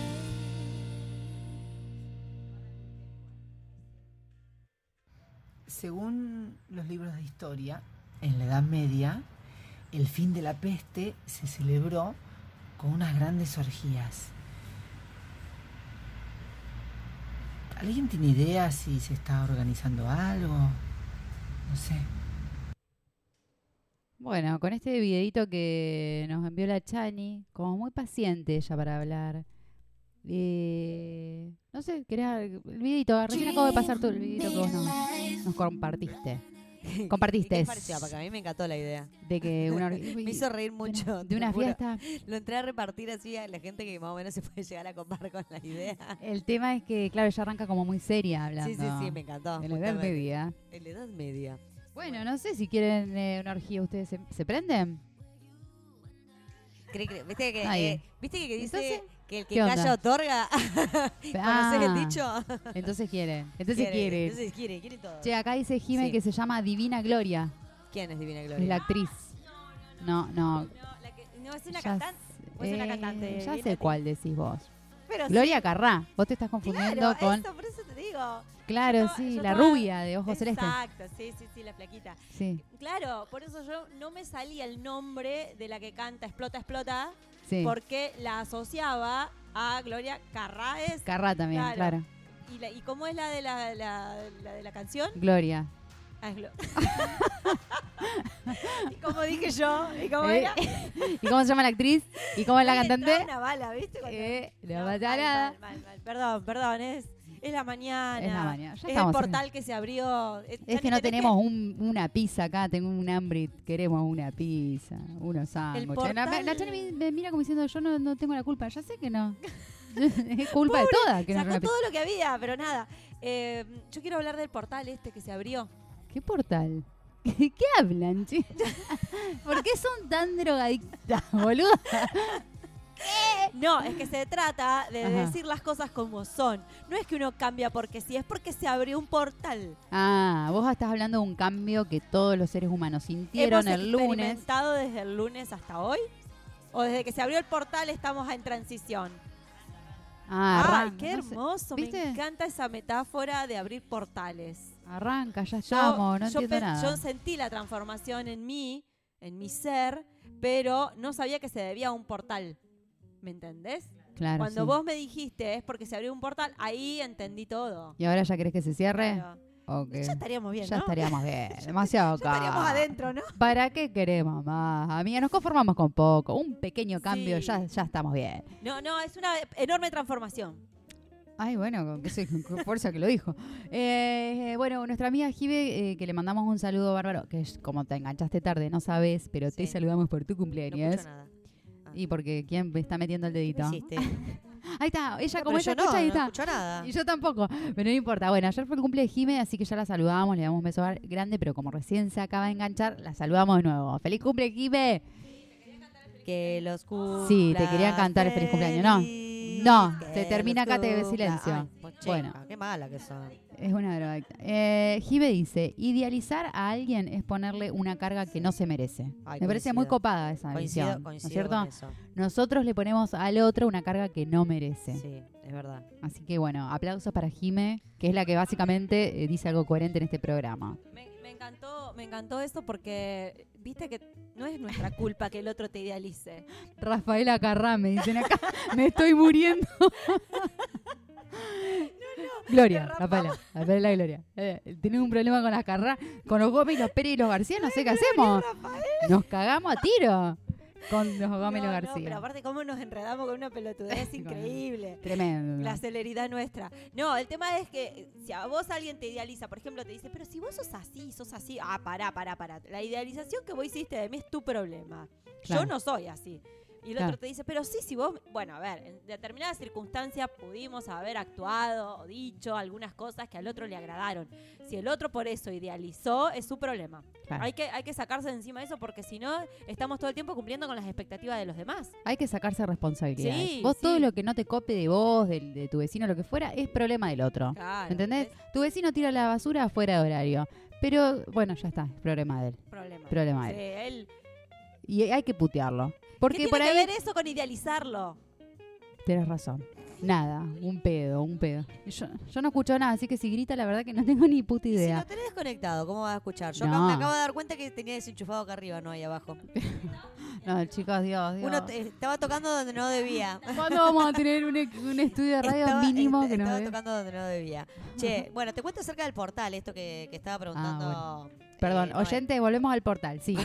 Según los libros de historia, en la Edad Media, el fin de la peste se celebró con unas grandes orgías. ¿Alguien tiene idea si se está organizando algo? No sé. Bueno, con este videito que nos envió la Chani, como muy paciente ella para hablar. Eh, no sé, quería el videito, recién acabo de pasar todo el videito que vos nos, nos compartiste. Compartiste. ¿Qué te pareció? Porque a mí me encantó la idea. De que una Me hizo reír mucho. de te una juro. fiesta. Lo entré a repartir así a la gente que más o menos se puede llegar a copar con la idea. El tema es que, claro, ella arranca como muy seria hablando. Sí, sí, sí, me encantó. En la Edad justamente. Media. En la Edad Media. Bueno, no sé si quieren eh, una orgía. ¿Ustedes se, se prenden? Cre- cre- ¿Viste que, Nadie. eh, ¿viste que dice Entonces, que el que ¿qué onda? calla otorga? ¿Conocés Ah, el dicho? Entonces quieren. Entonces quieren. Entonces quiere, quiere todo. Che, acá dice Jime Sí. que se llama Divina Gloria. ¿Quién es Divina Es Gloria? la actriz. No, no. No, la que- no es una Ya cantante. sé- ¿O es una eh, cantante? Ya Bien sé actriz. cuál decís vos. Pero sí, Gloria Carrá. Vos te estás confundiendo claro, con. eso, por eso te digo. Claro, Yo- sí, yo la estaba- rubia de ojos celestes. Exacto, sí, sí, sí, la flaquita. Sí, Claro, por eso yo no me salía el nombre de la que canta Explota, Explota, sí. porque la asociaba a Gloria Carraes. Carrá también, Claro. claro. ¿Y, la- ¿Y cómo es la de la, la- la de la canción? Gloria. Ah, es Glo- ¿Y cómo dije yo? ¿Y cómo Eh, era? ¿Y cómo se llama la actriz? ¿Y cómo es la Ahí entraba cantante? una bala, ¿viste? Cuando- Eh, no No, pasa mal, nada. mal, mal, mal. Perdón, perdón, es... Es la mañana. Es la mañana, ya es estamos el portal que se abrió. Eh, ya Es que ni no tenés tenemos un- una pizza acá, tengo un hambre, queremos una pizza, unos sándwiches. portal- La, la Chani me, me mira como diciendo, yo no, no tengo la culpa, ya sé que no. Es culpa de Pobre, todas que no sacó una pizza. todo lo que había, pero nada. Eh, yo quiero hablar del portal este que se abrió. ¿Qué portal? ¿Qué hablan, che? ¿Por qué son tan drogadictas, boluda? No, es que se trata de Ajá. decir las cosas como son. No es que uno cambia porque sí, es porque se abrió un portal. Ah, vos estás hablando de un cambio que todos los seres humanos sintieron ¿Hemos el lunes. experimentado desde el lunes hasta hoy? ¿O desde que se abrió el portal estamos en transición? Ah, ¡Ay, arranca, qué no sé. hermoso! ¿Viste? Me encanta esa metáfora de abrir portales. Arranca, ya Yo- estamos, no yo, entiendo pe- nada. yo sentí la transformación en mí, en mi ser, pero no sabía que se debía a un portal. ¿Me entendés? Claro, Cuando sí. vos me dijiste es porque se abrió un portal, ahí entendí todo. ¿Y ahora ya querés que se cierre? Claro. Ok. Ya estaríamos bien, Ya ¿no? estaríamos bien, demasiado Ya estaríamos acá. adentro, ¿no? ¿Para qué queremos más? Amiga, nos conformamos con poco. Un pequeño cambio, Sí. ya, ya estamos bien. No, no, es una enorme transformación. Ay, bueno, con, qué sé, con qué fuerza que lo dijo. Eh, bueno, nuestra amiga Jive, eh, que le mandamos un saludo bárbaro, que es como te enganchaste tarde, no sabes, pero te Sí. saludamos por tu No cumpleaños. escucho nada. Ah. Y porque quién me está metiendo el ¿Qué dedito. hiciste? Ahí está, ella No, como pero ella yo escucha, no, ahí no está. escucho nada. Y yo tampoco, pero no importa. Bueno, ayer fue el cumple de Jime, así que ya la saludamos, le damos un beso grande, pero como recién se acaba de enganchar, la saludamos de nuevo. ¡Feliz cumple, Jime! Que los cumpla Sí, te quería cantar el feliz cumpleaños, ¿no? feliz, No, que se termina los acá, te ve cumpla. silencio. Ay, pues, chica, Bueno. qué mala que son. Es una drogadicta. Eh, Jime dice, idealizar a alguien es ponerle una carga que no se merece. Ay, Me parece coincido. muy copada esa Coincido, visión, ¿no es coincido cierto? con eso. Nosotros le ponemos al otro una carga que no merece. Sí, es verdad. Así que bueno, aplausos para Jime, que es la que básicamente eh, dice algo coherente en este programa. Me, me encantó, me encantó eso porque viste que no es nuestra culpa que el otro te idealice. Rafaela Carrá, me dicen acá, me estoy muriendo. Gloria, Rafaela, Rafaela Gloria. Eh, tenés un problema con las Carrá, con los Gómez, los Pérez y los García, no sé qué hacemos. Nos cagamos a tiro con los Gómez y los No, no, García. pero aparte cómo nos enredamos con una pelotudez increíble. Tremendo. La celeridad nuestra. No, el tema es que eh, si a vos alguien te idealiza, por ejemplo, te dice, pero si vos sos así, sos así, ah, pará, pará, pará. La idealización que vos hiciste de mí es tu problema. Claro. Yo no soy así. Y el Claro. otro te dice, pero sí, si vos, bueno, a ver, en determinadas circunstancias pudimos haber actuado o dicho algunas cosas que al otro le agradaron. Si el otro por eso idealizó, es su problema. Claro. Hay que, hay que sacarse de encima de eso porque si no, estamos todo el tiempo cumpliendo con las expectativas de los demás. Hay que sacarse responsabilidades. Sí, vos sí. todo lo que no te cope de vos, del- de, tu vecino, lo que fuera, es problema del otro. Claro. ¿Me entendés? Es Tu vecino tira la basura fuera de horario. Pero bueno, ya está, es problema de él. problema. Problema de Sí, él. él. Y hay que putearlo. Porque ¿Qué por tiene ahí que ver eso con idealizarlo? tenés razón. Nada, un pedo, un pedo. Yo, yo no escucho nada, así que si grita, la verdad que no tengo ni puta Y si idea. lo tenés desconectado, ¿cómo vas a escuchar? Yo No. acá me acabo de dar cuenta que tenía desenchufado acá arriba, no ahí abajo. No, chicos, Dios, Dios. Uno te- estaba tocando donde no debía. ¿Cuándo vamos a tener un, un estudio de radio Estaba- mínimo est- que nos Estaba dé? tocando donde no debía. Che, bueno, te cuento acerca del portal, esto que, que estaba preguntando. Perdón, eh, Noel. oyente, volvemos al portal, sí.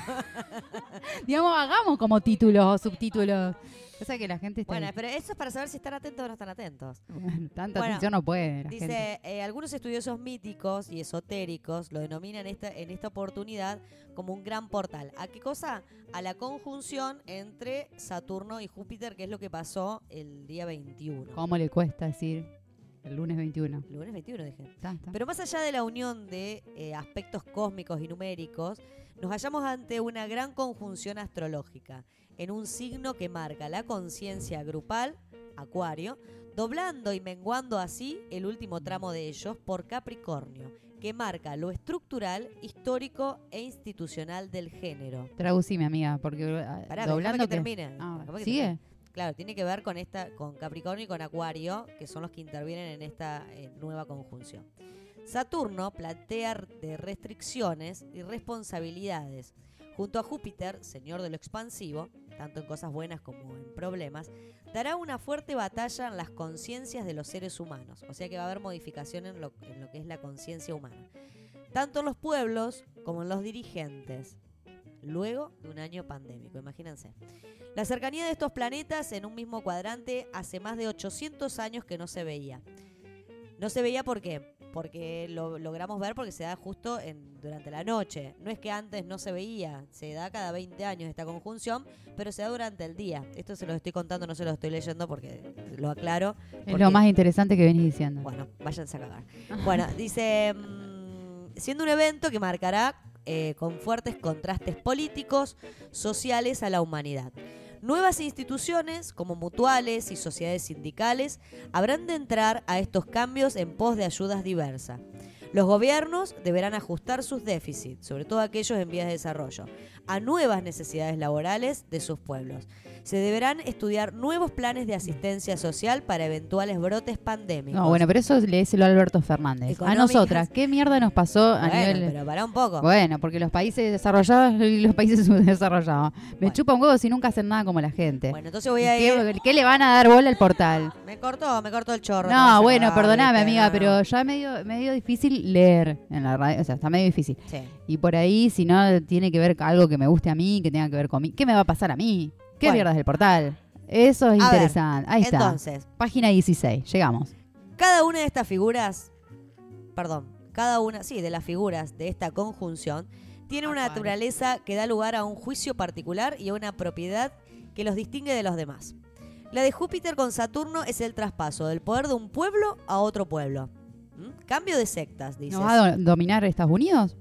Digamos, hagamos como títulos o subtítulos. O sea que la gente está... Bueno, pero eso es para saber si están atentos o no están atentos. Bueno, tanta Bueno, atención no puede la gente. Dice, eh, algunos estudiosos míticos y esotéricos lo denominan esta, en esta oportunidad como un gran portal. ¿A qué cosa? A la conjunción entre Saturno y Júpiter, que es lo que pasó el día veintiuno. ¿Cómo le cuesta decir el lunes veintiuno? Lunes veintiuno, dije. Está, está. Pero más allá de la unión de eh, aspectos cósmicos y numéricos, nos hallamos ante una gran conjunción astrológica, en un signo que marca la conciencia grupal, Acuario, doblando y menguando así el último tramo de ellos por Capricornio, que marca lo estructural, histórico e institucional del género. Traducime, amiga, porque ah, Pará, doblando déjame que que... termine. Ah, Déjame que ¿sigue? termine. Claro, tiene que ver con esta, con Capricornio y con Acuario, que son los que intervienen en esta eh, nueva conjunción. Saturno plantea de restricciones y responsabilidades. Junto a Júpiter, señor de lo expansivo, tanto en cosas buenas como en problemas, dará una fuerte batalla en las conciencias de los seres humanos. O sea que va a haber modificación en lo, en lo que es la conciencia humana. Tanto en los pueblos como en los dirigentes. Luego de un año pandémico, imagínense. La cercanía de estos planetas en un mismo cuadrante hace más de ochocientos años que no se veía. No se veía ¿por qué? Porque lo logramos ver porque se da justo en, durante la noche. No es que antes no se veía, se da cada veinte años esta conjunción, pero se da durante el día. Esto se lo estoy contando, no se lo estoy leyendo porque lo aclaro. Es porque- lo más interesante que venís diciendo. Bueno, váyanse a cagar. Bueno, dice, mm, siendo un evento que marcará eh, con fuertes contrastes políticos, sociales a la humanidad. Nuevas instituciones, como mutuales y sociedades sindicales, habrán de entrar a estos cambios en pos de ayudas diversas. Los gobiernos deberán ajustar sus déficits, sobre todo aquellos en vías de desarrollo, a nuevas necesidades laborales de sus pueblos. Se deberán estudiar nuevos planes de asistencia social para eventuales brotes pandémicos. No, bueno, pero eso léeselo a Alberto Fernández. A Económicas. nosotras, ¿qué mierda nos pasó a Bueno, nivel...? pero pará un poco. Bueno, porque los países desarrollados y los países subdesarrollados. Me Bueno. chupa un huevo si nunca hacen nada como la gente. Bueno, entonces voy a ir... ¿Qué, qué le van a dar bola al portal? Me cortó, me cortó el chorro. No, bueno, perdóname, perdóname, amiga, pero ya es medio, medio difícil leer en la radio. O sea, está medio difícil. Sí. Y por ahí, si no tiene que ver con algo que me guste a mí, que tenga que ver conmigo, ¿qué me va a pasar a mí? ¿Qué Bueno. mierda es el portal? Eso es A ver, interesante. Ahí está. Entonces, Página dieciséis, llegamos. cada una de estas figuras, perdón, cada una, sí, de las figuras de esta conjunción, tiene una Acuario. naturaleza que da lugar a un juicio particular y a una propiedad que los distingue de los demás. La de Júpiter con Saturno es el traspaso del poder de un pueblo a otro pueblo. ¿Mm? Cambio de sectas, dice. ¿Nos va a do- dominar Estados Unidos?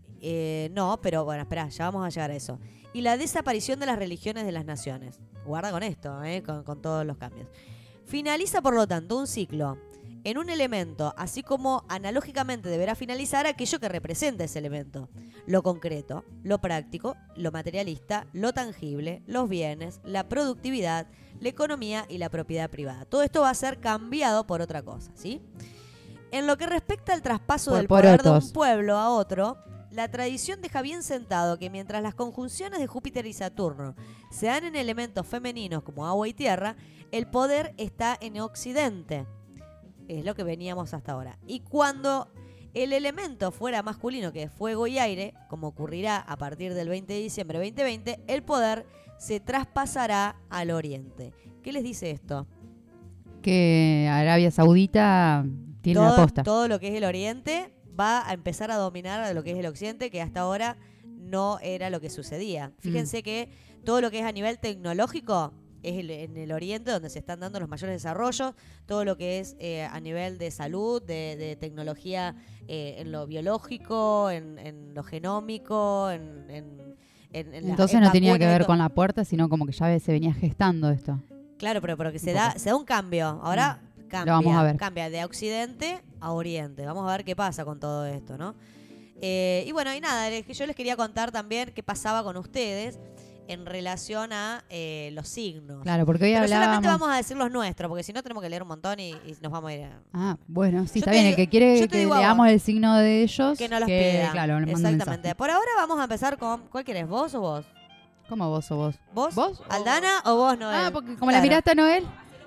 Eh, no, pero bueno, espera, ya vamos a llegar a eso. Y la desaparición de las religiones de las naciones. Guarda con esto, eh, con, con todos los cambios. Finaliza, por lo tanto, un ciclo en un elemento, así como analógicamente deberá finalizar aquello que representa ese elemento. Lo concreto, lo práctico, lo materialista, lo tangible, los bienes, la productividad, la economía y la propiedad privada. Todo esto va a ser cambiado por otra cosa, ¿sí? En lo que respecta al traspaso Por del poder de porotos. un pueblo a otro, la tradición deja bien sentado que mientras las conjunciones de Júpiter y Saturno se dan en elementos femeninos como agua y tierra, el poder está en Occidente. Es lo que veníamos hasta ahora. Y cuando el elemento fuera masculino, que es fuego y aire, como ocurrirá a partir del veinte de diciembre de veinte veinte, el poder se traspasará al Oriente. ¿Qué les dice esto? Que Arabia Saudita tiene todo, la posta. todo lo que es el Oriente va a empezar a dominar a lo que es el Occidente, que hasta ahora no era lo que sucedía. Fíjense que todo lo que es a nivel tecnológico es el- en el Oriente donde se están dando los mayores desarrollos, todo lo que es eh, a nivel de salud, de, de tecnología eh, en lo biológico, en, en lo genómico, en, en, en- en la- Entonces en no tenía vacunas que y ver todo. con la puerta, sino como que ya se venía gestando esto. Claro, pero, pero que se Un da, poco. se da un cambio. Ahora cambia. vamos a ver. Cambia de Occidente a Oriente. Vamos a ver qué pasa con todo esto, ¿no? Eh, y bueno, y nada, les- yo les quería contar también qué pasaba con ustedes en relación a eh, los signos. Claro, porque hoy Pero solamente hablábamos... vamos a decir los nuestros, porque si no tenemos que leer un montón y, y nos vamos a ir a... Ah, bueno, sí, Yo está te bien. digo- el que quiere yo te que digo a leamos vos. el signo de ellos, Que no los pida. claro, le mando un Exactamente. mensaje. Por ahora vamos a empezar con... ¿Cuál querés? ¿Vos o vos? ¿Cómo vos o vos? ¿Vos? ¿Vos? ¿Aldana o vos, Noel? Ah, porque como la Claro. miraste a Noel,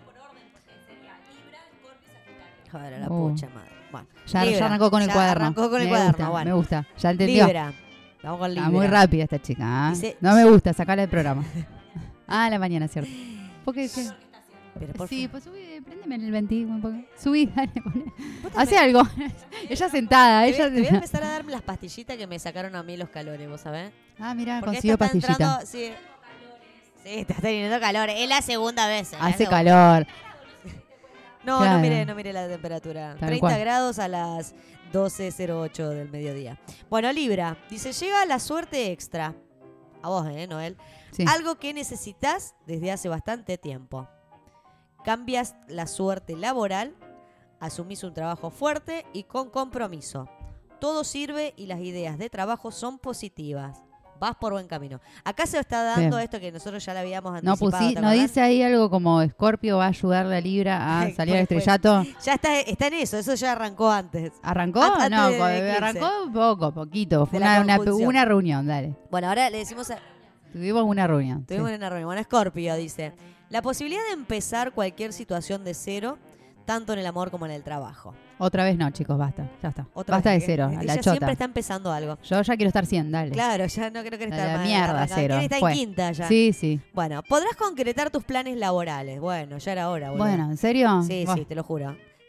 Joder, la Oh. pucha madre. Bueno, ya, Libra. ya arrancó con el Ya cuaderno. arrancó con el me cuaderno, gusta, bueno. Me gusta, ya entendió. Libra. Vamos con Libra. Está muy rápida esta chica. ¿ah? Dice- No me gusta, sacarla del programa. Ah, a la mañana, cierto. ¿Por qué? qué? Pero por Sí, favor. pues subí, prendeme en el veintiuno un poco. Subí, dale, poné. Vos también- Hace algo. ella sentada, Te voy, ella te voy a empezar a darme las pastillitas que me sacaron a mí los calores, ¿vos sabés? Ah, mira, Porque consiguió esta está pastillita. entrando... Sí, sí, está teniendo calor. Es la segunda vez. es la Hace segunda. calor. No, Claro. no miré, no miré la temperatura. Tal treinta cual. grados a las doce cero ocho del mediodía. Bueno, Libra. Dice, llega la suerte extra. A vos, ¿eh, Noel? Sí. Algo que necesitas desde hace bastante tiempo. Cambias la suerte laboral, asumís un trabajo fuerte y con compromiso. Todo sirve y las ideas de trabajo son positivas. Vas por buen camino. Acá se está dando Bien. esto que nosotros ya le habíamos No, anticipado. pusí, ¿te no acordás? dice ahí algo como Scorpio va a ayudarle a Libra a salir al Pues, estrellato. Ya está, está en eso, eso ya arrancó antes. ¿Arrancó? An- antes No, del co- eclipse. arrancó poco, poquito. Fue De la una, una, conjunción. una reunión, dale. Bueno, ahora le decimos a, Tuvimos una reunión. tuvimos sí. una reunión. Bueno, Scorpio dice, la posibilidad de empezar cualquier situación de cero, tanto en el amor como en el trabajo. Otra vez no, chicos, basta. Ya está. Otra basta vez, de que cero, a ella la chota. siempre está empezando algo. Yo ya quiero estar cien, dale. Claro, ya no creo que A estar la más mierda, arrancada. cero. Quiere estar Fue. en quinta ya. Sí, sí. Bueno, podrás concretar tus planes laborales. Bueno, ya era hora, boludo. Bueno, ¿en serio? Sí, Buah. sí, te lo juro.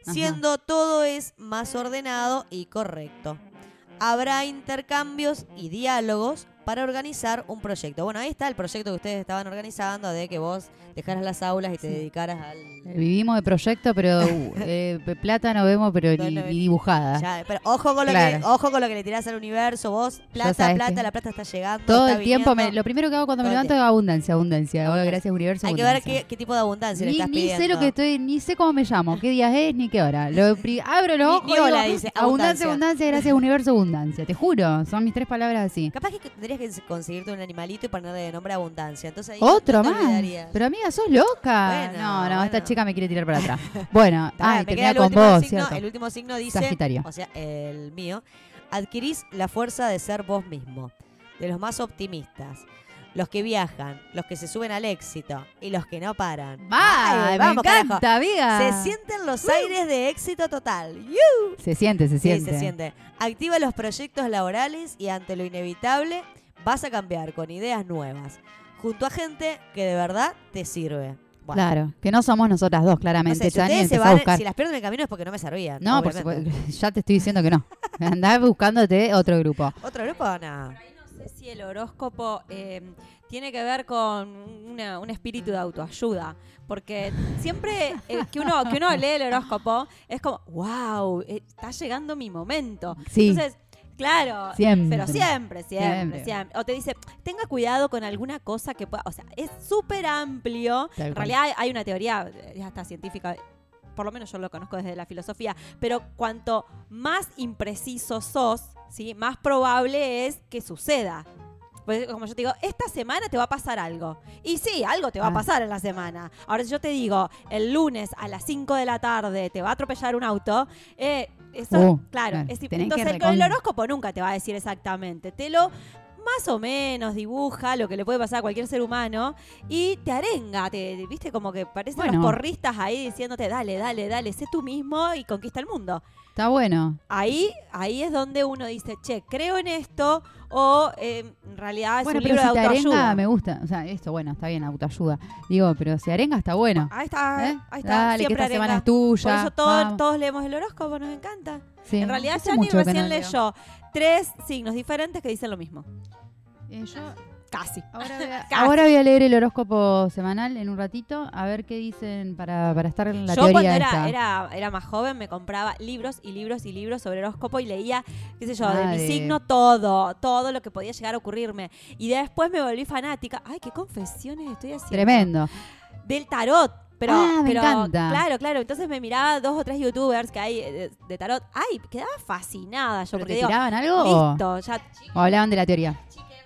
siendo todo es más ordenado y correcto. Habrá intercambios y diálogos para organizar un proyecto. Bueno, ahí está el proyecto que ustedes estaban organizando de que vos dejaras las aulas y te Sí. dedicaras al... Eh, Vivimos de proyecto, pero uh, eh, plata no vemos, pero No, ni, no, ni dibujada. Ya, pero ojo con, lo Claro. que, ojo con lo que le tirás al universo. Vos, plata, sabes plata, que la plata está llegando. Todo está el tiempo, me- viniendo. lo primero que hago cuando me Todo el levanto es tiempo. abundancia, abundancia. Oh, Abundancia. gracias, universo. Hay que ver abundancia. qué, qué tipo de abundancia le Ni, estás ni pidiendo. sé lo que estoy, ni sé cómo me llamo, qué día es, ni qué hora. Lo pri- abro los Ni- ojos ni y hola, digo, dice, abundancia, abundancia. abundancia, gracias, universo, abundancia. Te juro, son mis tres palabras así. Capaz que tendrías que conseguirte un animalito y ponerle de nombre abundancia. Entonces ahí Otro no te más. olvidarías. Pero amiga, sos loca. Bueno, no, no, esta bueno. chica me quiere tirar para atrás. Bueno, Pará, ay, me termina queda el con último vos, signo. ¿cierto? El último signo dice, Sagitario. o sea, el mío, adquirís la fuerza de ser vos mismo, de los más optimistas, los que viajan, los que se suben al éxito y los que no paran. ¡Ay, me vamos, carajo. encanta, amiga! Se sienten los aires de éxito total. ¡Yu! Se siente, se Sí, siente. se siente. Activa los proyectos laborales y ante lo inevitable vas a cambiar con ideas nuevas, junto a gente que de verdad te sirve. Bueno, Claro, que no somos nosotras dos, no claramente. sé, si Chani, ustedes se empezá a van, buscar. si las pierden en el camino es porque no me servían. No, por obviamente. supuesto, ya te estoy diciendo que no. Andá buscándote otro grupo. ¿Otro grupo o nada? No sé si el horóscopo eh, tiene que ver con una- un espíritu de autoayuda. Porque siempre eh, que, uno, que uno lee el horóscopo es como, wow, eh, está llegando mi momento. Sí. Entonces, claro, Siempre. pero siempre, siempre, Siempre. siempre. O te dice, tenga cuidado con alguna cosa que pueda. O sea, es súper amplio. Tal En cual. realidad hay, hay una teoría, eh, hasta científica, por lo menos yo lo conozco desde la filosofía, pero cuanto más impreciso sos, ¿sí? Más probable es que suceda. Pues como yo te digo, esta semana te va a pasar algo. Y sí, algo te va Ah. a pasar en la semana. Ahora, si yo te digo, el lunes a las cinco de la tarde te va a atropellar un auto, eh, eso, Uh, claro. claro. Es, Tenés que entonces, el, recon- el horóscopo nunca te va a decir exactamente. Te lo más o menos dibuja lo que le puede pasar a cualquier ser humano y te arenga, te, viste, como que parecen Bueno. los porristas ahí diciéndote, dale, dale, dale, sé tú mismo y conquista el mundo. Está bueno. Ahí, ahí es donde uno dice, che, creo en esto o eh, en realidad es Bueno, un pero libro si de te autoayuda. arenga, me gusta. O sea, esto, bueno, está bien, autoayuda. Digo, pero si arenga, está bueno. Ahí está, ¿Eh? ahí está. Dale, que siempre esta semana arenga. es tuya. Por eso todo- Vamos. todos leemos el horóscopo, nos encanta. Sí. En realidad, Hace Chani mucho que recién no leo. leyó tres signos diferentes que dicen lo mismo. Eh, yo Casi. ahora voy, a, Casi. ahora voy a leer el horóscopo semanal en un ratito, a ver qué dicen para, para estar en la Yo teoría cuando era, esta. era, era más joven me compraba libros y libros y libros sobre horóscopo y leía, qué sé yo, Ah, de mi de- signo todo, todo lo que podía llegar a ocurrirme. Y después me volví fanática. Ay, qué confesiones estoy haciendo. Tremendo. Del tarot. Pero, Ah, me pero encanta. claro, claro. Entonces me miraba dos o tres youtubers que hay de, de tarot. Ay, quedaba fascinada yo. ¿Pero Porque te digo, tiraban algo o, listo, ya. o hablaban de la teoría?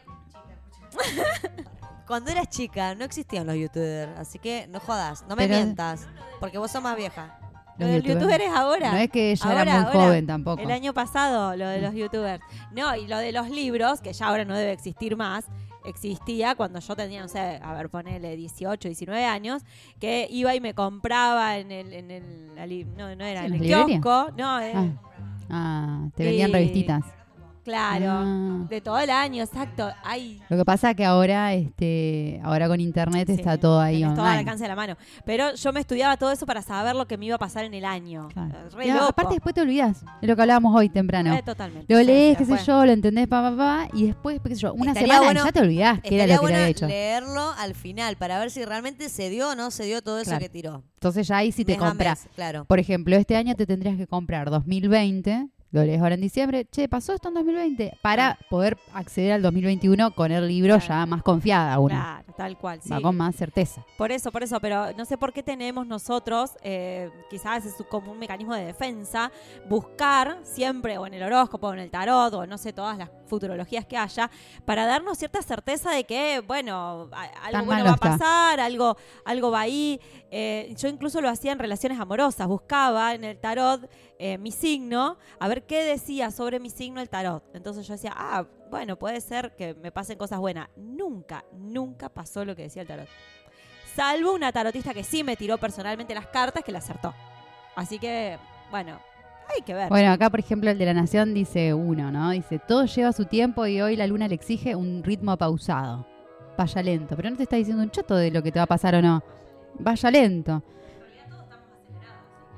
Cuando eras chica no existían los youtubers, así que no jodas, no me Pero- mientas, porque vos sos más vieja. Lo Los del youtubers. youtuber es ahora. No es que ella Ahora, era muy ahora. joven tampoco. El año pasado, lo de los youtubers. No, y lo de los libros, que ya ahora no debe existir más, existía cuando yo tenía, no sé, a ver, ponele dieciocho, diecinueve años, que iba y me compraba en el, en el la li- no, no era, Sí, en ¿en el la librería? kiosco, no, eh, Ah, ah, te vendían Y- revistitas. claro, Ah. de todo el año, exacto. Ay, Lo que pasa que ahora, este, ahora con internet sí, está todo ahí tenés todo al online. alcance de la mano. Pero yo me estudiaba todo eso para saber lo que me iba a pasar en el año. Claro. Eh, Re Y loco. aparte después te olvidas de lo que hablábamos hoy temprano. Eh, totalmente. Lo Sí, lees, se qué sé fue. yo, lo entendés, pa, pa, pa, y después, qué sé yo, una Estaría semana bueno- y ya te olvidás que era Estaría lo que te bueno había hecho. leerlo al final para ver si realmente se dio o no se dio todo eso Claro. que tiró. Entonces ya ahí sí te Mes a compras. mes, claro. Por ejemplo, este año te tendrías que comprar dos mil veinte, lo lees ahora en diciembre, che, pasó esto en dos mil veinte, para poder acceder al dos mil veintiuno con el libro Claro. ya más confiada uno. Claro, tal cual, sí. Va con más certeza. Por eso, por eso, pero no sé por qué tenemos nosotros, eh, quizás es como un mecanismo de defensa, buscar siempre o en el horóscopo o en el tarot o no sé, todas las futurologías que haya, para darnos cierta certeza de que, bueno, a- algo Tan bueno malo va a está. pasar, algo, algo va ahí. Eh, yo incluso lo hacía en relaciones amorosas, buscaba en el tarot eh, mi signo, a ver qué decía sobre mi signo el tarot. Entonces yo decía, ah, bueno, puede ser que me pasen cosas buenas. Nunca, nunca pasó lo que decía el tarot. Salvo una tarotista que sí me tiró personalmente las cartas que la acertó. Así que, bueno, hay que ver. Bueno, acá por ejemplo el de la Nación dice uno, ¿no? Dice, todo lleva su tiempo y hoy la luna le exige un ritmo pausado. Vaya lento, pero no te está diciendo un choto de lo que te va a pasar o no. Vaya lento.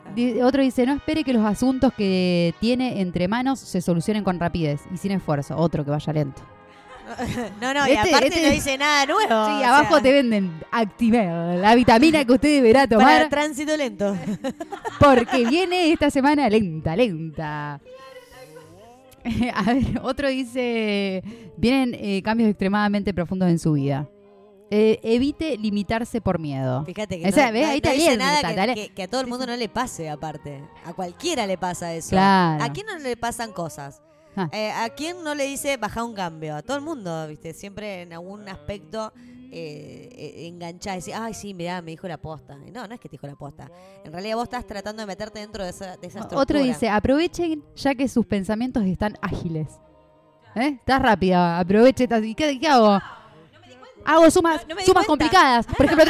Di- Otro dice, no espere que los asuntos que tiene entre manos se solucionen con rapidez y sin esfuerzo. Otro que vaya lento. No, no, y Este- aparte este- no dice nada nuevo. Sí, o abajo sea, te venden Actimel, la vitamina que usted deberá para tomar tránsito lento. porque viene esta semana lenta, lenta. A ver, otro dice, vienen eh, cambios extremadamente profundos en su vida. Eh, evite limitarse por miedo. Fíjate que O sea, no, ¿ves? no- Ahí no te dice alienta, nada que, dale. que- que a todo el mundo no le pase, aparte. A cualquiera le pasa eso. Claro. ¿A quién no le pasan cosas? Ah. Eh, ¿A quién no le dice baja un cambio? A todo el mundo, ¿viste? Siempre en algún aspecto eh, eh, enganchás y decís, ay, sí, mirá, me dijo la posta. Y no, no es que te dijo la posta. En realidad vos estás tratando de meterte dentro de esa, de esa estructura. Otro dice, aprovechen ya que sus pensamientos están ágiles. ¿Eh? Estás rápida, aproveche. estás- ¿Y qué, qué hago? Hago sumas, No- no me di sumas cuenta. complicadas. Por ejemplo,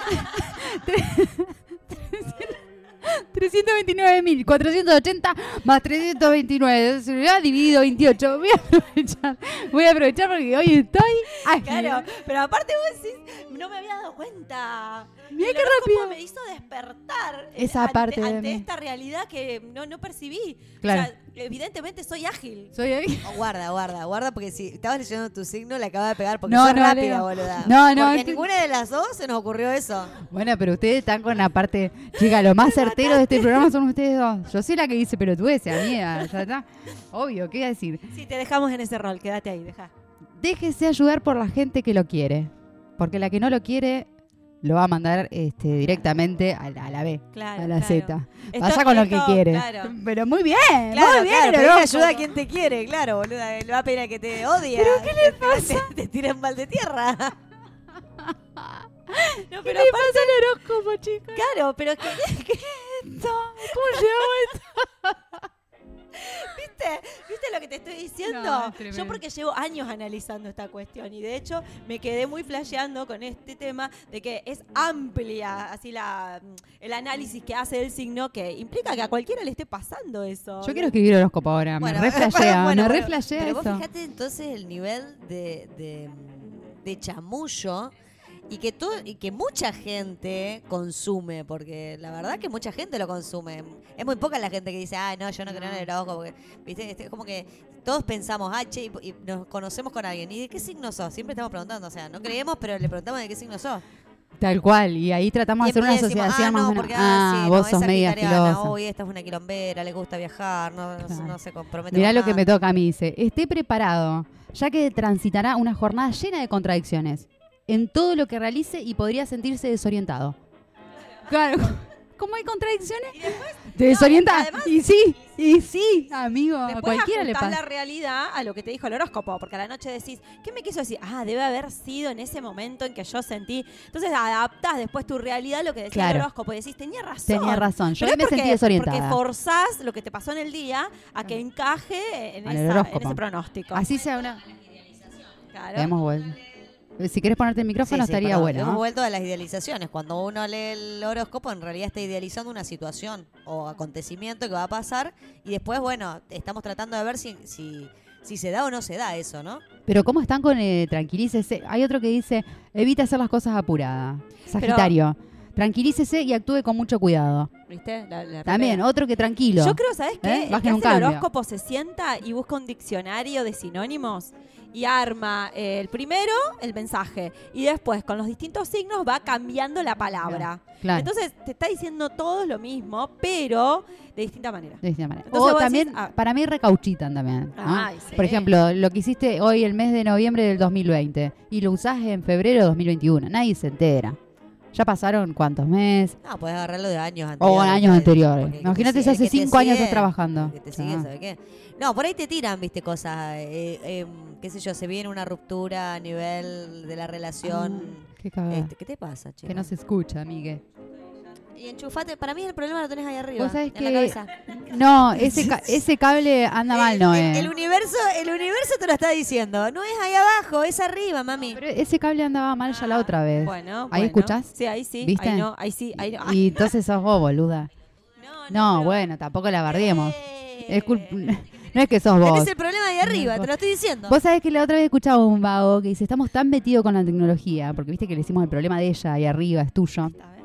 trescientos veintinueve mil cuatrocientos ochenta más trescientos veintinueve. Se me ha dividido veintiocho. Voy a aprovechar. Voy a aprovechar porque hoy estoy ágil. Claro, pero aparte vos decís, no me había dado cuenta. Mirá El qué horóscopo rápido. me hizo despertar Esa ante, parte de ante mí. esta realidad que no, no percibí. Claro. O sea, evidentemente soy ágil. Soy ahí. Oh, guarda, guarda, guarda, porque si estabas leyendo tu signo, le acaba de pegar porque No, sos no, rápida, Leo. boluda. No, no, Porque es que- ninguna de las dos se nos ocurrió eso. Bueno, pero ustedes están con la parte... Chica, lo más certero de este programa son ustedes dos. Yo soy la que dice pelotudeces, amiga. Ya está. Obvio, ¿qué iba a decir? Sí, te dejamos en ese rol, quédate ahí, deja. Déjese ayudar por la gente que lo quiere. Porque la que no lo quiere lo va a mandar este, directamente a la, a la B, Claro, a la claro. Z. Esto- Vaya con lo esto, que quiere. claro. Pero muy bien, Claro, muy bien. claro, el pedir horóscopo. ayuda a quien te quiere, claro, boluda. Le va a pedir a que te odia. ¿Pero qué le Te- pasa? Te, te tira en balde de tierra. No, ¿Qué pero le aparte, pasa al horóscopo, chicos? claro, pero que, que- ¿Cómo llegamos a esto? ¿viste? ¿Viste lo que te estoy diciendo? No, es tremendo. Yo porque llevo años analizando esta cuestión y de hecho me quedé muy flasheando con este tema de que es amplia así la el análisis que hace del signo que implica que a cualquiera le esté pasando eso. Yo quiero escribir horóscopo ahora. Bueno, me re flashea, bueno, me re bueno, flashea pero eso. vos fíjate entonces el nivel de, de, de chamullo y que todo, y que mucha gente consume, porque la verdad que mucha gente lo consume. Es muy poca la gente que dice, ah, no, yo no creo en el horóscopo, porque, viste, este, es como que todos pensamos, ah, che, y, y nos conocemos con alguien. ¿Y de qué signo sos? Siempre estamos preguntando, o sea, no creemos, pero le preguntamos de qué signo sos. Tal cual, y ahí tratamos de Y hacer una después decimos, asociación ah, más o no, menos. porque, Ah, ah, sí, vos no, sos es media sagitariana, filosa. uy, esta es una quilombera, le gusta viajar, no, no, Claro. no se compromete Mirá con lo que nada. me toca a mí, dice. Esté preparado, ya que transitará una jornada llena de contradicciones en todo lo que realice y podría sentirse desorientado. Claro, ¿cómo hay contradicciones? Y después, Te desorienta. además- y sí, y sí, amigo, a después cualquiera le ajustás pasa. la realidad a lo que te dijo el horóscopo, porque a la noche decís, ¿qué me quiso decir? Ah, debe haber sido en ese momento en que yo sentí. Entonces adaptás después tu realidad a lo que decía Claro. el horóscopo y decís, tenía razón. Tenía razón, yo Pero hoy es me porque, sentí desorientada. Porque forzás lo que te pasó en el día a que encaje en, Al esa- en horóscopo. ese pronóstico. Así sea una... Claro. Hemos vuelto. Si querés ponerte el micrófono Sí, sí, estaría perdón. bueno. Hemos ¿no? vuelto a las idealizaciones. Cuando uno lee el horóscopo, en realidad está idealizando una situación o acontecimiento que va a pasar. Y después, bueno, estamos tratando de ver si, si, si se da o no se da eso, ¿no? Pero ¿cómo están con eh, tranquilícese? Hay otro que dice, evita hacer las cosas apuradas. Sagitario, tranquilícese y actúe con mucho cuidado. ¿Viste? La- la También, repega. otro que tranquilo. Yo creo, ¿sabes qué? ¿Eh? El Bajen que un hace el cambio. horóscopo se sienta y busca un diccionario de sinónimos y arma eh, el primero, el mensaje. Y después, con los distintos signos, va cambiando la palabra. Claro. Entonces, te está diciendo todo lo mismo, pero de distinta manera. De distinta manera. Entonces O vos también, decís, ah. para mí, recauchitan también. ¿no? Ay, sí. Por ejemplo, lo que hiciste hoy el mes de noviembre del dos mil veinte y lo usás en febrero de dos mil veintiuno. Nadie se entera. Ya pasaron cuántos meses No, puedes agarrarlo de años anteriores. o años porque- anteriores. porque el que Imagínate te si sigue- hace el que te cinco años sigue- estás trabajando. el que te sigue, Ah. ¿sabe qué? No, por ahí te tiran, viste, cosas. eh, eh, qué sé yo, se viene una ruptura a nivel de la relación. Ah, qué cagada. Este, ¿Qué te pasa, chico? Que no se escucha, Migue. Y enchufate, para mí el problema lo tenés ahí arriba, Vos sabés en la que cabeza. no, ese, ca- ese cable anda mal, el, no el- es. el universo, el universo te lo está diciendo. No es ahí abajo, es arriba, mami. Pero ese cable andaba mal ya la otra vez. Bueno, ¿Ahí bueno. escuchás? Sí, ahí sí. ¿Viste? Ahí no, ahí sí, ahí no. Y entonces sos vos, boluda. no, No, pero- bueno, tampoco la bardiemos. Eh, Es culp- No es que sos vos. Tenés el problema de arriba, No, te lo estoy diciendo. Vos sabés que la otra vez escuchaba un vago que dice, estamos tan metidos con la tecnología, porque viste que le decimos el problema de ella ahí arriba es tuyo. Está bien, tocando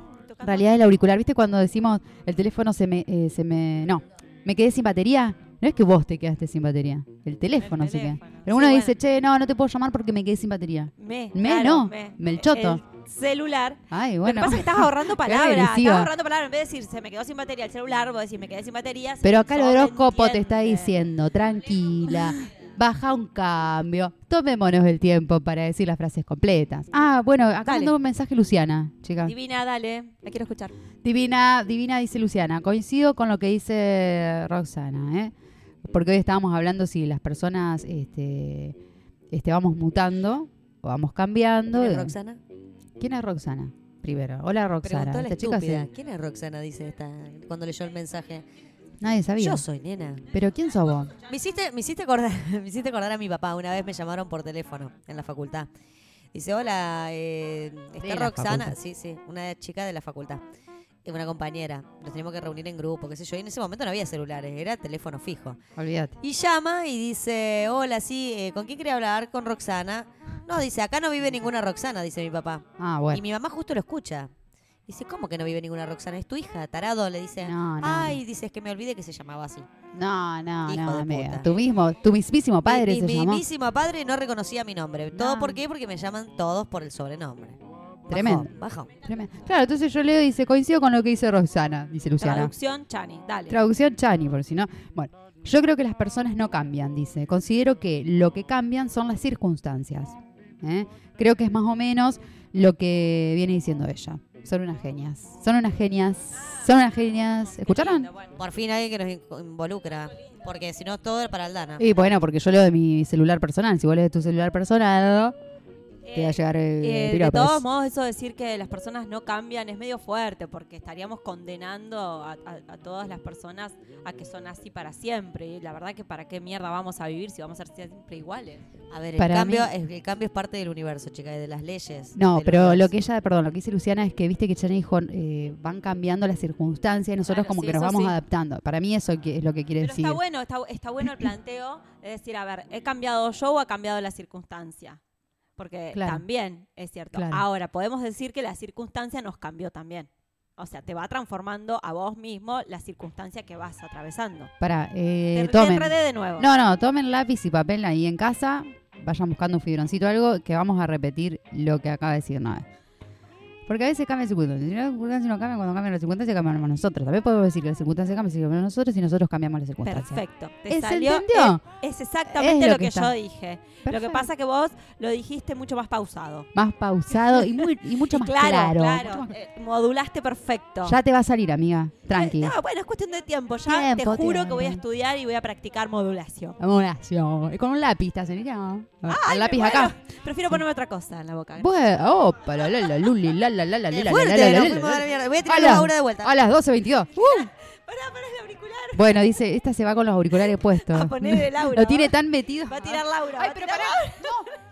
realidad el auricular. ¿Viste cuando decimos el teléfono se me, eh, se me... No, me quedé sin batería? No es que vos te quedaste sin batería. El teléfono, El se queda. teléfono. Pero Sí, uno bueno. dice, che, no, no te puedo llamar porque me quedé sin batería. Me, Me claro, no, me. me el choto. El celular. Ay, Lo bueno. que pasa es que estás ahorrando Qué palabras. Estás agresiva. ahorrando palabras. En vez de decir, se me quedó sin batería el celular, vos decís, me quedé sin batería. Pero se acá el horóscopo te sobreentiende. está diciendo, tranquila, baja un cambio, tomémonos el tiempo para decir las frases completas. Ah, bueno, acá Dale. mandó un mensaje Luciana, chicas. Divina, dale. La quiero escuchar. Divina, divina, dice Luciana. Coincido con lo que dice Roxana, ¿eh? Porque hoy estábamos hablando si las personas este, este, vamos mutando o vamos cambiando. ¿Quién es Roxana? ¿Quién es Roxana? Primero. Hola, Roxana. Preguntó la Esta chica estúpida. se- ¿Quién es Roxana? Dice esta cuando leyó el mensaje. Nadie sabía. Yo soy, nena. ¿Pero quién sos vos? Me hiciste, me hiciste acordar, me hiciste acordar a mi papá. Una vez me llamaron por teléfono en la facultad. Dice, hola, eh, está la Roxana. facultad. Sí, sí, una chica de la facultad. Eh, Una compañera. Nos teníamos que reunir en grupo, qué sé yo. Y en ese momento no había celulares, era teléfono fijo. Olvídate. Y llama y dice, hola, sí, eh, ¿con quién quería hablar? Con Roxana. No, dice, acá no vive ninguna Roxana, dice mi papá. Ah, Y bueno. mi mamá justo lo escucha. Dice, ¿cómo que no vive ninguna Roxana? ¿Es tu hija, tarado? Le dice, No, no, ay, dice, es que me olvidé que se llamaba así. No, no, Hijo no, de amiga. puta. Tu mismo, tu mismísimo padre mi, se mi llamó. mismísimo padre no reconocía mi nombre. ¿Todo No. por qué? Porque me llaman todos por el sobrenombre. Tremendo. Bajón, bajón. Tremendo. Claro, entonces yo leo y dice, coincido con lo que dice Roxana, dice Luciana. Traducción, Chani, dale. Traducción Chani, por si no. Bueno, yo creo que las personas no cambian, dice. Considero que lo que cambian son las circunstancias. ¿eh? Creo que es más o menos lo que viene diciendo ella. Son unas genias. Son unas genias. Son unas genias. ¿Escucharon? Por fin alguien que nos in- involucra. Porque si no, todo era para Aldana. Y bueno, porque yo leo de mi celular personal. Si vos lees de tu celular personal, te va a llegar el Eh, de piropos. todos modos, eso de decir que las personas no cambian es medio fuerte, porque estaríamos condenando a, a- a todas las personas a que son así para siempre. Y la verdad que para qué mierda vamos a vivir si vamos a ser siempre iguales. A ver, el Para cambio, mí- es, el cambio es parte del universo, chica, y de las leyes. No, del pero lo universo. que ella, perdón, lo que dice Luciana es que viste que Chani dijo, eh, van cambiando las circunstancias y nosotros Claro, como sí, que nos eso vamos sí. adaptando. Para mí eso que- es lo que quiere Pero decir. está bueno, está, está bueno el planteo de decir, a ver, ¿he cambiado yo o ha cambiado la circunstancia? Porque Claro. también es cierto. Claro. Ahora, podemos decir que la circunstancia nos cambió también. O sea, te va transformando a vos mismo la circunstancia que vas atravesando. Para, eh, te, te tomen. enredé de nuevo. No, no, tomen lápiz y papel ahí en casa, vayan buscando un fibroncito o algo, que vamos a repetir lo que acaba de decir Noé. Porque a veces cambia la circunstancia. Si las circunstancias no cambian, cuando cambian las circunstancias, cambiamos nosotros. También podemos decir que las circunstancias cambian si cambiamos nosotros y nosotros cambiamos las circunstancias. Perfecto. Te ¿Se salió, entendió? Es, es exactamente Es lo lo que que, está. yo dije. Lo que Perfecto. pasa que vos lo dijiste mucho más pausado. Más pausado y, muy, y mucho Y más claro, claro. claro. Mucho más- eh, modulaste perfecto. Ya te va a salir, amiga. Tranqui. Eh, no, bueno, es cuestión de tiempo. Ya Tiempo, te juro tiempo. que voy a estudiar y voy a practicar modulación. Modulación. Y con un lápiz te hacen. ya. El lápiz Bueno, acá. prefiero ponerme otra cosa en la boca. Bueno, opa, la la la luli, la la la la la Qué la fuerte, la la nos la fuimos la a la mierda. Voy a A tirar la las- Aura de vuelta. A las doce veintidós. Uh. Pará, pará el auricular. Bueno, dice, esta se va con los auriculares puestos. A poner el Aura. Lo tiene ¿va? tan metido. Va a tirar Laura. Ay, va a pero tirar pará. No.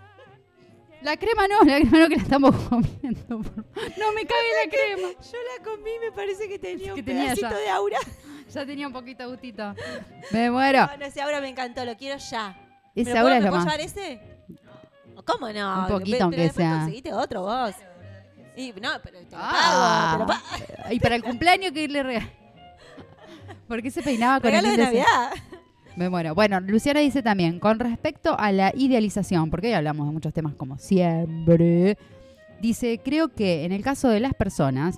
La crema no, la crema no que la estamos comiendo. No me cabe la crema. Yo la comí, me parece que tenía que un tenía pedacito ya. de Aura. Ya tenía un poquito de gustito. Me muero. No, no, ese Aura me encantó, lo quiero ya. Ese ¿Me Aura puedo- es ¿Me lo puedo más. llevar ese? ¿Cómo no? Un poquito, Pero aunque después sea. conseguiste otro vos. Y, no, pero te lo Ah. pago, te lo pago. Y para el cumpleaños que le regalo. ¿Por qué se peinaba con Regalo el de índice? Navidad. Me muero. Bueno, Luciana dice también, con respecto a la idealización, porque hoy hablamos de muchos temas como siempre, dice, creo que en el caso de las personas,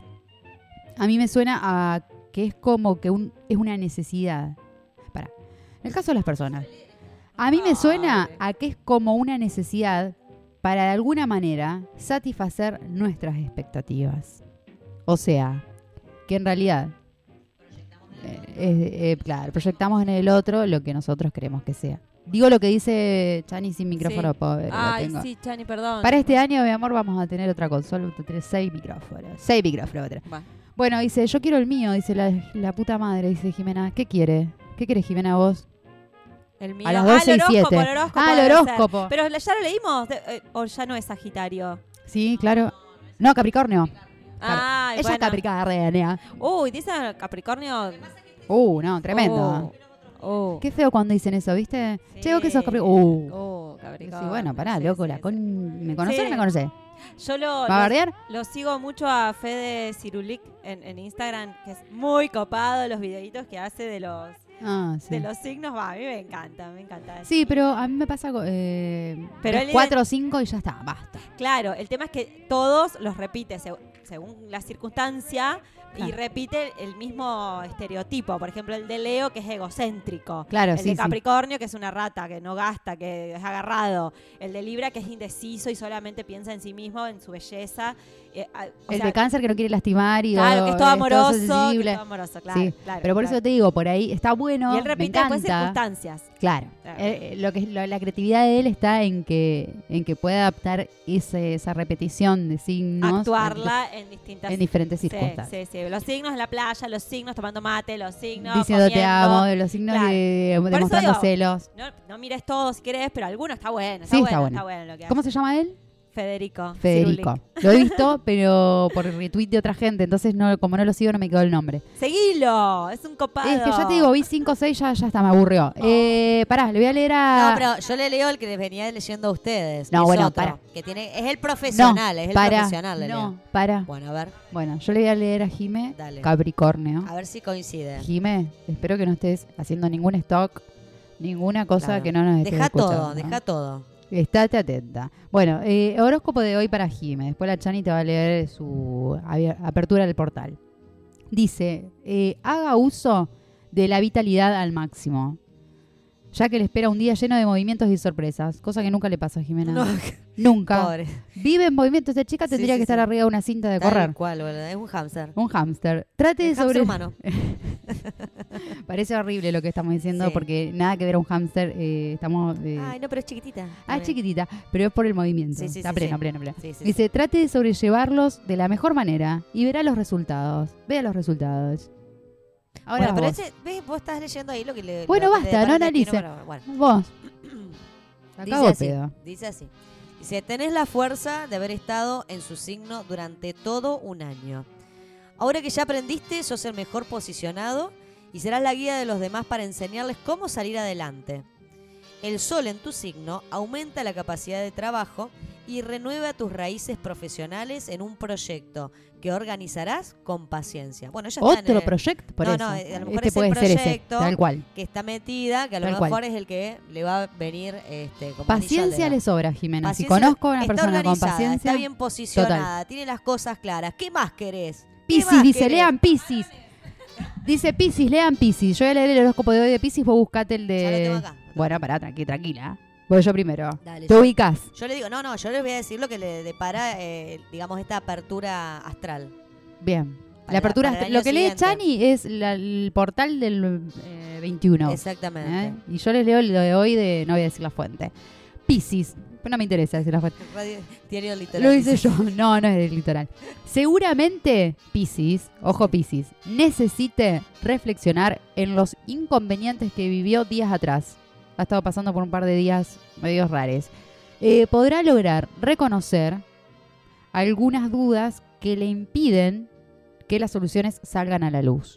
a mí me suena a que es como que un, es una necesidad. Para. En el caso de las personas, a mí me suena a que es como una necesidad para de alguna manera satisfacer nuestras expectativas. O sea, que en realidad, eh, eh, eh, claro, proyectamos en el otro lo que nosotros queremos que sea. Digo lo que dice Chani sin micrófono, Sí. pobre. lo Ay, tengo. sí, Chani, perdón. Para este año, mi amor, vamos a tener otra consola, vamos a tener seis micrófonos. Seis micrófonos. va a tener. Va. Bueno, dice, yo quiero el mío, dice la, la puta madre, dice Jimena. ¿Qué quiere? ¿Qué quieres, Jimena, vos? El mío. A las ah, doce el y horóscopo, siete. el horóscopo. Ah, el debe ser. horóscopo. Pero la- ya lo leímos, de- eh, o ya no es Sagitario. Sí, claro. No, Capricornio. Ay, Ella es bueno. Capricornio. Uy, dice Capricornio. Uh, no, tremendo. Oh, oh. Qué feo cuando dicen eso, ¿viste? Sí. Che, vos que sos Capricornio. Uh. Oh, Capricornio. Sí, bueno, pará, Sí, loco, sí, la sí. con... ¿Me conocés Sí. o no me conocés? Yo lo, ¿Va a lo, bardear? lo sigo mucho a Fede Cirulic en, en Instagram, que es muy copado los videitos que hace de los Ah, sí. de los signos. Va, a mí me encanta, me encanta. Sí, pero a mí me pasa co- eh, Pero de él- cuatro o cinco y ya está, basta. Claro, el tema es que todos los repite seg- según la circunstancia y Claro. repite el mismo estereotipo. Por ejemplo, el de Leo, que es egocéntrico. Claro, el sí, de sí. Capricornio, que es una rata, que no gasta, que es agarrado. El de Libra, que es indeciso y solamente piensa en sí mismo, en su belleza. Eh, a- o El sea, de cáncer que no quiere lastimar y Claro, que es todo es amoroso. que es sensible. todo amoroso, claro, Sí, claro, pero por claro. eso te digo, por ahí está bueno, Y él me repite después encanta. circunstancias. Claro. Claro. Eh, eh, lo que lo- la creatividad de él está en que en que puede adaptar ese, esa repetición de signos Actuarla en distintas en diferentes Sí, circunstancias. Sí, sí, Los signos en la playa, los signos tomando mate, los signos diciendo te comiendo. amo, de los signos Claro. de- Por eso demostrando digo, celos. No, no mires todo si querés, pero alguno está bueno. Está Sí, bueno, está bueno. está bueno lo que ¿Cómo hace. se llama él? Federico. Federico. Cirulic. Lo he visto, pero por retweet de otra gente, entonces no, como no lo sigo no me quedó el nombre. Seguilo, es un copado. Es que ya te digo, vi cinco o seis, ya, ya está, me aburrió. Eh, pará, le voy a leer a... No, pero yo le leo el que les venía leyendo a ustedes. No, que es bueno, otro, para. Que tiene, es el profesional, es el para, profesional. le no, leo. para. Bueno, a ver, Bueno, yo le voy a leer a Jime Dale. Capricornio. a ver si coincide. Jime, espero que no estés haciendo ningún stock, ninguna cosa Claro. que no nos estés Deja escuchando. todo, deja todo. Estate atenta. Bueno, eh, horóscopo de hoy para Jime. Después la Chani te va a leer su abier- apertura del portal. Dice, eh, haga uso de la vitalidad al máximo, ya que le espera un día lleno de movimientos y sorpresas, cosa que nunca le pasa a Jimena. No, Nunca. pobre. Vive en movimiento. Esta chica Sí, tendría sí, que estar sí. arriba de una cinta de Tal correr. cual, boludo, es un hámster. Un hámster. Trate de El hámster sobre... humano. Parece horrible lo que estamos diciendo Sí. porque nada que ver a un hámster. eh, estamos... eh, Ay, no, pero es chiquitita. Ah, es chiquitita, pero es por el movimiento. Sí, sí, Está sí, pleno, sí. pleno, pleno. Sí, sí, Dice, trate de sobrellevarlos de la mejor manera y verá los resultados. Vea los resultados. Ahora Bueno, pero vos. ese, ¿ves? Vos estás leyendo ahí lo que le. Bueno, lo que le basta, no depara el destino analice. para- Bueno, Vos. dice Acabo así, pedo. dice así. Dice, tenés la fuerza de haber estado en su signo durante todo un año. Ahora que ya aprendiste, sos el mejor posicionado y serás la guía de los demás para enseñarles cómo salir adelante. El sol en tu signo aumenta la capacidad de trabajo y renueva tus raíces profesionales en un proyecto que organizarás con paciencia. Bueno, ella está en Otro el- proyecto, por No, eso. no, eh, a lo mejor este es el puede ser ese, proyecto tal cual. que está metida, que a lo Tal mejor cual. es el que le va a venir este, como anillo al Paciencia dedo. le sobra, Jimena. Paciencia si conozco a una está persona con organizada, paciencia... está bien posicionada, tiene las cosas claras. ¿Qué más querés? ¿Qué Piscis, más dice, querés? lean Piscis. Dice Piscis, lean Piscis. Yo voy a leer el horóscopo de hoy de Piscis, vos buscate el Ya lo tengo de... acá. Bueno, pará, tranqui, tranquila. Voy yo primero. Dale, Te yo- ubicás. Yo le digo, no, no, yo les voy a decir lo que le depara, eh, digamos, esta apertura astral. Bien. Para La apertura, para el lo año que lee siguiente. Chani es la- el portal del eh, veintiuno. Exactamente. ¿eh? Y yo les leo lo de hoy de, no voy a decir la fuente. Piscis. No me interesa decir la fuente. Radio, diario litoral. Lo hice dice. yo. No, no es del litoral. Seguramente Piscis, ojo Piscis, necesite reflexionar en los inconvenientes que vivió días atrás. Ha estado pasando por un par de días medios raros. Eh, podrá lograr reconocer algunas dudas que le impiden que las soluciones salgan a la luz.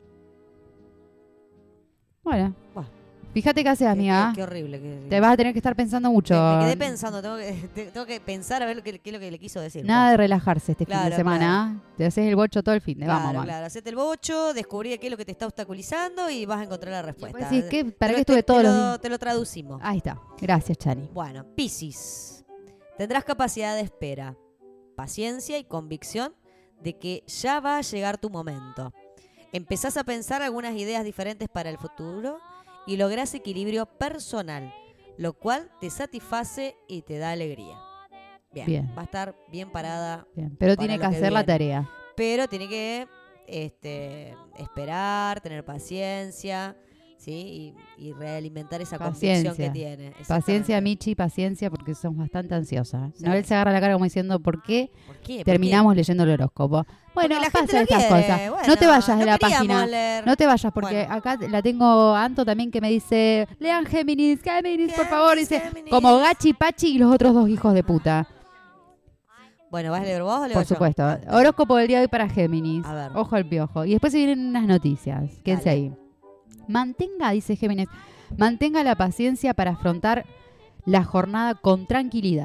Bueno, Buah. fíjate qué haces, Qué- amiga. Qué, qué horrible. que- Te vas a tener que estar pensando mucho. Me, me quedé pensando, tengo que, te- tengo que pensar a ver lo que- qué es lo que le quiso decir. Nada de relajarse este fin Claro, de semana. ¿ah? Te haces el bocho todo el fin de. Claro, Vamos, mamá. claro. Hacete el bocho, descubrí qué es lo que te está obstaculizando y vas a encontrar la Después respuesta. decís, ¿qué? ¿Para Te qué lo- estuve te- todos te los lo- días? Te lo traducimos. Ahí está. Gracias, Chani. Bueno, Piscis. Tendrás capacidad de espera, paciencia y convicción de que ya va a llegar tu momento. Empezás a pensar algunas ideas diferentes para el futuro y lográs equilibrio personal, lo cual te satisface y te da alegría. Bien, Bien. va a estar bien parada, Bien. Pero Para tiene que lo que hacer la viene. tarea. pero tiene que este, esperar, tener paciencia, ¿sí? Y, y realimentar esa convicción Paciencia. que tiene. Paciencia, Exactamente. Michi, paciencia, porque somos bastante ansiosas. Sí. Noel se agarra la cara como diciendo, ¿por qué ¿Por qué? ¿Por terminamos leyendo el horóscopo? Porque Bueno, la gente pasan lo estas quiere. cosas. Bueno, no te vayas de no la queríamos página. leer. No te vayas, porque Bueno. acá la tengo a Anto también que me dice, lean Géminis, Géminis, por favor. Géminis, Dice, Géminis. como Gachi, Pachi y los otros dos hijos de puta. Bueno, ¿vas a leer vos o leo Por yo? supuesto. Dale. Horóscopo del día de hoy para Géminis. A ver. Ojo al piojo. Y después se vienen unas noticias. Quédense Dale. ahí. Mantenga, dice Géminis, mantenga la paciencia para afrontar la jornada con tranquilidad.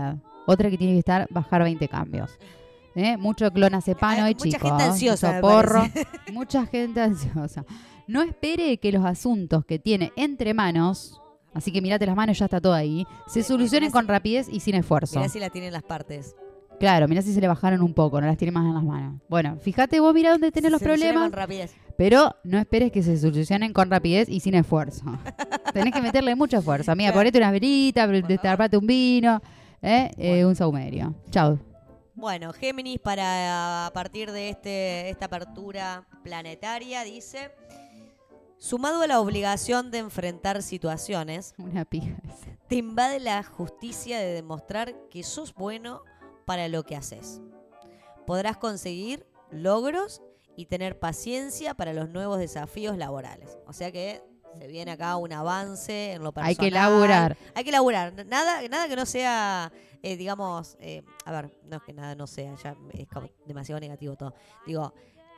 Otra que tiene que estar, bajar veinte cambios. ¿Eh? Mucho clonazepam hoy, Mucha chicos. gente ansiosa, Mucho me porro. parece. Mucha gente ansiosa. No espere que los asuntos que tiene entre manos, así que mirate las manos, ya está todo ahí, se solucionen mirá con si- rapidez y sin esfuerzo. Mirá si la tienen las partes. Claro, mirá si se le bajaron un poco, no las tiene más en las manos. Bueno, fíjate vos, mirá dónde tenés los Se soluciona problemas, con rapidez. pero no esperes que se solucionen con rapidez y sin esfuerzo. Tenés que meterle mucho esfuerzo. Amiga, Claro. ponete unas velitas, destapate un vino, ¿eh? Eh, Bueno. un saumerio. Chau. Bueno, Géminis, para a partir de este, esta apertura planetaria, dice, sumado a la obligación de enfrentar situaciones, Una pija. te invade la justicia de demostrar que sos bueno para lo que haces. Podrás conseguir logros y tener paciencia para los nuevos desafíos laborales. O sea que se viene acá un avance en lo personal. Hay que laburar. Hay que laburar. Nada, nada que no sea, eh, digamos, eh, a ver, no es que nada no sea, ya es como demasiado negativo todo. Digo,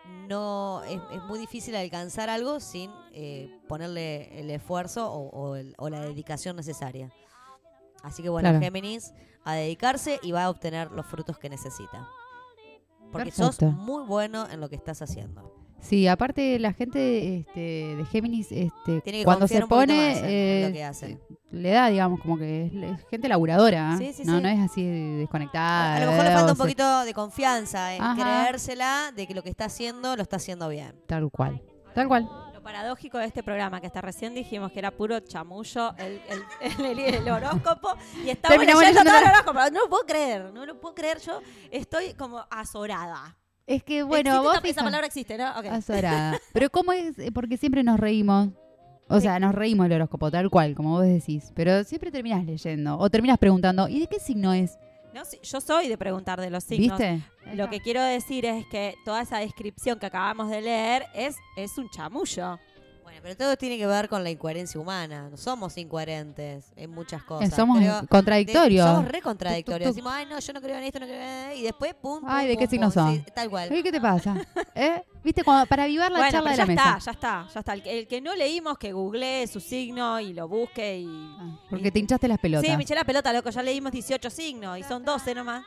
no es, es muy difícil alcanzar algo sin eh, ponerle el esfuerzo o, o el- o la dedicación necesaria. Así que bueno, Claro. Géminis, a dedicarse y va a obtener los frutos que necesita. Porque sos Perfecto. muy bueno en lo que estás haciendo. Sí, aparte la gente este, de Géminis, este, Tiene que cuando confiar se un poquito pone, más en eh, lo que hacen. le da, digamos, como que es, es gente laburadora. ¿eh? Sí, sí, no, sí. no es así desconectada. A lo mejor le eh, falta o un se- poquito de confianza en Ajá. creérsela de que lo que está haciendo lo está haciendo bien. Tal cual. Tal cual. Lo paradójico de este programa, que hasta recién dijimos que era puro chamullo, el, el, el- el horóscopo, y estamos Terminamos leyendo leyendo todo el la- horóscopo. No lo puedo creer, no lo puedo creer. Yo estoy como azorada. Es que, bueno, Existe vos esta- esa fija- palabra existe, ¿no? Ok. azorada. Pero ¿cómo es? Eh, Porque siempre nos reímos. O sea, nos reímos del horóscopo, tal cual, como vos decís. Pero siempre terminás leyendo. O terminas preguntando, ¿y de qué signo es? No, sí, yo soy de preguntar de los signos. ¿Viste? Lo que quiero decir es que toda esa descripción que acabamos de leer es, es un chamullo. Bueno, pero todo tiene que ver con la incoherencia humana. No somos incoherentes en muchas cosas. Eh, somos Creo- contradictorios. de- somos re contradictorios. Tuc, tuc, tuc. Decimos, ay, no, yo no creo en esto, no creo en esto. Y después, pum, pum, Ay, ¿de pum, qué signo pum, sos? sí, tal cual. ¿Y qué te pasa? ¿Eh? ¿Viste? Cuando, para avivar la Bueno, charla pero de ya la está, mesa. ya está, ya está. El que, el que no leímos, que googlee su signo y lo busque y... Ah, Porque te hinchaste las pelotas. Sí, me eché la pelota, loco. Ya leímos dieciocho signos y son doce nomás.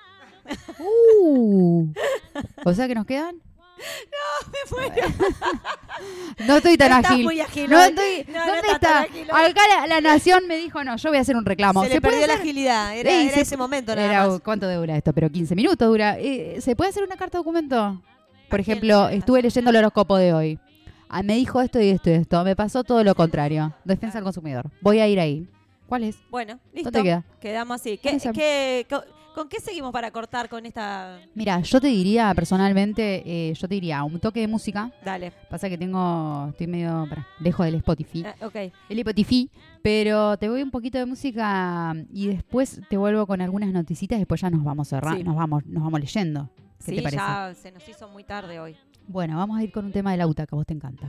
Uh. O sea que nos quedan. No, me muero. No estoy tan No estás ágil. muy ágil No hoy. estoy. No, no ¿Dónde estás está? tan ágil hoy. Acá la, la nación me dijo, no, yo voy a hacer un reclamo. Se le puede perdió la hacer? agilidad. Era, Ey, era se- ese momento nada Era, más. ¿cuánto dura esto? Pero quince minutos dura. Eh, ¿Se puede hacer una carta documento? Por ¿A quién ejemplo, le- estuve leyendo el horóscopo de hoy. Ah, me dijo esto y esto y esto. Me pasó todo lo contrario. Defensa del consumidor. Voy a ir ahí. ¿Cuál es? Bueno, listo. ¿Dónde queda? Quedamos así. ¿Dónde ¿Qué, se- qué- co- ¿Con qué seguimos para cortar con esta...? Mira, yo te diría personalmente, eh, yo te diría un toque de música. Dale. Pasa que tengo, estoy medio pará, lejos del Spotify. Eh, ok. El Spotify, pero te voy un poquito de música y después te vuelvo con algunas noticitas y después ya nos vamos cerrando, Sí. nos vamos, nos vamos leyendo. ¿Qué Sí, te parece? ya se nos hizo muy tarde hoy. Bueno, vamos a ir con un tema de Lauta que a vos te encanta.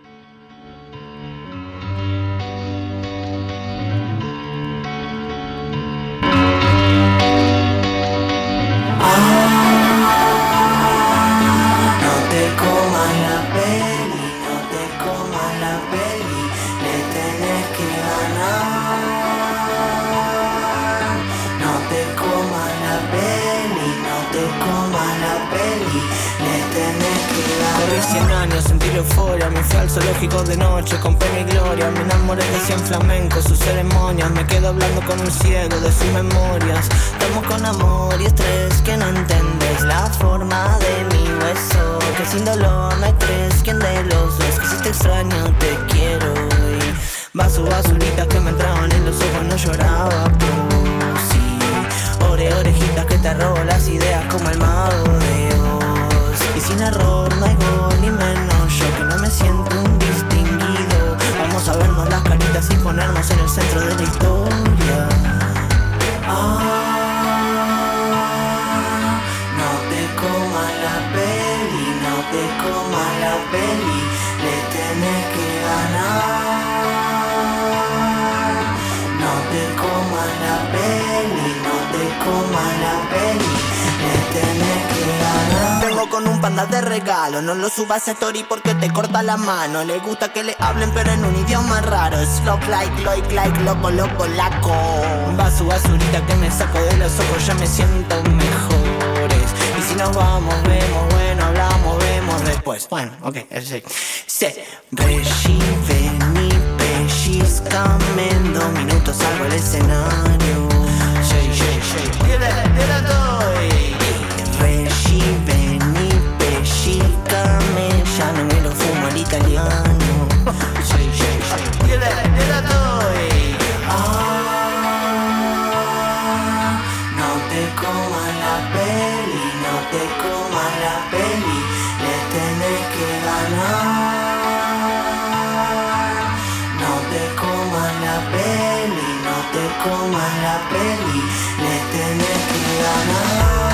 No te comas la peli, no te comas la peli, le tenés que ganar. No te comas la peli, no te comas la peli, le tenés que ganar. Corrí cien años, sentí la euforia, me fui al zoológico de noche con pena y gloria. Me enamoré de cien flamencos, sus ceremonias, me quedo hablando con un ciego de sus memorias. Tomo con amor y estrés que no entendés la forma de mi hueso, que sin dolor me crees. ¿Quién de los dos? Que si te extraño te quiero. Y vaso basuritas que me entraban en los ojos, no lloraba por sí. Ore orejitas que te robo las ideas como el mago de Oz. Y sin error no hay gol ni menos yo que no me siento un distinguido. Vamos a vernos las caritas y ponernos en el centro de la historia. Ah, no te comas la peli, no te comas la peli, le tenés que ganar. No te comas la peli, no te comas la peli, le tenés que ganar. como con un panda de regalo. No lo subas a story porque te corta la mano. Le gusta que le hablen pero en un idioma raro. Es flock like, like, like, loco, loco, laco. Va su basurita que me saco de los ojos, ya me siento mejores. Y si nos vamos, vemos, bueno, hablamos, vemos después. Bueno, ok, sí. Se Reggie, vení, pellizcame. En dos minutos salgo al escenario. Sí, sí, sí. Dile, dile doy. Reggie, vení, pellizcame. Ya no me lo fumo al italiano. Sí, sí, sí. Dile, dile doy. Ah, no te comas la peli, no te comas la peli. Le tenés que ganar. No te comas la peli, no te comas la peli. Le tenés que ganar.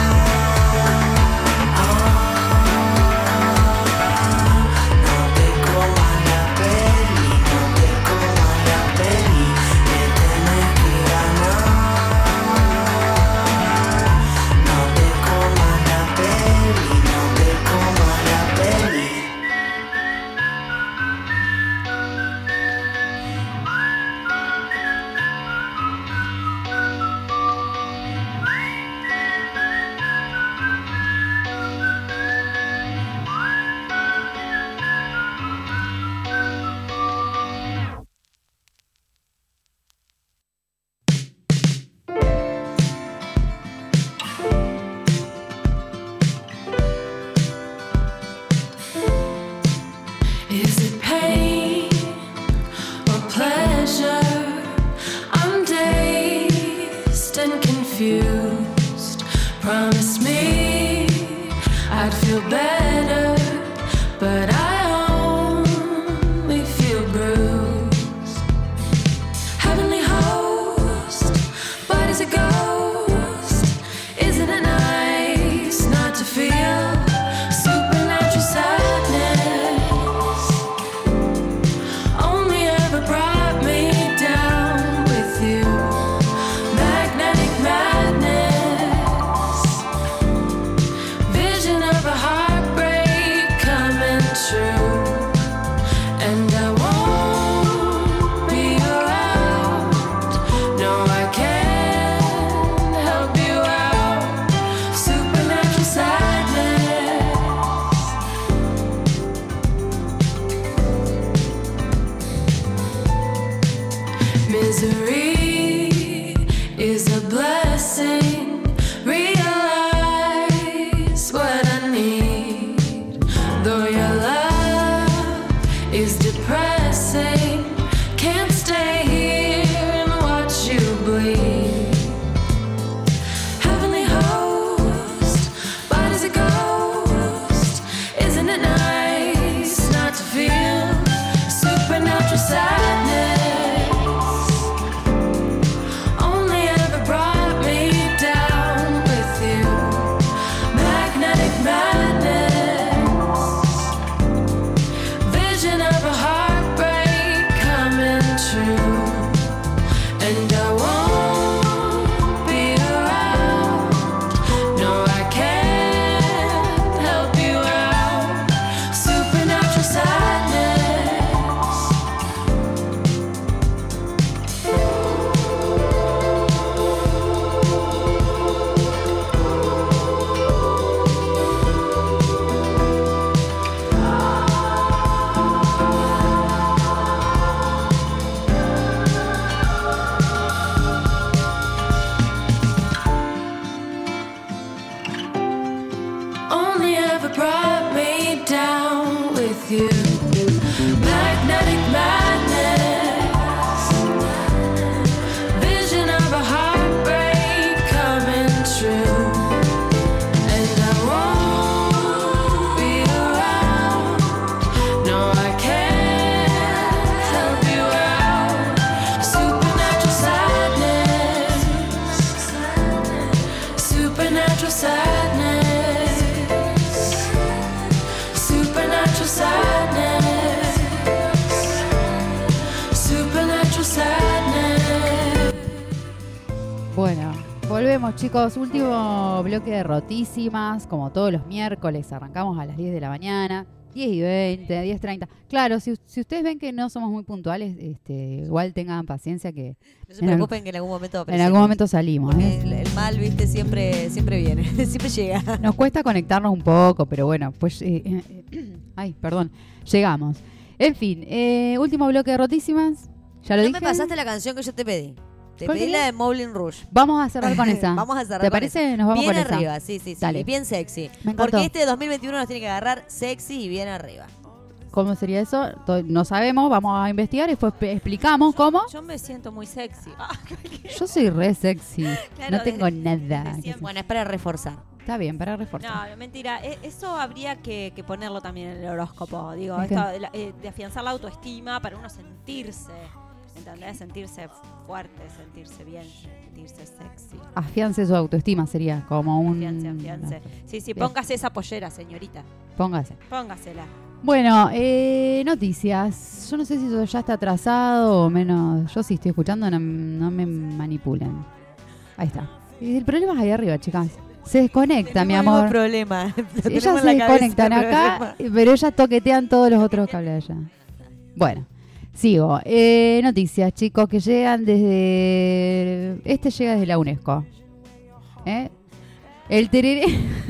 Supernatural sadness, supernatural sadness. volvemos, chicos. Último bloque de Rotísimas. Como todos los miércoles, arrancamos a las diez de la mañana. diez y veinte, diez y treinta. Claro, si, si ustedes ven que no somos muy puntuales, este, igual tengan paciencia que... No se preocupen que en algún momento En aparecemos. algún momento salimos. Porque ¿eh? el, el mal, viste, siempre, siempre viene. Siempre llega. Nos cuesta conectarnos un poco, pero bueno, pues... eh, eh, ay, perdón. Llegamos. En fin, eh, último bloque de Rotísimas. Ya lo No dije. me pasaste la canción que yo te pedí. Te ¿Cuál pedí quería? la de Moulin Rouge. Vamos a cerrar con esa. Vamos a cerrar ¿Te con parece? esa. Nos vamos bien con esa. arriba, sí, sí, sí. Dale. Y bien sexy. Me encantó. Porque este dos mil veintiuno nos tiene que agarrar sexy y bien arriba. ¿Cómo sería eso? To- No sabemos, vamos a investigar y después pe- explicamos cómo. Yo me siento muy sexy. Ah, Yo soy re sexy. Claro, no tengo desde- nada. desde que siempre. se- Bueno, es para reforzar. Está bien, para reforzar. No, mentira. E- Eso habría que, que ponerlo también en el horóscopo. Digo, ¿En qué? esto de, la- eh, de afianzar la autoestima para uno sentirse. ¿Entendés? Sentirse fuerte, sentirse bien, sentirse sexy. Afiance su autoestima sería como un... Afiance, afiance. Sí, sí, Bien. póngase esa pollera, señorita. Póngase. Póngasela. Bueno, eh, noticias. Yo no sé si eso ya está atrasado o menos. Yo sí estoy escuchando, no, no me manipulen. Ahí está. Y el problema es ahí arriba, chicas. Se desconecta, mi Tenemos el mismo amor. problema. Lo Ellas tenemos se en la cabeza, desconectan el acá, problema. pero ellas toquetean todos los otros cables allá. Bueno, sigo. Eh, noticias, chicos, que llegan desde... Este llega desde la UNESCO. ¿Eh? El tereré...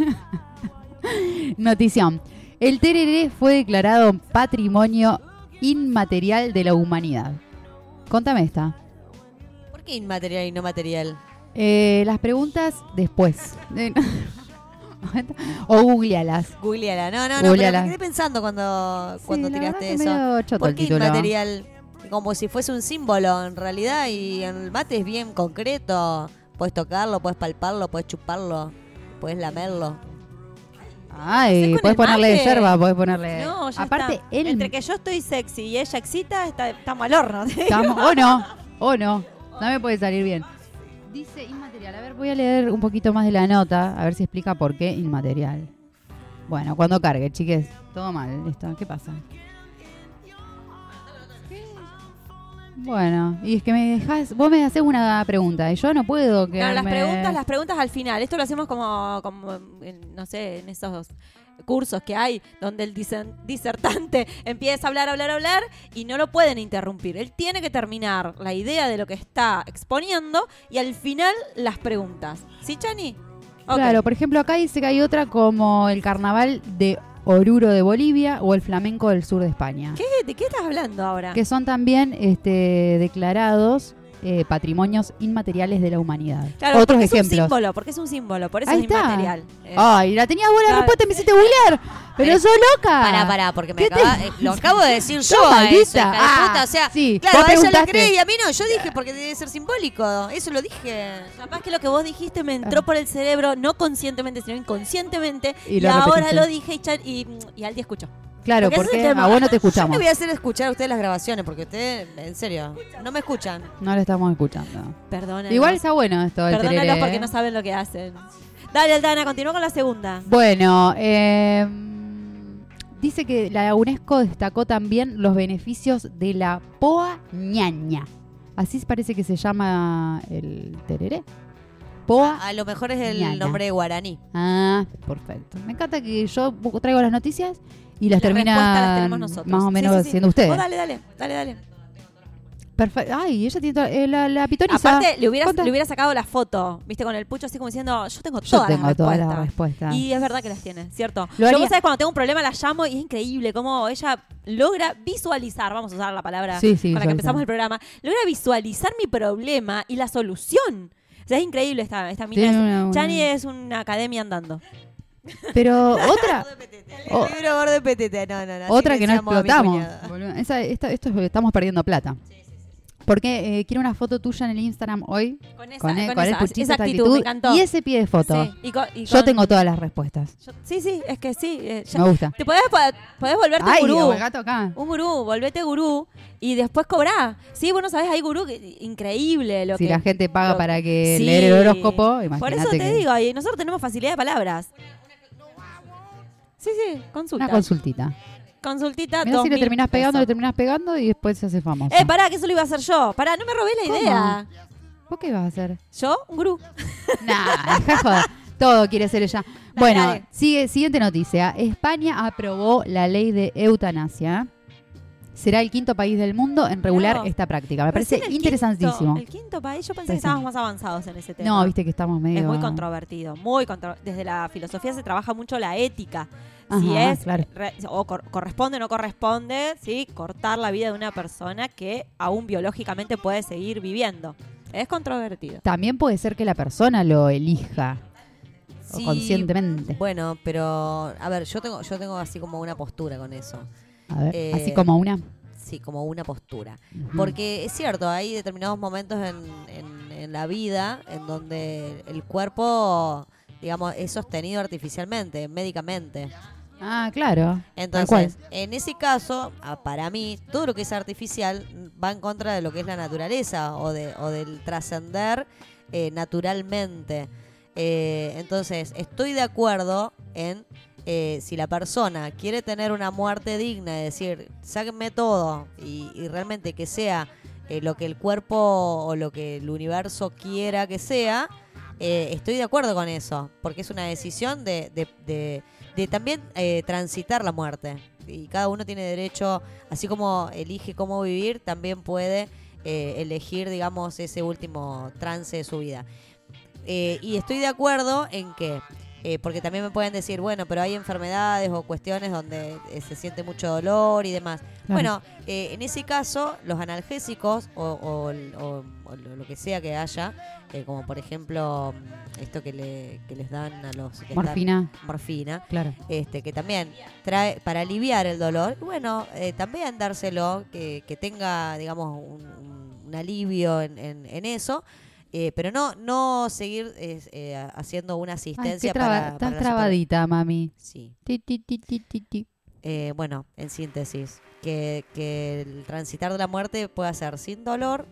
Notición. El tereré fue declarado Patrimonio Inmaterial de la Humanidad. Contame esta. ¿Por qué inmaterial y no material? Eh, las preguntas después. Eh, o googlealas. Googleala. No, no, no, Googleala. pero me quedé pensando cuando, cuando la tiraste verdad que eso. medio choto ¿Por el qué título. inmaterial? Como si fuese un símbolo en realidad y el mate es bien concreto. Puedes tocarlo, puedes palparlo, puedes chuparlo, puedes lamerlo. Ay, con puedes el ponerle mate? yerba, puedes ponerle... No, ya Aparte, está. él... Entre que yo estoy sexy y ella excita, está, estamos al horno. Estamos- o no, o no. No me puede salir bien. Dice inmaterial. A ver, voy a leer un poquito más de la nota, a ver si explica por qué inmaterial. Bueno, cuando cargue, chiques. Todo mal. Esto, ¿qué pasa? Bueno, y es que me dejas, vos me haces una pregunta y yo no puedo No, quedarme... las preguntas, las preguntas al final. Esto lo hacemos como, como en, no sé, en esos cursos que hay donde el disen- disertante empieza a hablar, hablar, hablar y no lo pueden interrumpir. Él tiene que terminar la idea de lo que está exponiendo y al final las preguntas. ¿Sí, Chani? Ok. Claro, por ejemplo, acá dice que hay otra como el carnaval de Oruro de Bolivia o el flamenco del sur de España. ¿Qué? ¿De qué estás hablando ahora? Que son también este, declarados eh, patrimonios inmateriales de la humanidad. Claro, Otros porque ejemplos. es un símbolo, porque es un símbolo, por eso Ahí es está. inmaterial. Eh, Ay, la tenías buena Claro. respuesta y me hiciste googlear. Pero Pará. sos loca. Pará, pará, porque me ¿Qué te- acaba, eh, lo acabo de decir Sos yo a maldita. eso, hija de Ah, puta. O sea, sí, claro, vos a ella le preguntaste. cree y a mí no. Yo dije porque debe ser simbólico. Eso lo dije. Capaz que lo que vos dijiste me entró por el cerebro, no conscientemente, sino inconscientemente. Y Y, lo ahora repetiste. lo dije y, Chan- y, y Aldi escuchó. Claro, Porque ese porque es el tema. a vos no te Yo me escuchamos. voy a hacer escuchar a ustedes las grabaciones porque ustedes, en serio, no me escuchan. No lo estamos escuchando. Perdónenos. Igual está bueno esto del Perdónalos tereré, porque ¿eh? no saben lo que hacen. Dale, Aldana, continúa con la segunda. Bueno, eh, dice que la UNESCO destacó también los beneficios de la poa ñaña. Así parece que se llama el tereré. Poa. A lo mejor es el ñaña. nombre guaraní. Ah, perfecto. Me encanta que yo traigo las noticias y las La respuesta las terminan tenemos nosotros. más o Sí, menos sí, sí. siendo ustedes. Oh, dale, dale, dale, dale. Perfecto. Ay, ella tiene toda- eh, la, la pitoniza. Aparte, le hubieras, Conta. le hubieras sacado la foto, viste, con el pucho así como diciendo, yo tengo Yo todas tengo las todas respuestas. las respuestas. Y es verdad que las tiene, ¿cierto? Lo Yo, haría- vos sabés, cuando tengo un problema la llamo y es increíble cómo ella logra visualizar, vamos a usar la palabra Sí, sí, con la que visualizar. empezamos el programa, logra visualizar mi problema y la solución. O sea, es increíble esta, esta mina. Tiene una- una- Chani es una academia andando. Pero otra, O- El libro gordo de petete, no, no, no. así otra que no decíamos a mi explotamos. cuñada. Boludo. Esa, esta- esto es- estamos perdiendo plata. Porque eh, quiero una foto tuya en el Instagram hoy. Con esa, Con, el- con con el esa, puchito, esa esta actitud, me encantó. y ese pie de foto. Sí, y co- y Yo con- tengo todas las respuestas. yo- sí, sí, es que sí. eh, ya- Me gusta. Te podés, podés volverte Ay, gurú. el gato acá. Un gurú, volvete gurú y después cobrá. Sí, vos no sabés, hay gurú que, increíble lo Si que... la gente paga lo- para que Sí. leer el horóscopo, imagínate. Por eso te que- digo, y nosotros tenemos facilidad de palabras. Sí, sí, consulta. Una consultita. Consultita Mira dos si le mil terminás pegando, le pesos. terminás pegando y después se hace famoso. Eh, pará, que eso lo iba a hacer yo. Pará, no me robé la ¿Cómo? idea. ¿Vos qué vas a hacer? ¿Yo? Un gurú. Nah, dejá joder. Todo quiere ser ella. Bueno, dale. sigue, siguiente noticia. España aprobó la ley de eutanasia. Será el quinto país del mundo en regular Mirá. esta práctica. Me Recién parece el interesantísimo. Quinto, el quinto país, yo pensé que Recién. estábamos más avanzados en ese tema. No, viste que estamos medio... Es muy controvertido, muy contro- Desde la filosofía se trabaja mucho la ética. si Ajá, es claro. re- o cor- corresponde o no corresponde, ¿sí? Cortar la vida de una persona que aún biológicamente puede seguir viviendo. Es controvertido. También puede ser que la persona lo elija. O Sí, conscientemente. Bueno, pero a ver, yo tengo, yo tengo así como una postura con eso. A ver, Eh, así como una. Sí, como una postura. Ujú. Porque es cierto, hay determinados momentos en, en- en la vida en donde el cuerpo, digamos, es sostenido artificialmente, médicamente. Ah, claro. Entonces, en ese caso, ah, para mí, todo lo que es artificial va en contra de lo que es la naturaleza o, de, o del trascender eh, naturalmente. Eh, entonces, estoy de acuerdo en eh, si la persona quiere tener una muerte digna, es decir, sáquenme todo y, y realmente que sea eh, lo que el cuerpo o lo que el universo quiera que sea, eh, estoy de acuerdo con eso, porque es una decisión de, de, de, de también eh, transitar la muerte. Y cada uno tiene derecho, así como elige cómo vivir, también puede eh, elegir, digamos, ese último trance de su vida. Eh, y estoy de acuerdo en que, eh, porque también me pueden decir, bueno, pero hay enfermedades o cuestiones donde eh, se siente mucho dolor y demás. Claro. Bueno, eh, en ese caso, los analgésicos o, o- o- o lo lo que sea que haya, eh, como por ejemplo mm, esto que, le, que les dan a los... que están- Morfina. morfina, Claro. este que también trae para aliviar el dolor, bueno, eh, también dárselo, que, que tenga, digamos, un, un- un alivio en, en- en eso, eh, pero no no seguir eh, eh, haciendo una Ay, asistencia qué traba- para, estás para la trabadita, mami. super- Sí. Ti, ti, ti, ti, ti, ti. Eh, bueno, en síntesis, que, que el transitar de la muerte pueda ser sin dolor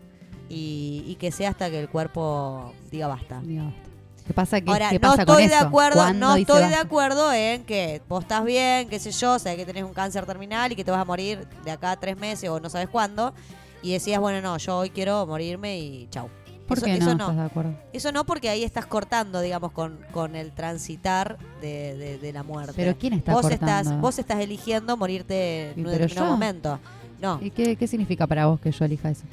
y, y que sea hasta que el cuerpo diga basta. Diga, basta. ¿Qué pasa, que, Ahora, qué no pasa con estoy de eso? acuerdo, ¿Cuándo no dice estoy de basta? acuerdo en que vos estás bien, qué sé yo, sabes que tenés un cáncer terminal y que te vas a morir de acá a tres meses o no sabes cuándo, y decías, bueno, no, yo hoy quiero morirme y chau. ¿Por eso, qué eso no, no, estás de acuerdo? eso no, porque ahí estás cortando, digamos, con, con el transitar de, de- de la muerte. ¿Pero quién está vos cortando? estás, vos estás eligiendo morirte en Y un pero determinado yo. momento. No. ¿Y qué, qué significa para vos que yo elija eso?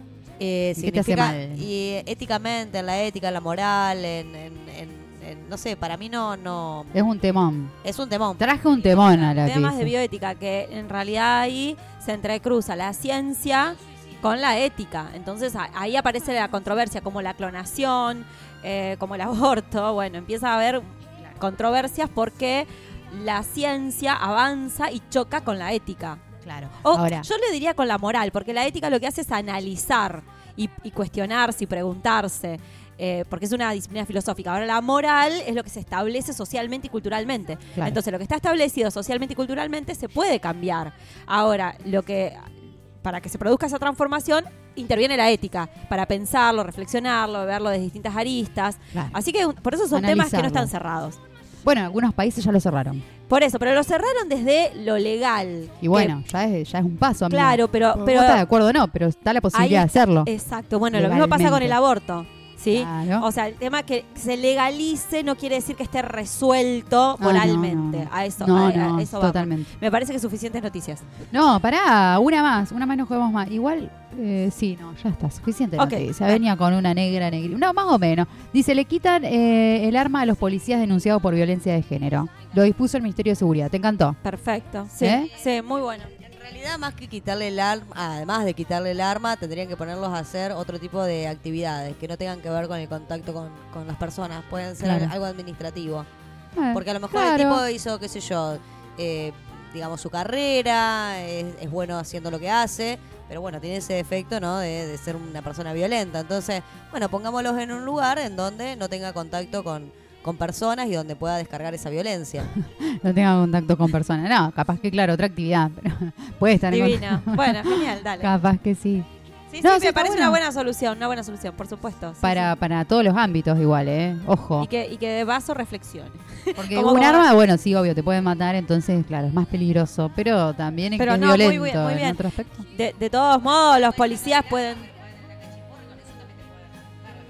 Eh, ¿Y qué te hace significa- mal? Y éticamente, en la ética, en la moral, en, en- en- en- no sé, para mí no, no Es un temón. es un temón. Traje un temón a la que Temas hizo. de bioética que en realidad ahí se entrecruza la ciencia con la ética. Entonces a- ahí aparece la controversia como la clonación, eh, como el aborto. Bueno, empieza a haber controversias porque la ciencia avanza y choca con la ética. Claro. O Ahora, yo le diría con la moral, porque la ética lo que hace es analizar y, y cuestionarse y preguntarse, eh, porque es una disciplina filosófica. Ahora la moral es lo que se establece socialmente y culturalmente. Claro. Entonces lo que está establecido socialmente y culturalmente se puede cambiar. Ahora, lo que para que se produzca esa transformación interviene la ética, para pensarlo, reflexionarlo, verlo desde distintas aristas. claro. Así que por eso son temas que no Analizarlo. están cerrados. Bueno, algunos países ya lo cerraron. Por eso, pero lo cerraron desde lo legal. Y bueno, ya es, ya es un paso, amiga. Claro, pero- Vos pero- estás de acuerdo o no, pero está la posibilidad Ahí de hacerlo. Exacto, bueno, lo mismo pasa con Legalmente. el aborto, ¿sí? Claro. O sea, el tema que se legalice no quiere decir que esté resuelto Ah, no, moralmente. no. A eso, No, a, a no, eso vamos. totalmente. Me parece que suficientes noticias. No, pará, una más, una más no juguemos más. Igual, eh, sí, no, ya está, suficiente. Ok. noticia. Venía con una negra, negra. No, más o menos. Dice, le quitan eh, el arma a los policías denunciados por violencia de género. Lo dispuso el Ministerio de Seguridad. ¿Te encantó? Perfecto. Sí, ¿Eh? sí, muy bueno. En realidad, más que quitarle el arma, además de quitarle el arma, tendrían que ponerlos a hacer otro tipo de actividades que no tengan que ver con el contacto con, con las personas. Pueden ser Claro. algo administrativo. Eh, Porque a lo mejor claro. el tipo hizo, qué sé yo, eh, digamos, su carrera, es, es bueno haciendo lo que hace, pero bueno, tiene ese defecto, ¿no? De, de ser una persona violenta. Entonces, bueno, pongámoslos en un lugar en donde no tenga contacto con, con personas y donde pueda descargar esa violencia. No tenga contacto con personas. No, capaz que, claro, otra actividad. Pero puede estar en Divina. contacto. Bueno, genial, dale. Capaz que sí. Sí, No, sí, sí, me está parece bueno. una buena solución, una buena solución, por supuesto. sí, Para, para todos los ámbitos igual, ¿eh? Ojo. sí. Y que, y que de vaso reflexione. Porque como un como- arma, bueno, sí, obvio, te puede matar, entonces, claro, es más peligroso. Pero también es Pero que es no, muy violento bien, muy en bien. otro aspecto. De, de todos modos, los policías pueden...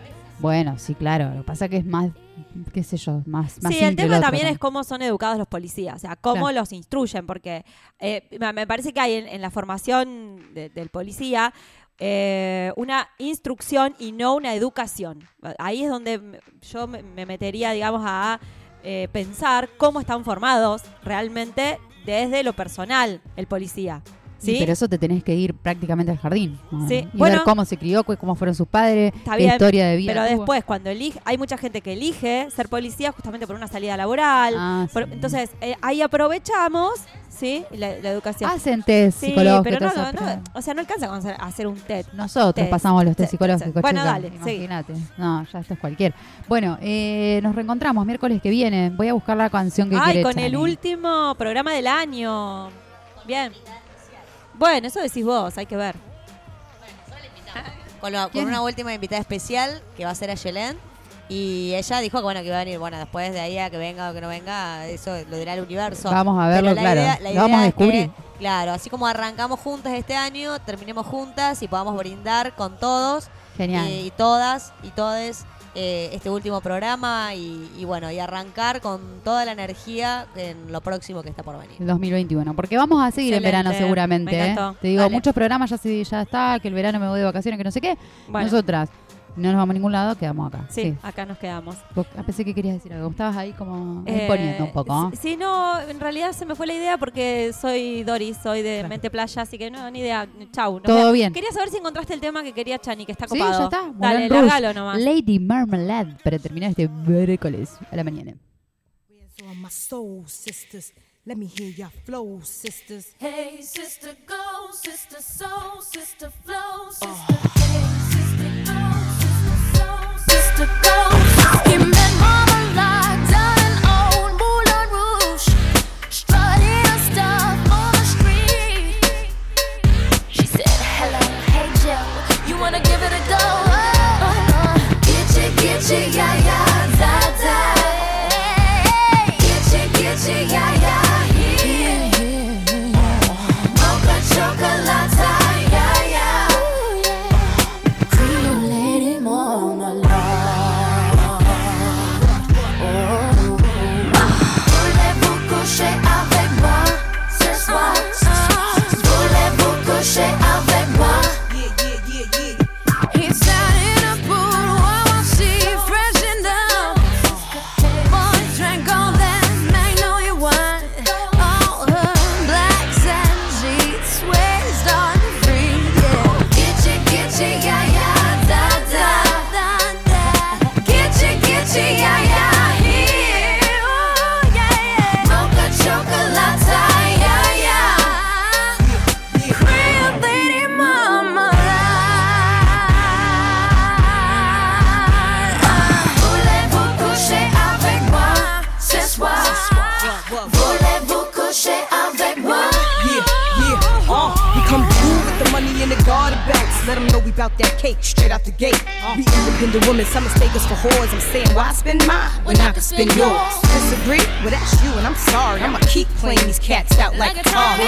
Bueno, sí, claro. Lo que pasa que es más, qué sé yo, más, más Sí, el simple tema otro también es cómo son educados los policías, o sea, cómo Claro. los instruyen, porque eh, me me parece que hay en, en la formación de- del policía eh, una instrucción y no una educación. Ahí es donde me- yo me, me metería, digamos, a eh, pensar cómo están formados realmente desde lo personal el policía. Sí, ¿Sí? pero eso te tenés que ir prácticamente al jardín. ¿no? Sí, Y bueno. ver cómo se crió, cu- cómo fueron sus padres, Está qué bien, historia de vida pero tuvo. después cuando elige, hay mucha gente que elige ser policía justamente por una salida laboral. Ah, por- sí. entonces, eh, ahí aprovechamos, ¿sí? La, la educación. Hacen test Sí, psicológicos. pero no, todas no, esas no, pruebas. o sea, no alcanza con hacer, hacer un TED. Nosotros Test. pasamos los test Sí, psicológicos. sí. Bueno, chicas, dale, sí. imagínate. No, ya esto es cualquier. Bueno, eh, nos reencontramos miércoles que viene. Voy a buscar la canción que Ay, quiere con Chani. el último programa del año. Bien. Bueno, eso decís vos, hay que ver. Con, lo- con ¿Quién? una última invitada especial que va a ser a Yelén. Y ella dijo que bueno que iba a venir. Bueno, después de ahí a que venga o que no venga, eso lo dirá el universo. Vamos a verlo, Pero la claro. idea- la Lo vamos a idea es que, descubrir. claro, así como arrancamos juntas este año, terminemos juntas y podamos brindar con todos Genial. eh, y todas y todes eh, este último programa y, y bueno, y arrancar con toda la energía en lo próximo que está por venir. El dos mil veintiuno, porque vamos a seguir Excelente, en verano seguramente. me ¿eh? encantó. Te digo, Dale. muchos programas ya se, ya está, que el verano me voy de vacaciones, que no sé qué. Bueno. Nosotras no nos vamos a ningún lado, quedamos acá. Sí, acá nos quedamos. Vos- ah, pensé que querías decir algo. Estabas ahí como Eh, imponiendo un poco. Sí, sí, no, en realidad se me fue la idea porque soy Doris, soy de Mente Playa, así que no, ni idea. Chau. nos Todo vemos. bien. Quería saber si encontraste el tema que quería Chani, que está Sí, copado. ya está. Dale, Moulin Rouge. largalo nomás. Lady Marmalade para terminar este miércoles a la mañana. So my soul sisters, let me hear your flow, sisters. Hey, sister, go, sister, soul, sister, flow, sister. Hey, sister, go, sister, soul, sister, go. He met Marmalade down in old Moulin Rouge, strutting her stuff on the street. She said, hello, hey, Joe, you wanna give it a go? Oh, uh, Gitchy, gitchy, yeah, yeah, da, da. Gitchy, gitchy, yeah, yeah, here. Mocha chocolate, yeah, yeah. Cream lady marmalade. Voulez-vous coucher avec moi ce soir? Voulez-vous coucher avec moi? He sat in a pool while she freshened up. Boy drank all that magnolia wine. All her blacks and sheets swayed on free. Yeah. Gitchy, gitchy, yeah, yeah, da, da, da, da. Gitchy, gitchy, yeah, yeah, here. Ooh, yeah, yeah. Mocha chocolate, yeah, yeah. Cream lady marmalade. Voulez-vous coucher avec moi ce soir? Voulez-vous coucher avec moi? Yeah, yeah, uh, we come through with the money in the garden bags. Let them know we bout that cake straight out the gate. We independent women, some mistake us for whores. I'm saying, why spend mine when I can spend yours? Disagree? Well, that's you, and I'm sorry. I'ma keep playing these cats out like a car.